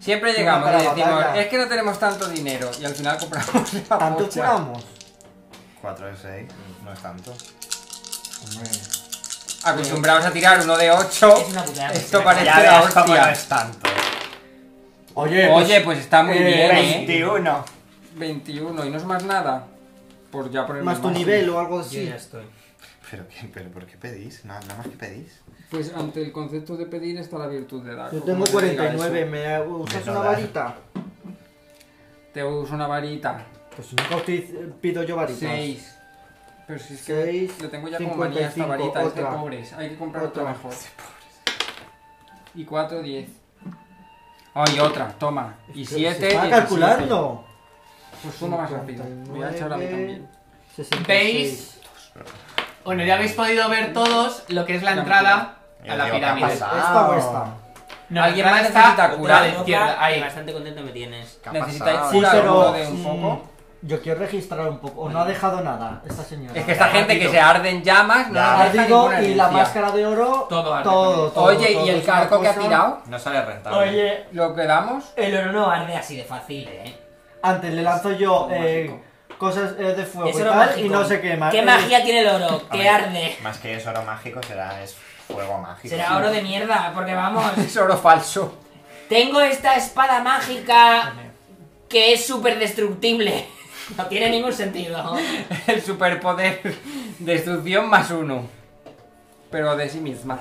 Speaker 4: Siempre llegamos
Speaker 5: para
Speaker 4: y
Speaker 5: la
Speaker 4: decimos,
Speaker 5: batalla.
Speaker 4: es que no tenemos tanto dinero. Y al final compramos la
Speaker 5: ¿Tanto
Speaker 4: pocha.
Speaker 5: curamos?
Speaker 2: cuatro de seis, no es tanto.
Speaker 5: Hombre.
Speaker 4: Acostumbrados a tirar uno de ocho.
Speaker 3: Es una putada.
Speaker 4: Esto parece
Speaker 2: Ya
Speaker 4: la
Speaker 2: ves cómo no
Speaker 4: hostia.
Speaker 2: es tanto.
Speaker 5: Oye,
Speaker 4: Oye, pues está muy
Speaker 5: eh,
Speaker 4: bien, ¿eh?
Speaker 2: veintiuno.
Speaker 4: veintiuno y no es más nada. Por ya poner
Speaker 5: más tu nivel o algo
Speaker 3: Yo
Speaker 5: así.
Speaker 3: ya estoy.
Speaker 2: ¿Pero, qué, ¿Pero por qué pedís? Nada, nada más que pedís.
Speaker 4: Pues ante el concepto de pedir está la virtud de dar.
Speaker 5: Yo
Speaker 4: ¿Cómo
Speaker 5: tengo
Speaker 4: se
Speaker 5: cuarenta y
Speaker 4: diga
Speaker 5: nueve,
Speaker 4: eso?
Speaker 5: ¿me usas
Speaker 2: De
Speaker 5: una
Speaker 2: no dar.
Speaker 5: varita?
Speaker 4: Te uso una varita.
Speaker 5: Pues nunca util- pido yo varitas.
Speaker 4: seis. Pero si es que
Speaker 5: Seis,
Speaker 4: le tengo ya como
Speaker 5: cincuenta y
Speaker 4: manía esta
Speaker 5: cinco,
Speaker 4: varita, es de
Speaker 5: otra.
Speaker 4: pobres. Hay que comprar otra
Speaker 5: Otra.
Speaker 4: mejor. Y cuatro, diez. Ay, otra, toma. Y
Speaker 5: Se-
Speaker 4: siete,
Speaker 5: se está
Speaker 4: diecisiete.
Speaker 5: calculando.
Speaker 4: Pues uno más rápido. Voy a echar a mí también.
Speaker 5: sesenta y seis.
Speaker 1: ¿Veis? Bueno, ya habéis podido ver todos lo que es la
Speaker 4: La
Speaker 1: entrada
Speaker 2: Yo
Speaker 1: a la
Speaker 2: digo, ¿qué ha
Speaker 1: pirámide.
Speaker 2: pasado?
Speaker 5: ¿Esta o esta?
Speaker 1: No,
Speaker 4: ¿Alguien
Speaker 1: la
Speaker 4: más
Speaker 1: entrada
Speaker 4: necesita
Speaker 1: está
Speaker 4: curar?
Speaker 1: a la izquierda, ahí.
Speaker 3: Bastante contento me tienes.
Speaker 2: ¿Qué ha
Speaker 4: ¿Necesitáis
Speaker 2: pasado?
Speaker 5: Sí,
Speaker 4: curar
Speaker 5: pero
Speaker 4: uno de un
Speaker 5: mm,
Speaker 4: poco?
Speaker 5: yo quiero registrar un poco. O no ha dejado nada esta señora.
Speaker 4: Es que esta gente que se arde en llamas no
Speaker 2: Ya.
Speaker 4: nos deja
Speaker 5: Digo,
Speaker 4: ninguna
Speaker 5: y la
Speaker 4: herencia.
Speaker 5: máscara de oro.
Speaker 1: Todo arde
Speaker 5: todo, todo.
Speaker 4: Oye,
Speaker 5: todo
Speaker 4: ¿y el
Speaker 5: es una
Speaker 4: carco que ha
Speaker 5: cosa-
Speaker 4: tirado?
Speaker 2: No sale rentable.
Speaker 3: Oye,
Speaker 4: ¿Lo quedamos?
Speaker 3: el oro no arde así de fácil, eh.
Speaker 5: Antes le lanzo yo
Speaker 4: Mágico.
Speaker 5: eh, cosas eh, de fuego
Speaker 3: Es
Speaker 5: y
Speaker 3: oro
Speaker 5: tal
Speaker 3: mágico.
Speaker 5: y no se quema.
Speaker 3: ¿Qué
Speaker 5: Eh,
Speaker 3: magia tiene el oro? Que
Speaker 2: Hombre,
Speaker 3: arde.
Speaker 2: Más que es oro mágico, será es fuego mágico.
Speaker 3: Será oro de mierda, porque vamos.
Speaker 4: Es oro falso.
Speaker 3: Tengo esta espada mágica que es súper destructible. No tiene ningún sentido.
Speaker 4: El superpoder. Destrucción más uno. Pero de sí misma.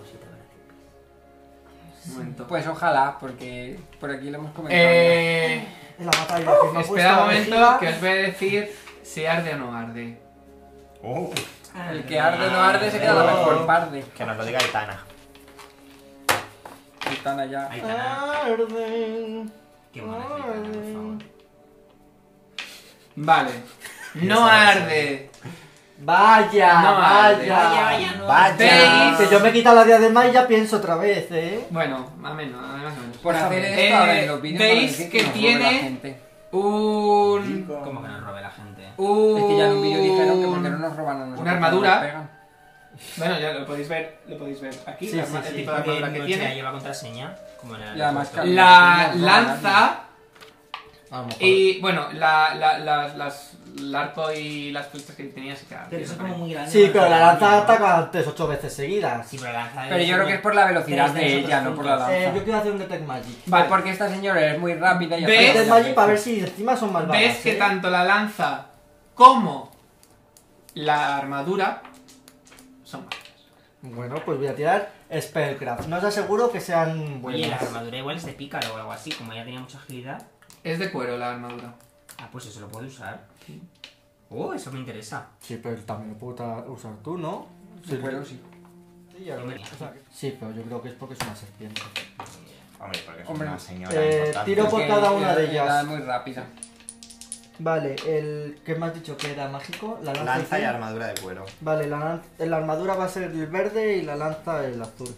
Speaker 1: Un momento.
Speaker 4: Pues ojalá, porque por aquí lo hemos comentado.
Speaker 1: Eh,
Speaker 5: En la batalla. que me ha
Speaker 1: espera
Speaker 5: puesto
Speaker 1: un
Speaker 5: la
Speaker 1: momento
Speaker 5: vejiga.
Speaker 1: que os voy a decir si arde o no arde.
Speaker 2: Uh,
Speaker 4: ya. El que arde no arde se queda la mejor parte.
Speaker 2: que nos lo diga Itana.
Speaker 4: Están allá.
Speaker 3: Ahí está.
Speaker 5: Arden.
Speaker 3: Qué mona es Aitana, por favor.
Speaker 1: Vale. No arde.
Speaker 5: Vaya,
Speaker 1: No,
Speaker 5: vaya.
Speaker 3: Vaya, vaya, no.
Speaker 2: Vaya.
Speaker 1: ¿Veis?
Speaker 5: Que yo me quita la diadema y ya pienso otra vez, eh.
Speaker 1: Bueno, más o menos, más o menos.
Speaker 4: Por hacer esto
Speaker 1: Eh,
Speaker 4: ahora en los vídeos
Speaker 1: ¿veis
Speaker 4: van a decir
Speaker 1: que
Speaker 4: nos robe
Speaker 1: tiene-
Speaker 4: la gente.
Speaker 1: Un...
Speaker 3: ¿Cómo que nos robe la gente?
Speaker 1: un...
Speaker 4: Es que ya en un vídeo dijeron que porque no nos roban a nosotros.
Speaker 1: Una armadura.
Speaker 4: nos pegan.
Speaker 1: Bueno, ya lo podéis ver, lo podéis ver aquí,
Speaker 5: Sí,
Speaker 1: la
Speaker 5: sí,
Speaker 1: arma- el
Speaker 5: sí,
Speaker 1: tipo de
Speaker 3: Porque
Speaker 1: armadura que
Speaker 3: no se la
Speaker 1: tiene.
Speaker 3: lleva contraseña. Como en el
Speaker 4: Y además,
Speaker 3: aeropuerto.
Speaker 1: La
Speaker 4: No, no,
Speaker 1: lanza
Speaker 5: A lo mejor.
Speaker 1: y, bueno, la, la, las, las, el arco y las flechas que tenía se quedan.
Speaker 3: Pero eso es como muy grande.
Speaker 5: Sí,
Speaker 3: no
Speaker 5: pero
Speaker 3: se
Speaker 5: la
Speaker 3: la
Speaker 5: lanza
Speaker 3: ¿no?
Speaker 5: ataca antes ocho veces seguidas.
Speaker 3: Sí, pero la lanza.
Speaker 4: Pero yo creo que es por la velocidad de ella, no por la lanza.
Speaker 5: Eh, yo quiero hacer un Detect Magic.
Speaker 4: Vale,
Speaker 1: Vale.
Speaker 4: porque esta señora es muy rápida y
Speaker 1: ¿Ves?
Speaker 4: hace
Speaker 5: Detect
Speaker 4: varias
Speaker 5: Magic para ver
Speaker 4: veces.
Speaker 5: si encima son malvadas.
Speaker 1: Ves que
Speaker 5: ¿eh?
Speaker 1: tanto la lanza como la armadura son mágicas.
Speaker 5: Bueno, pues voy a tirar Spellcraft. No os aseguro que sean
Speaker 3: Oye, la
Speaker 5: buenas.
Speaker 3: armadura igual es de pícaro o algo así, como ella tenía mucha agilidad.
Speaker 1: Es de cuero la armadura.
Speaker 3: Ah, pues eso lo puedo usar. Oh, eso me interesa.
Speaker 5: Sí, pero también lo puedo ta- usar tú, ¿no?
Speaker 4: Sí, pero sí.
Speaker 5: Sí, ya lo- o sea, sí, pero yo creo que es porque es una serpiente.
Speaker 2: Hombre, porque es
Speaker 4: Hombre.
Speaker 2: una señora
Speaker 5: Eh,
Speaker 2: importante.
Speaker 5: tiro por
Speaker 4: Porque
Speaker 5: cada una de
Speaker 4: ella
Speaker 5: ellas.
Speaker 4: Es muy rápida.
Speaker 5: Vale, el... ¿qué me has dicho que era mágico? La lanza,
Speaker 2: Lanza y
Speaker 5: qué?
Speaker 2: armadura de cuero.
Speaker 5: Vale, la, lan- la armadura va a ser el verde y la lanza el azul.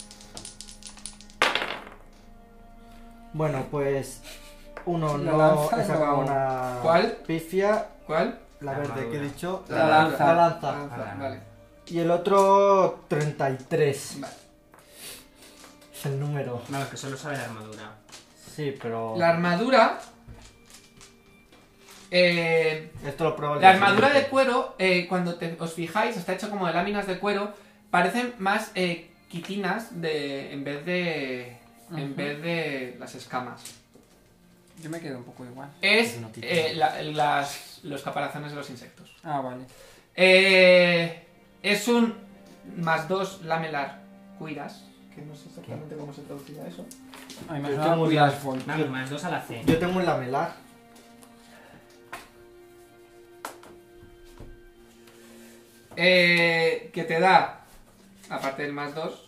Speaker 5: Bueno, pues... Uno
Speaker 4: La
Speaker 5: no
Speaker 4: lanza
Speaker 5: he sacado
Speaker 4: no.
Speaker 5: una
Speaker 1: ¿Cuál?
Speaker 5: pifia.
Speaker 1: ¿Cuál?
Speaker 5: La
Speaker 3: La
Speaker 5: verde que he
Speaker 3: armadura.
Speaker 5: dicho.
Speaker 4: La lanza.
Speaker 5: La lanza.
Speaker 1: Lanza,
Speaker 3: Ah,
Speaker 1: vale.
Speaker 5: Y el otro treinta y tres.
Speaker 1: Vale.
Speaker 5: Es el número.
Speaker 3: No, es que solo sabe la armadura.
Speaker 5: Sí, pero...
Speaker 1: La armadura... Eh,
Speaker 5: Esto lo pruebo el
Speaker 1: la
Speaker 5: día
Speaker 1: armadura de
Speaker 5: siguiente.
Speaker 1: cuero, eh, cuando te- os fijáis, está hecha como de láminas de cuero, parecen más eh, quitinas de, en vez de en
Speaker 4: Ujú.
Speaker 1: vez de las escamas.
Speaker 4: Yo me quedo un poco igual.
Speaker 1: Es
Speaker 5: Es una quitina.
Speaker 1: eh, la- las, los caparazones de los insectos.
Speaker 4: Ah, vale.
Speaker 1: Eh, es un más dos lamelar cuiras, que no sé exactamente cómo se traducirá eso.
Speaker 4: A mí me
Speaker 5: Yo
Speaker 4: suena
Speaker 5: tengo
Speaker 4: Cuidas
Speaker 5: la-
Speaker 4: Folk.
Speaker 3: Vamos, más dos a la C.
Speaker 5: Yo tengo un lamelar.
Speaker 1: Eh, que te da, aparte del más dos,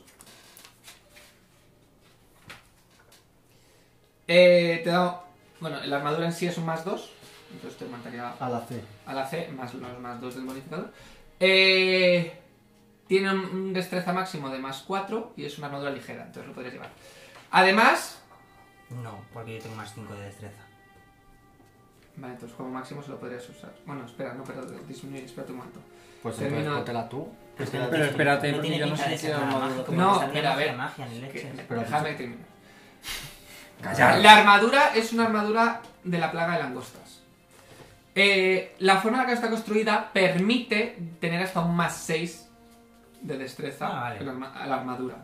Speaker 1: eh, te da, bueno, la armadura en sí es un más dos, entonces te mataría
Speaker 5: A la C.
Speaker 1: a la C más los más dos del bonificador. Eh, tiene un, un destreza máximo de más cuatro y es una armadura ligera, entonces lo podrías llevar. Además,
Speaker 3: No, porque yo tengo más cinco de destreza.
Speaker 1: vale, entonces como máximo se lo podrías usar. Bueno, espera, no, pero disminuye, espera un momento.
Speaker 5: Pues
Speaker 1: Termino-
Speaker 5: entonces póntela tú.
Speaker 3: Pero,
Speaker 5: Pero
Speaker 4: Pero espérate,
Speaker 3: no
Speaker 4: porque
Speaker 3: tiene
Speaker 4: yo no
Speaker 3: pinta
Speaker 4: sé
Speaker 3: de
Speaker 4: si
Speaker 3: ser
Speaker 4: era
Speaker 3: nada
Speaker 4: armadura.
Speaker 3: mágico,
Speaker 1: No,
Speaker 3: porque
Speaker 1: mira, a
Speaker 3: magia,
Speaker 1: ver.
Speaker 3: magia, ni
Speaker 1: Que-
Speaker 3: leches.
Speaker 5: Pero
Speaker 1: déjame terminar.
Speaker 4: Callar.
Speaker 1: La armadura es una armadura de la plaga de langostas. Eh, la forma en la que está construida permite tener hasta un más seis de destreza
Speaker 3: Ah, vale.
Speaker 1: en la arma- a la armadura.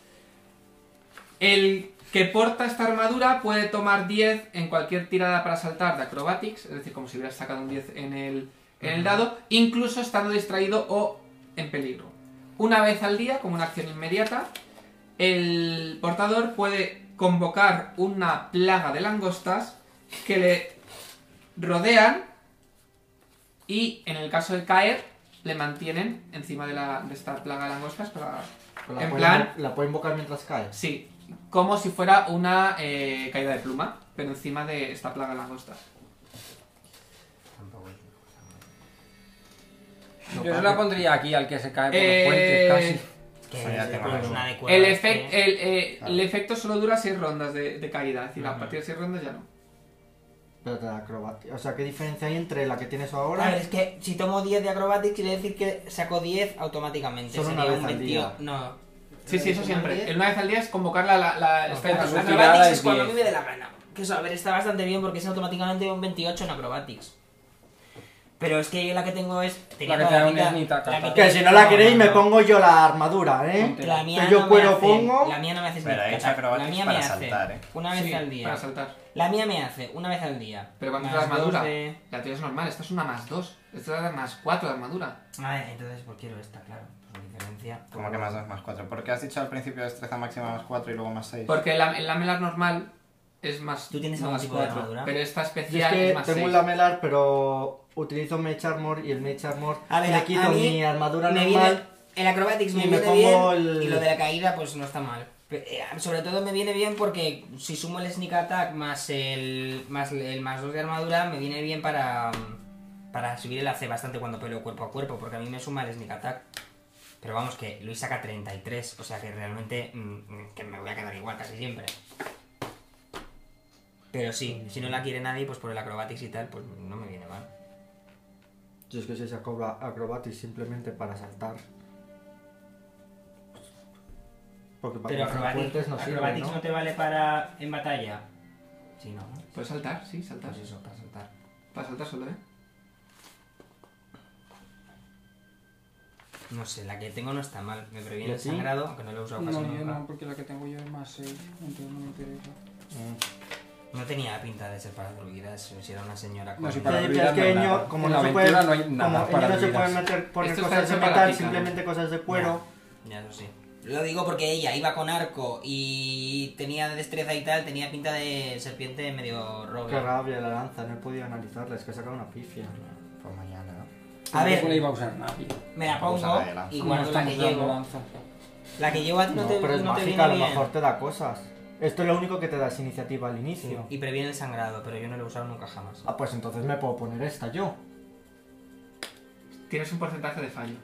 Speaker 1: El que porta esta armadura puede tomar diez en cualquier tirada para saltar de acrobatics, es decir, como si hubieras sacado un diez en el, en el dado, incluso estando distraído o en peligro. Una vez al día, como una acción inmediata, el portador puede convocar una plaga de langostas que le rodean y, en el caso de caer, le mantienen encima de, la, de esta plaga de langostas para...
Speaker 5: Pues la
Speaker 1: En
Speaker 5: puedo
Speaker 1: plan-
Speaker 5: invo- La puedo invocar mientras cae.
Speaker 1: Sí, como si fuera una eh, caída de pluma, pero encima de esta plaga de langostas.
Speaker 3: Tampoco es
Speaker 5: No,
Speaker 4: Yo se
Speaker 5: para
Speaker 4: la
Speaker 5: que-
Speaker 4: pondría aquí al que se cae por
Speaker 1: Eh,
Speaker 4: los puentes casi.
Speaker 3: que
Speaker 2: Eso ya
Speaker 3: es
Speaker 2: tengo
Speaker 3: una
Speaker 2: la duda.
Speaker 3: de cuerda,
Speaker 1: El,
Speaker 3: es
Speaker 1: efect-
Speaker 3: que-
Speaker 1: el, eh,
Speaker 2: Claro.
Speaker 1: el efecto solo dura seis rondas de, de caída, es decir, a
Speaker 3: Ujú.
Speaker 1: partir de seis rondas ya no.
Speaker 5: Pero de acrobacia. O sea, ¿qué diferencia hay entre la que tienes
Speaker 3: A
Speaker 5: ahora?
Speaker 3: ver, es que si tomo diez de acrobatics quiere decir que saco diez automáticamente.
Speaker 5: Solo una
Speaker 3: Sería
Speaker 5: vez
Speaker 3: un
Speaker 5: al día.
Speaker 3: veintiocho. No.
Speaker 1: Sí, sí, eso
Speaker 3: ¿Una
Speaker 1: siempre.
Speaker 3: diez?
Speaker 1: El una vez al día es convocar la... la, la
Speaker 3: No,
Speaker 1: esta-
Speaker 3: espera,
Speaker 4: su
Speaker 3: en
Speaker 4: tirada
Speaker 3: acrobatics
Speaker 4: es
Speaker 3: es cuando a mí
Speaker 4: diez.
Speaker 3: me dé la gana. Que eso, a ver, está bastante bien porque es automáticamente un veintiocho en acrobatics. Pero es que yo la que tengo es... tenía
Speaker 4: que
Speaker 3: toda
Speaker 4: te da un
Speaker 3: mitad-
Speaker 4: sneak attack.
Speaker 3: la mitad-
Speaker 5: Que si no la queréis me
Speaker 4: no.
Speaker 5: pongo yo la armadura, ¿eh?
Speaker 3: La mía
Speaker 5: Que yo
Speaker 3: no me
Speaker 5: cuero
Speaker 3: hace,
Speaker 5: pongo.
Speaker 3: La mía no me hace
Speaker 2: Pero
Speaker 3: sneak
Speaker 2: he hecho
Speaker 3: attack.
Speaker 2: acrobatics
Speaker 3: La mía
Speaker 2: para
Speaker 3: me hace
Speaker 2: saltar, ¿eh?
Speaker 3: una vez
Speaker 1: Sí,
Speaker 3: al día.
Speaker 1: para saltar.
Speaker 3: La mía me hace una vez al día.
Speaker 1: Pero cuando es
Speaker 3: Más
Speaker 1: la armadura,
Speaker 3: dos de-
Speaker 1: la tuya es normal, esta es una más dos. Esta es más cuatro de armadura.
Speaker 3: A ver, entonces pues quiero esta, claro. Pues diferencia.
Speaker 2: Como que más dos más cuatro. Porque has dicho al principio destreza máxima más cuatro y luego más seis.
Speaker 1: Porque la, el lamelar normal es más
Speaker 3: ¿Tú tienes
Speaker 1: más
Speaker 3: algún tipo de
Speaker 1: cuatro,
Speaker 3: armadura?
Speaker 1: pero esta
Speaker 5: Yo es
Speaker 1: especial es,
Speaker 5: que
Speaker 1: más
Speaker 5: tengo
Speaker 1: seis.
Speaker 5: un lamelar, pero utilizo Mage Armor y el Mage Armor
Speaker 3: A ver,
Speaker 5: le
Speaker 3: a-
Speaker 5: quito
Speaker 3: a mí
Speaker 5: mi armadura
Speaker 3: me
Speaker 5: normal.
Speaker 3: viene, el acrobatics me
Speaker 5: y me
Speaker 3: viene
Speaker 5: pongo
Speaker 3: bien
Speaker 5: el-
Speaker 3: y lo de la caída pues no está mal. Pe- eh, Sobre todo me viene bien porque si sumo el sneak attack más el más el más dos de armadura me viene bien para para subir el A C bastante cuando peleo cuerpo a cuerpo porque a mí me suma el sneak attack. Pero vamos que Luis saca treinta y tres, o sea que realmente mm, que me voy a quedar igual casi siempre. Pero sí, si no la quiere nadie pues por el acrobatics y tal pues no me viene mal.
Speaker 5: Yo es que si saco la- acrobatics simplemente para saltar. Porque para
Speaker 3: Pero
Speaker 5: coger
Speaker 3: acrobatics,
Speaker 5: puentes no sirve,
Speaker 3: acrobatics
Speaker 5: ¿no?
Speaker 3: no te vale para en batalla. Sí, no.
Speaker 1: Puedes saltar, sí, saltar.
Speaker 3: Pues eso, para saltar.
Speaker 1: Para saltar solo, ¿eh?
Speaker 3: No sé, la que tengo no está mal. Me
Speaker 5: ¿Y
Speaker 3: previene
Speaker 5: a
Speaker 3: el
Speaker 5: ti?
Speaker 3: sangrado, aunque no lo he usado
Speaker 4: No,
Speaker 3: casi
Speaker 4: yo
Speaker 3: nunca.
Speaker 4: no, porque la que tengo yo es más seis, entonces no me interesa.
Speaker 5: Mm.
Speaker 3: No tenía pinta de ser para druidas, si era una señora con...
Speaker 4: No, sí,
Speaker 5: Sí,
Speaker 4: para
Speaker 5: pero
Speaker 4: druidas
Speaker 5: es que
Speaker 4: no hay
Speaker 5: Ño,
Speaker 4: nada.
Speaker 5: como
Speaker 4: En
Speaker 5: no
Speaker 4: la
Speaker 5: se puede,
Speaker 4: aventura no hay nada
Speaker 5: como
Speaker 4: para
Speaker 5: Ño no se puede
Speaker 4: druidas.
Speaker 5: meter, poner
Speaker 1: Esto está
Speaker 5: cosas de
Speaker 1: hecho para
Speaker 5: metal,
Speaker 1: pica, ¿no?
Speaker 5: simplemente cosas de cuero.
Speaker 3: Ya, eso sí. Lo digo porque ella iba con arco y tenía destreza y tal, tenía pinta de serpiente medio
Speaker 5: Qué
Speaker 3: rogue.
Speaker 5: rabia la lanza, no he podido analizarla, es que he sacado una pifia.
Speaker 2: Pues mañana, ¿no?
Speaker 3: A ver.
Speaker 4: Tampoco la iba a usar nadie.
Speaker 3: Me la
Speaker 2: Vamos a
Speaker 3: pongo
Speaker 2: la de lanza.
Speaker 3: y
Speaker 4: No
Speaker 3: guardo la que
Speaker 4: estamos dando
Speaker 3: llevo.
Speaker 4: lanza.
Speaker 3: La que llevo a ti no,
Speaker 5: No,
Speaker 3: te,
Speaker 5: pero es
Speaker 3: no te
Speaker 5: mágica, a lo
Speaker 3: viene bien.
Speaker 5: mejor te da cosas. Esto es lo único que te das iniciativa al inicio.
Speaker 3: Y previene el sangrado, pero yo no lo he usado nunca jamás.
Speaker 5: Ah, pues entonces me puedo poner esta yo.
Speaker 1: Tienes un porcentaje de fallo.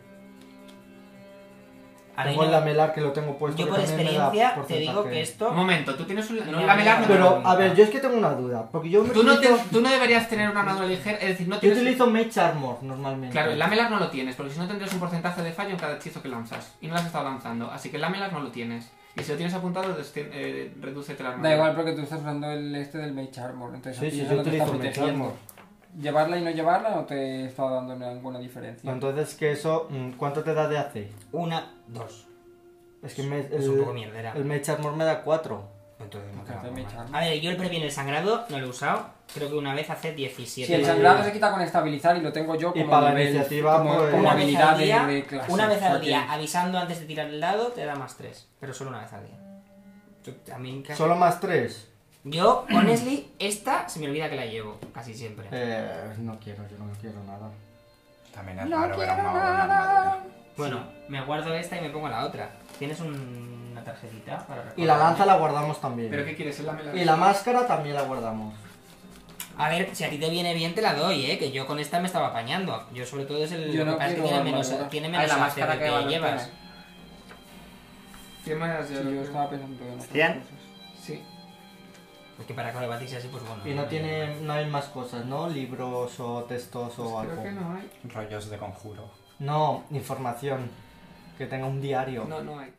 Speaker 3: A mí
Speaker 5: Tengo el
Speaker 3: no-
Speaker 5: lamelar que lo tengo puesto.
Speaker 3: yo
Speaker 5: que
Speaker 3: por
Speaker 5: también me da
Speaker 3: experiencia te digo
Speaker 5: porcentaje.
Speaker 3: que esto...
Speaker 1: Un momento, tú tienes un...
Speaker 3: No
Speaker 1: No,
Speaker 3: me
Speaker 1: el lamelar no
Speaker 3: vale.
Speaker 1: te
Speaker 5: Pero,
Speaker 1: lo-
Speaker 5: a ver, yo es que tengo una duda. Porque yo me
Speaker 1: Tú, no te-
Speaker 5: utilizo,
Speaker 1: tú no deberías tener una armadura ligera, es decir, no
Speaker 5: yo
Speaker 1: tienes...
Speaker 5: utilizo Mage Armor normalmente.
Speaker 1: Claro, el lamelar no lo tienes, porque si no tendrías un porcentaje de fallo en cada hechizo que lanzas. Y no lo has estado lanzando, así que el lamelar no lo tienes. Y si lo tienes apuntado, desti- eh, redúcete la armadura.
Speaker 4: Da igual porque tú estás usando el este del Mage Armor, entonces
Speaker 5: Sí,
Speaker 4: a ti
Speaker 5: sí,
Speaker 4: eso
Speaker 5: yo
Speaker 4: no te está
Speaker 5: utilizo Mage
Speaker 4: protegiendo.
Speaker 5: Armor.
Speaker 4: ¿Llevarla y no llevarla no te está dando ninguna diferencia?
Speaker 5: Entonces, que eso, mm, ¿cuánto te da de A C?
Speaker 3: Una, dos.
Speaker 5: Es que me-
Speaker 3: Es un poco
Speaker 5: el,
Speaker 3: mierdera.
Speaker 5: el Mage Armor me da cuatro.
Speaker 3: Entonces no
Speaker 4: Porque
Speaker 3: te va
Speaker 4: hace
Speaker 3: muy
Speaker 4: Mage
Speaker 3: mal.
Speaker 4: Armor.
Speaker 3: A ver, yo el previene el sangrado, no lo he usado. Creo que una vez hace diecisiete.
Speaker 4: Si el sangrado se quita con estabilizar y lo tengo yo
Speaker 5: Y
Speaker 4: como
Speaker 5: para la
Speaker 4: nivel,
Speaker 5: iniciativa,
Speaker 4: como,
Speaker 5: pues-
Speaker 4: como
Speaker 3: Una vez
Speaker 4: habilidad
Speaker 3: al día,
Speaker 4: de, de clase.
Speaker 3: una vez
Speaker 4: o sea
Speaker 3: al
Speaker 4: que-
Speaker 3: día, avisando antes de tirar el dado, te da más tres. Pero solo una vez al día. Yo, también casi-
Speaker 5: Solo más tres.
Speaker 3: Yo, honestly, esta se me olvida que la llevo, casi siempre.
Speaker 5: Eh, no quiero, yo no quiero nada.
Speaker 2: También es raro ver a un mago con armadura.
Speaker 3: Bueno, me guardo esta y me pongo la otra. ¿Tienes un- una tarjetita para
Speaker 5: Y la
Speaker 3: recordarme?
Speaker 5: lanza la guardamos también.
Speaker 1: ¿Pero qué quieres? ¿El lamelar?
Speaker 5: Y la máscara también la guardamos.
Speaker 3: A ver, si a ti te viene bien te la doy, eh, que yo con esta me estaba apañando. Yo sobre todo es el
Speaker 4: Yo
Speaker 3: lo
Speaker 4: no
Speaker 3: que pasa es que
Speaker 4: quiero
Speaker 3: tiene menos,
Speaker 4: armadura.
Speaker 3: tiene
Speaker 4: Ah,
Speaker 3: menos
Speaker 4: la
Speaker 3: A C
Speaker 4: máscara
Speaker 3: del
Speaker 4: que
Speaker 3: que
Speaker 4: valor
Speaker 3: llevas.
Speaker 4: tiene.
Speaker 1: cien monedas de
Speaker 4: Sí,
Speaker 1: oro,
Speaker 4: yo
Speaker 1: creo.
Speaker 4: estaba pensando en otras
Speaker 2: ¿cien?
Speaker 4: cosas.
Speaker 1: Sí.
Speaker 3: Porque para acrobatics y así, pues bueno.
Speaker 5: Y no tiene, no hay más cosas, ¿no? Libros o textos
Speaker 1: Pues
Speaker 5: o
Speaker 1: creo
Speaker 5: algo.
Speaker 1: que no hay.
Speaker 2: Rollos de conjuro.
Speaker 5: No, información. Que tenga un diario.
Speaker 1: No, no hay.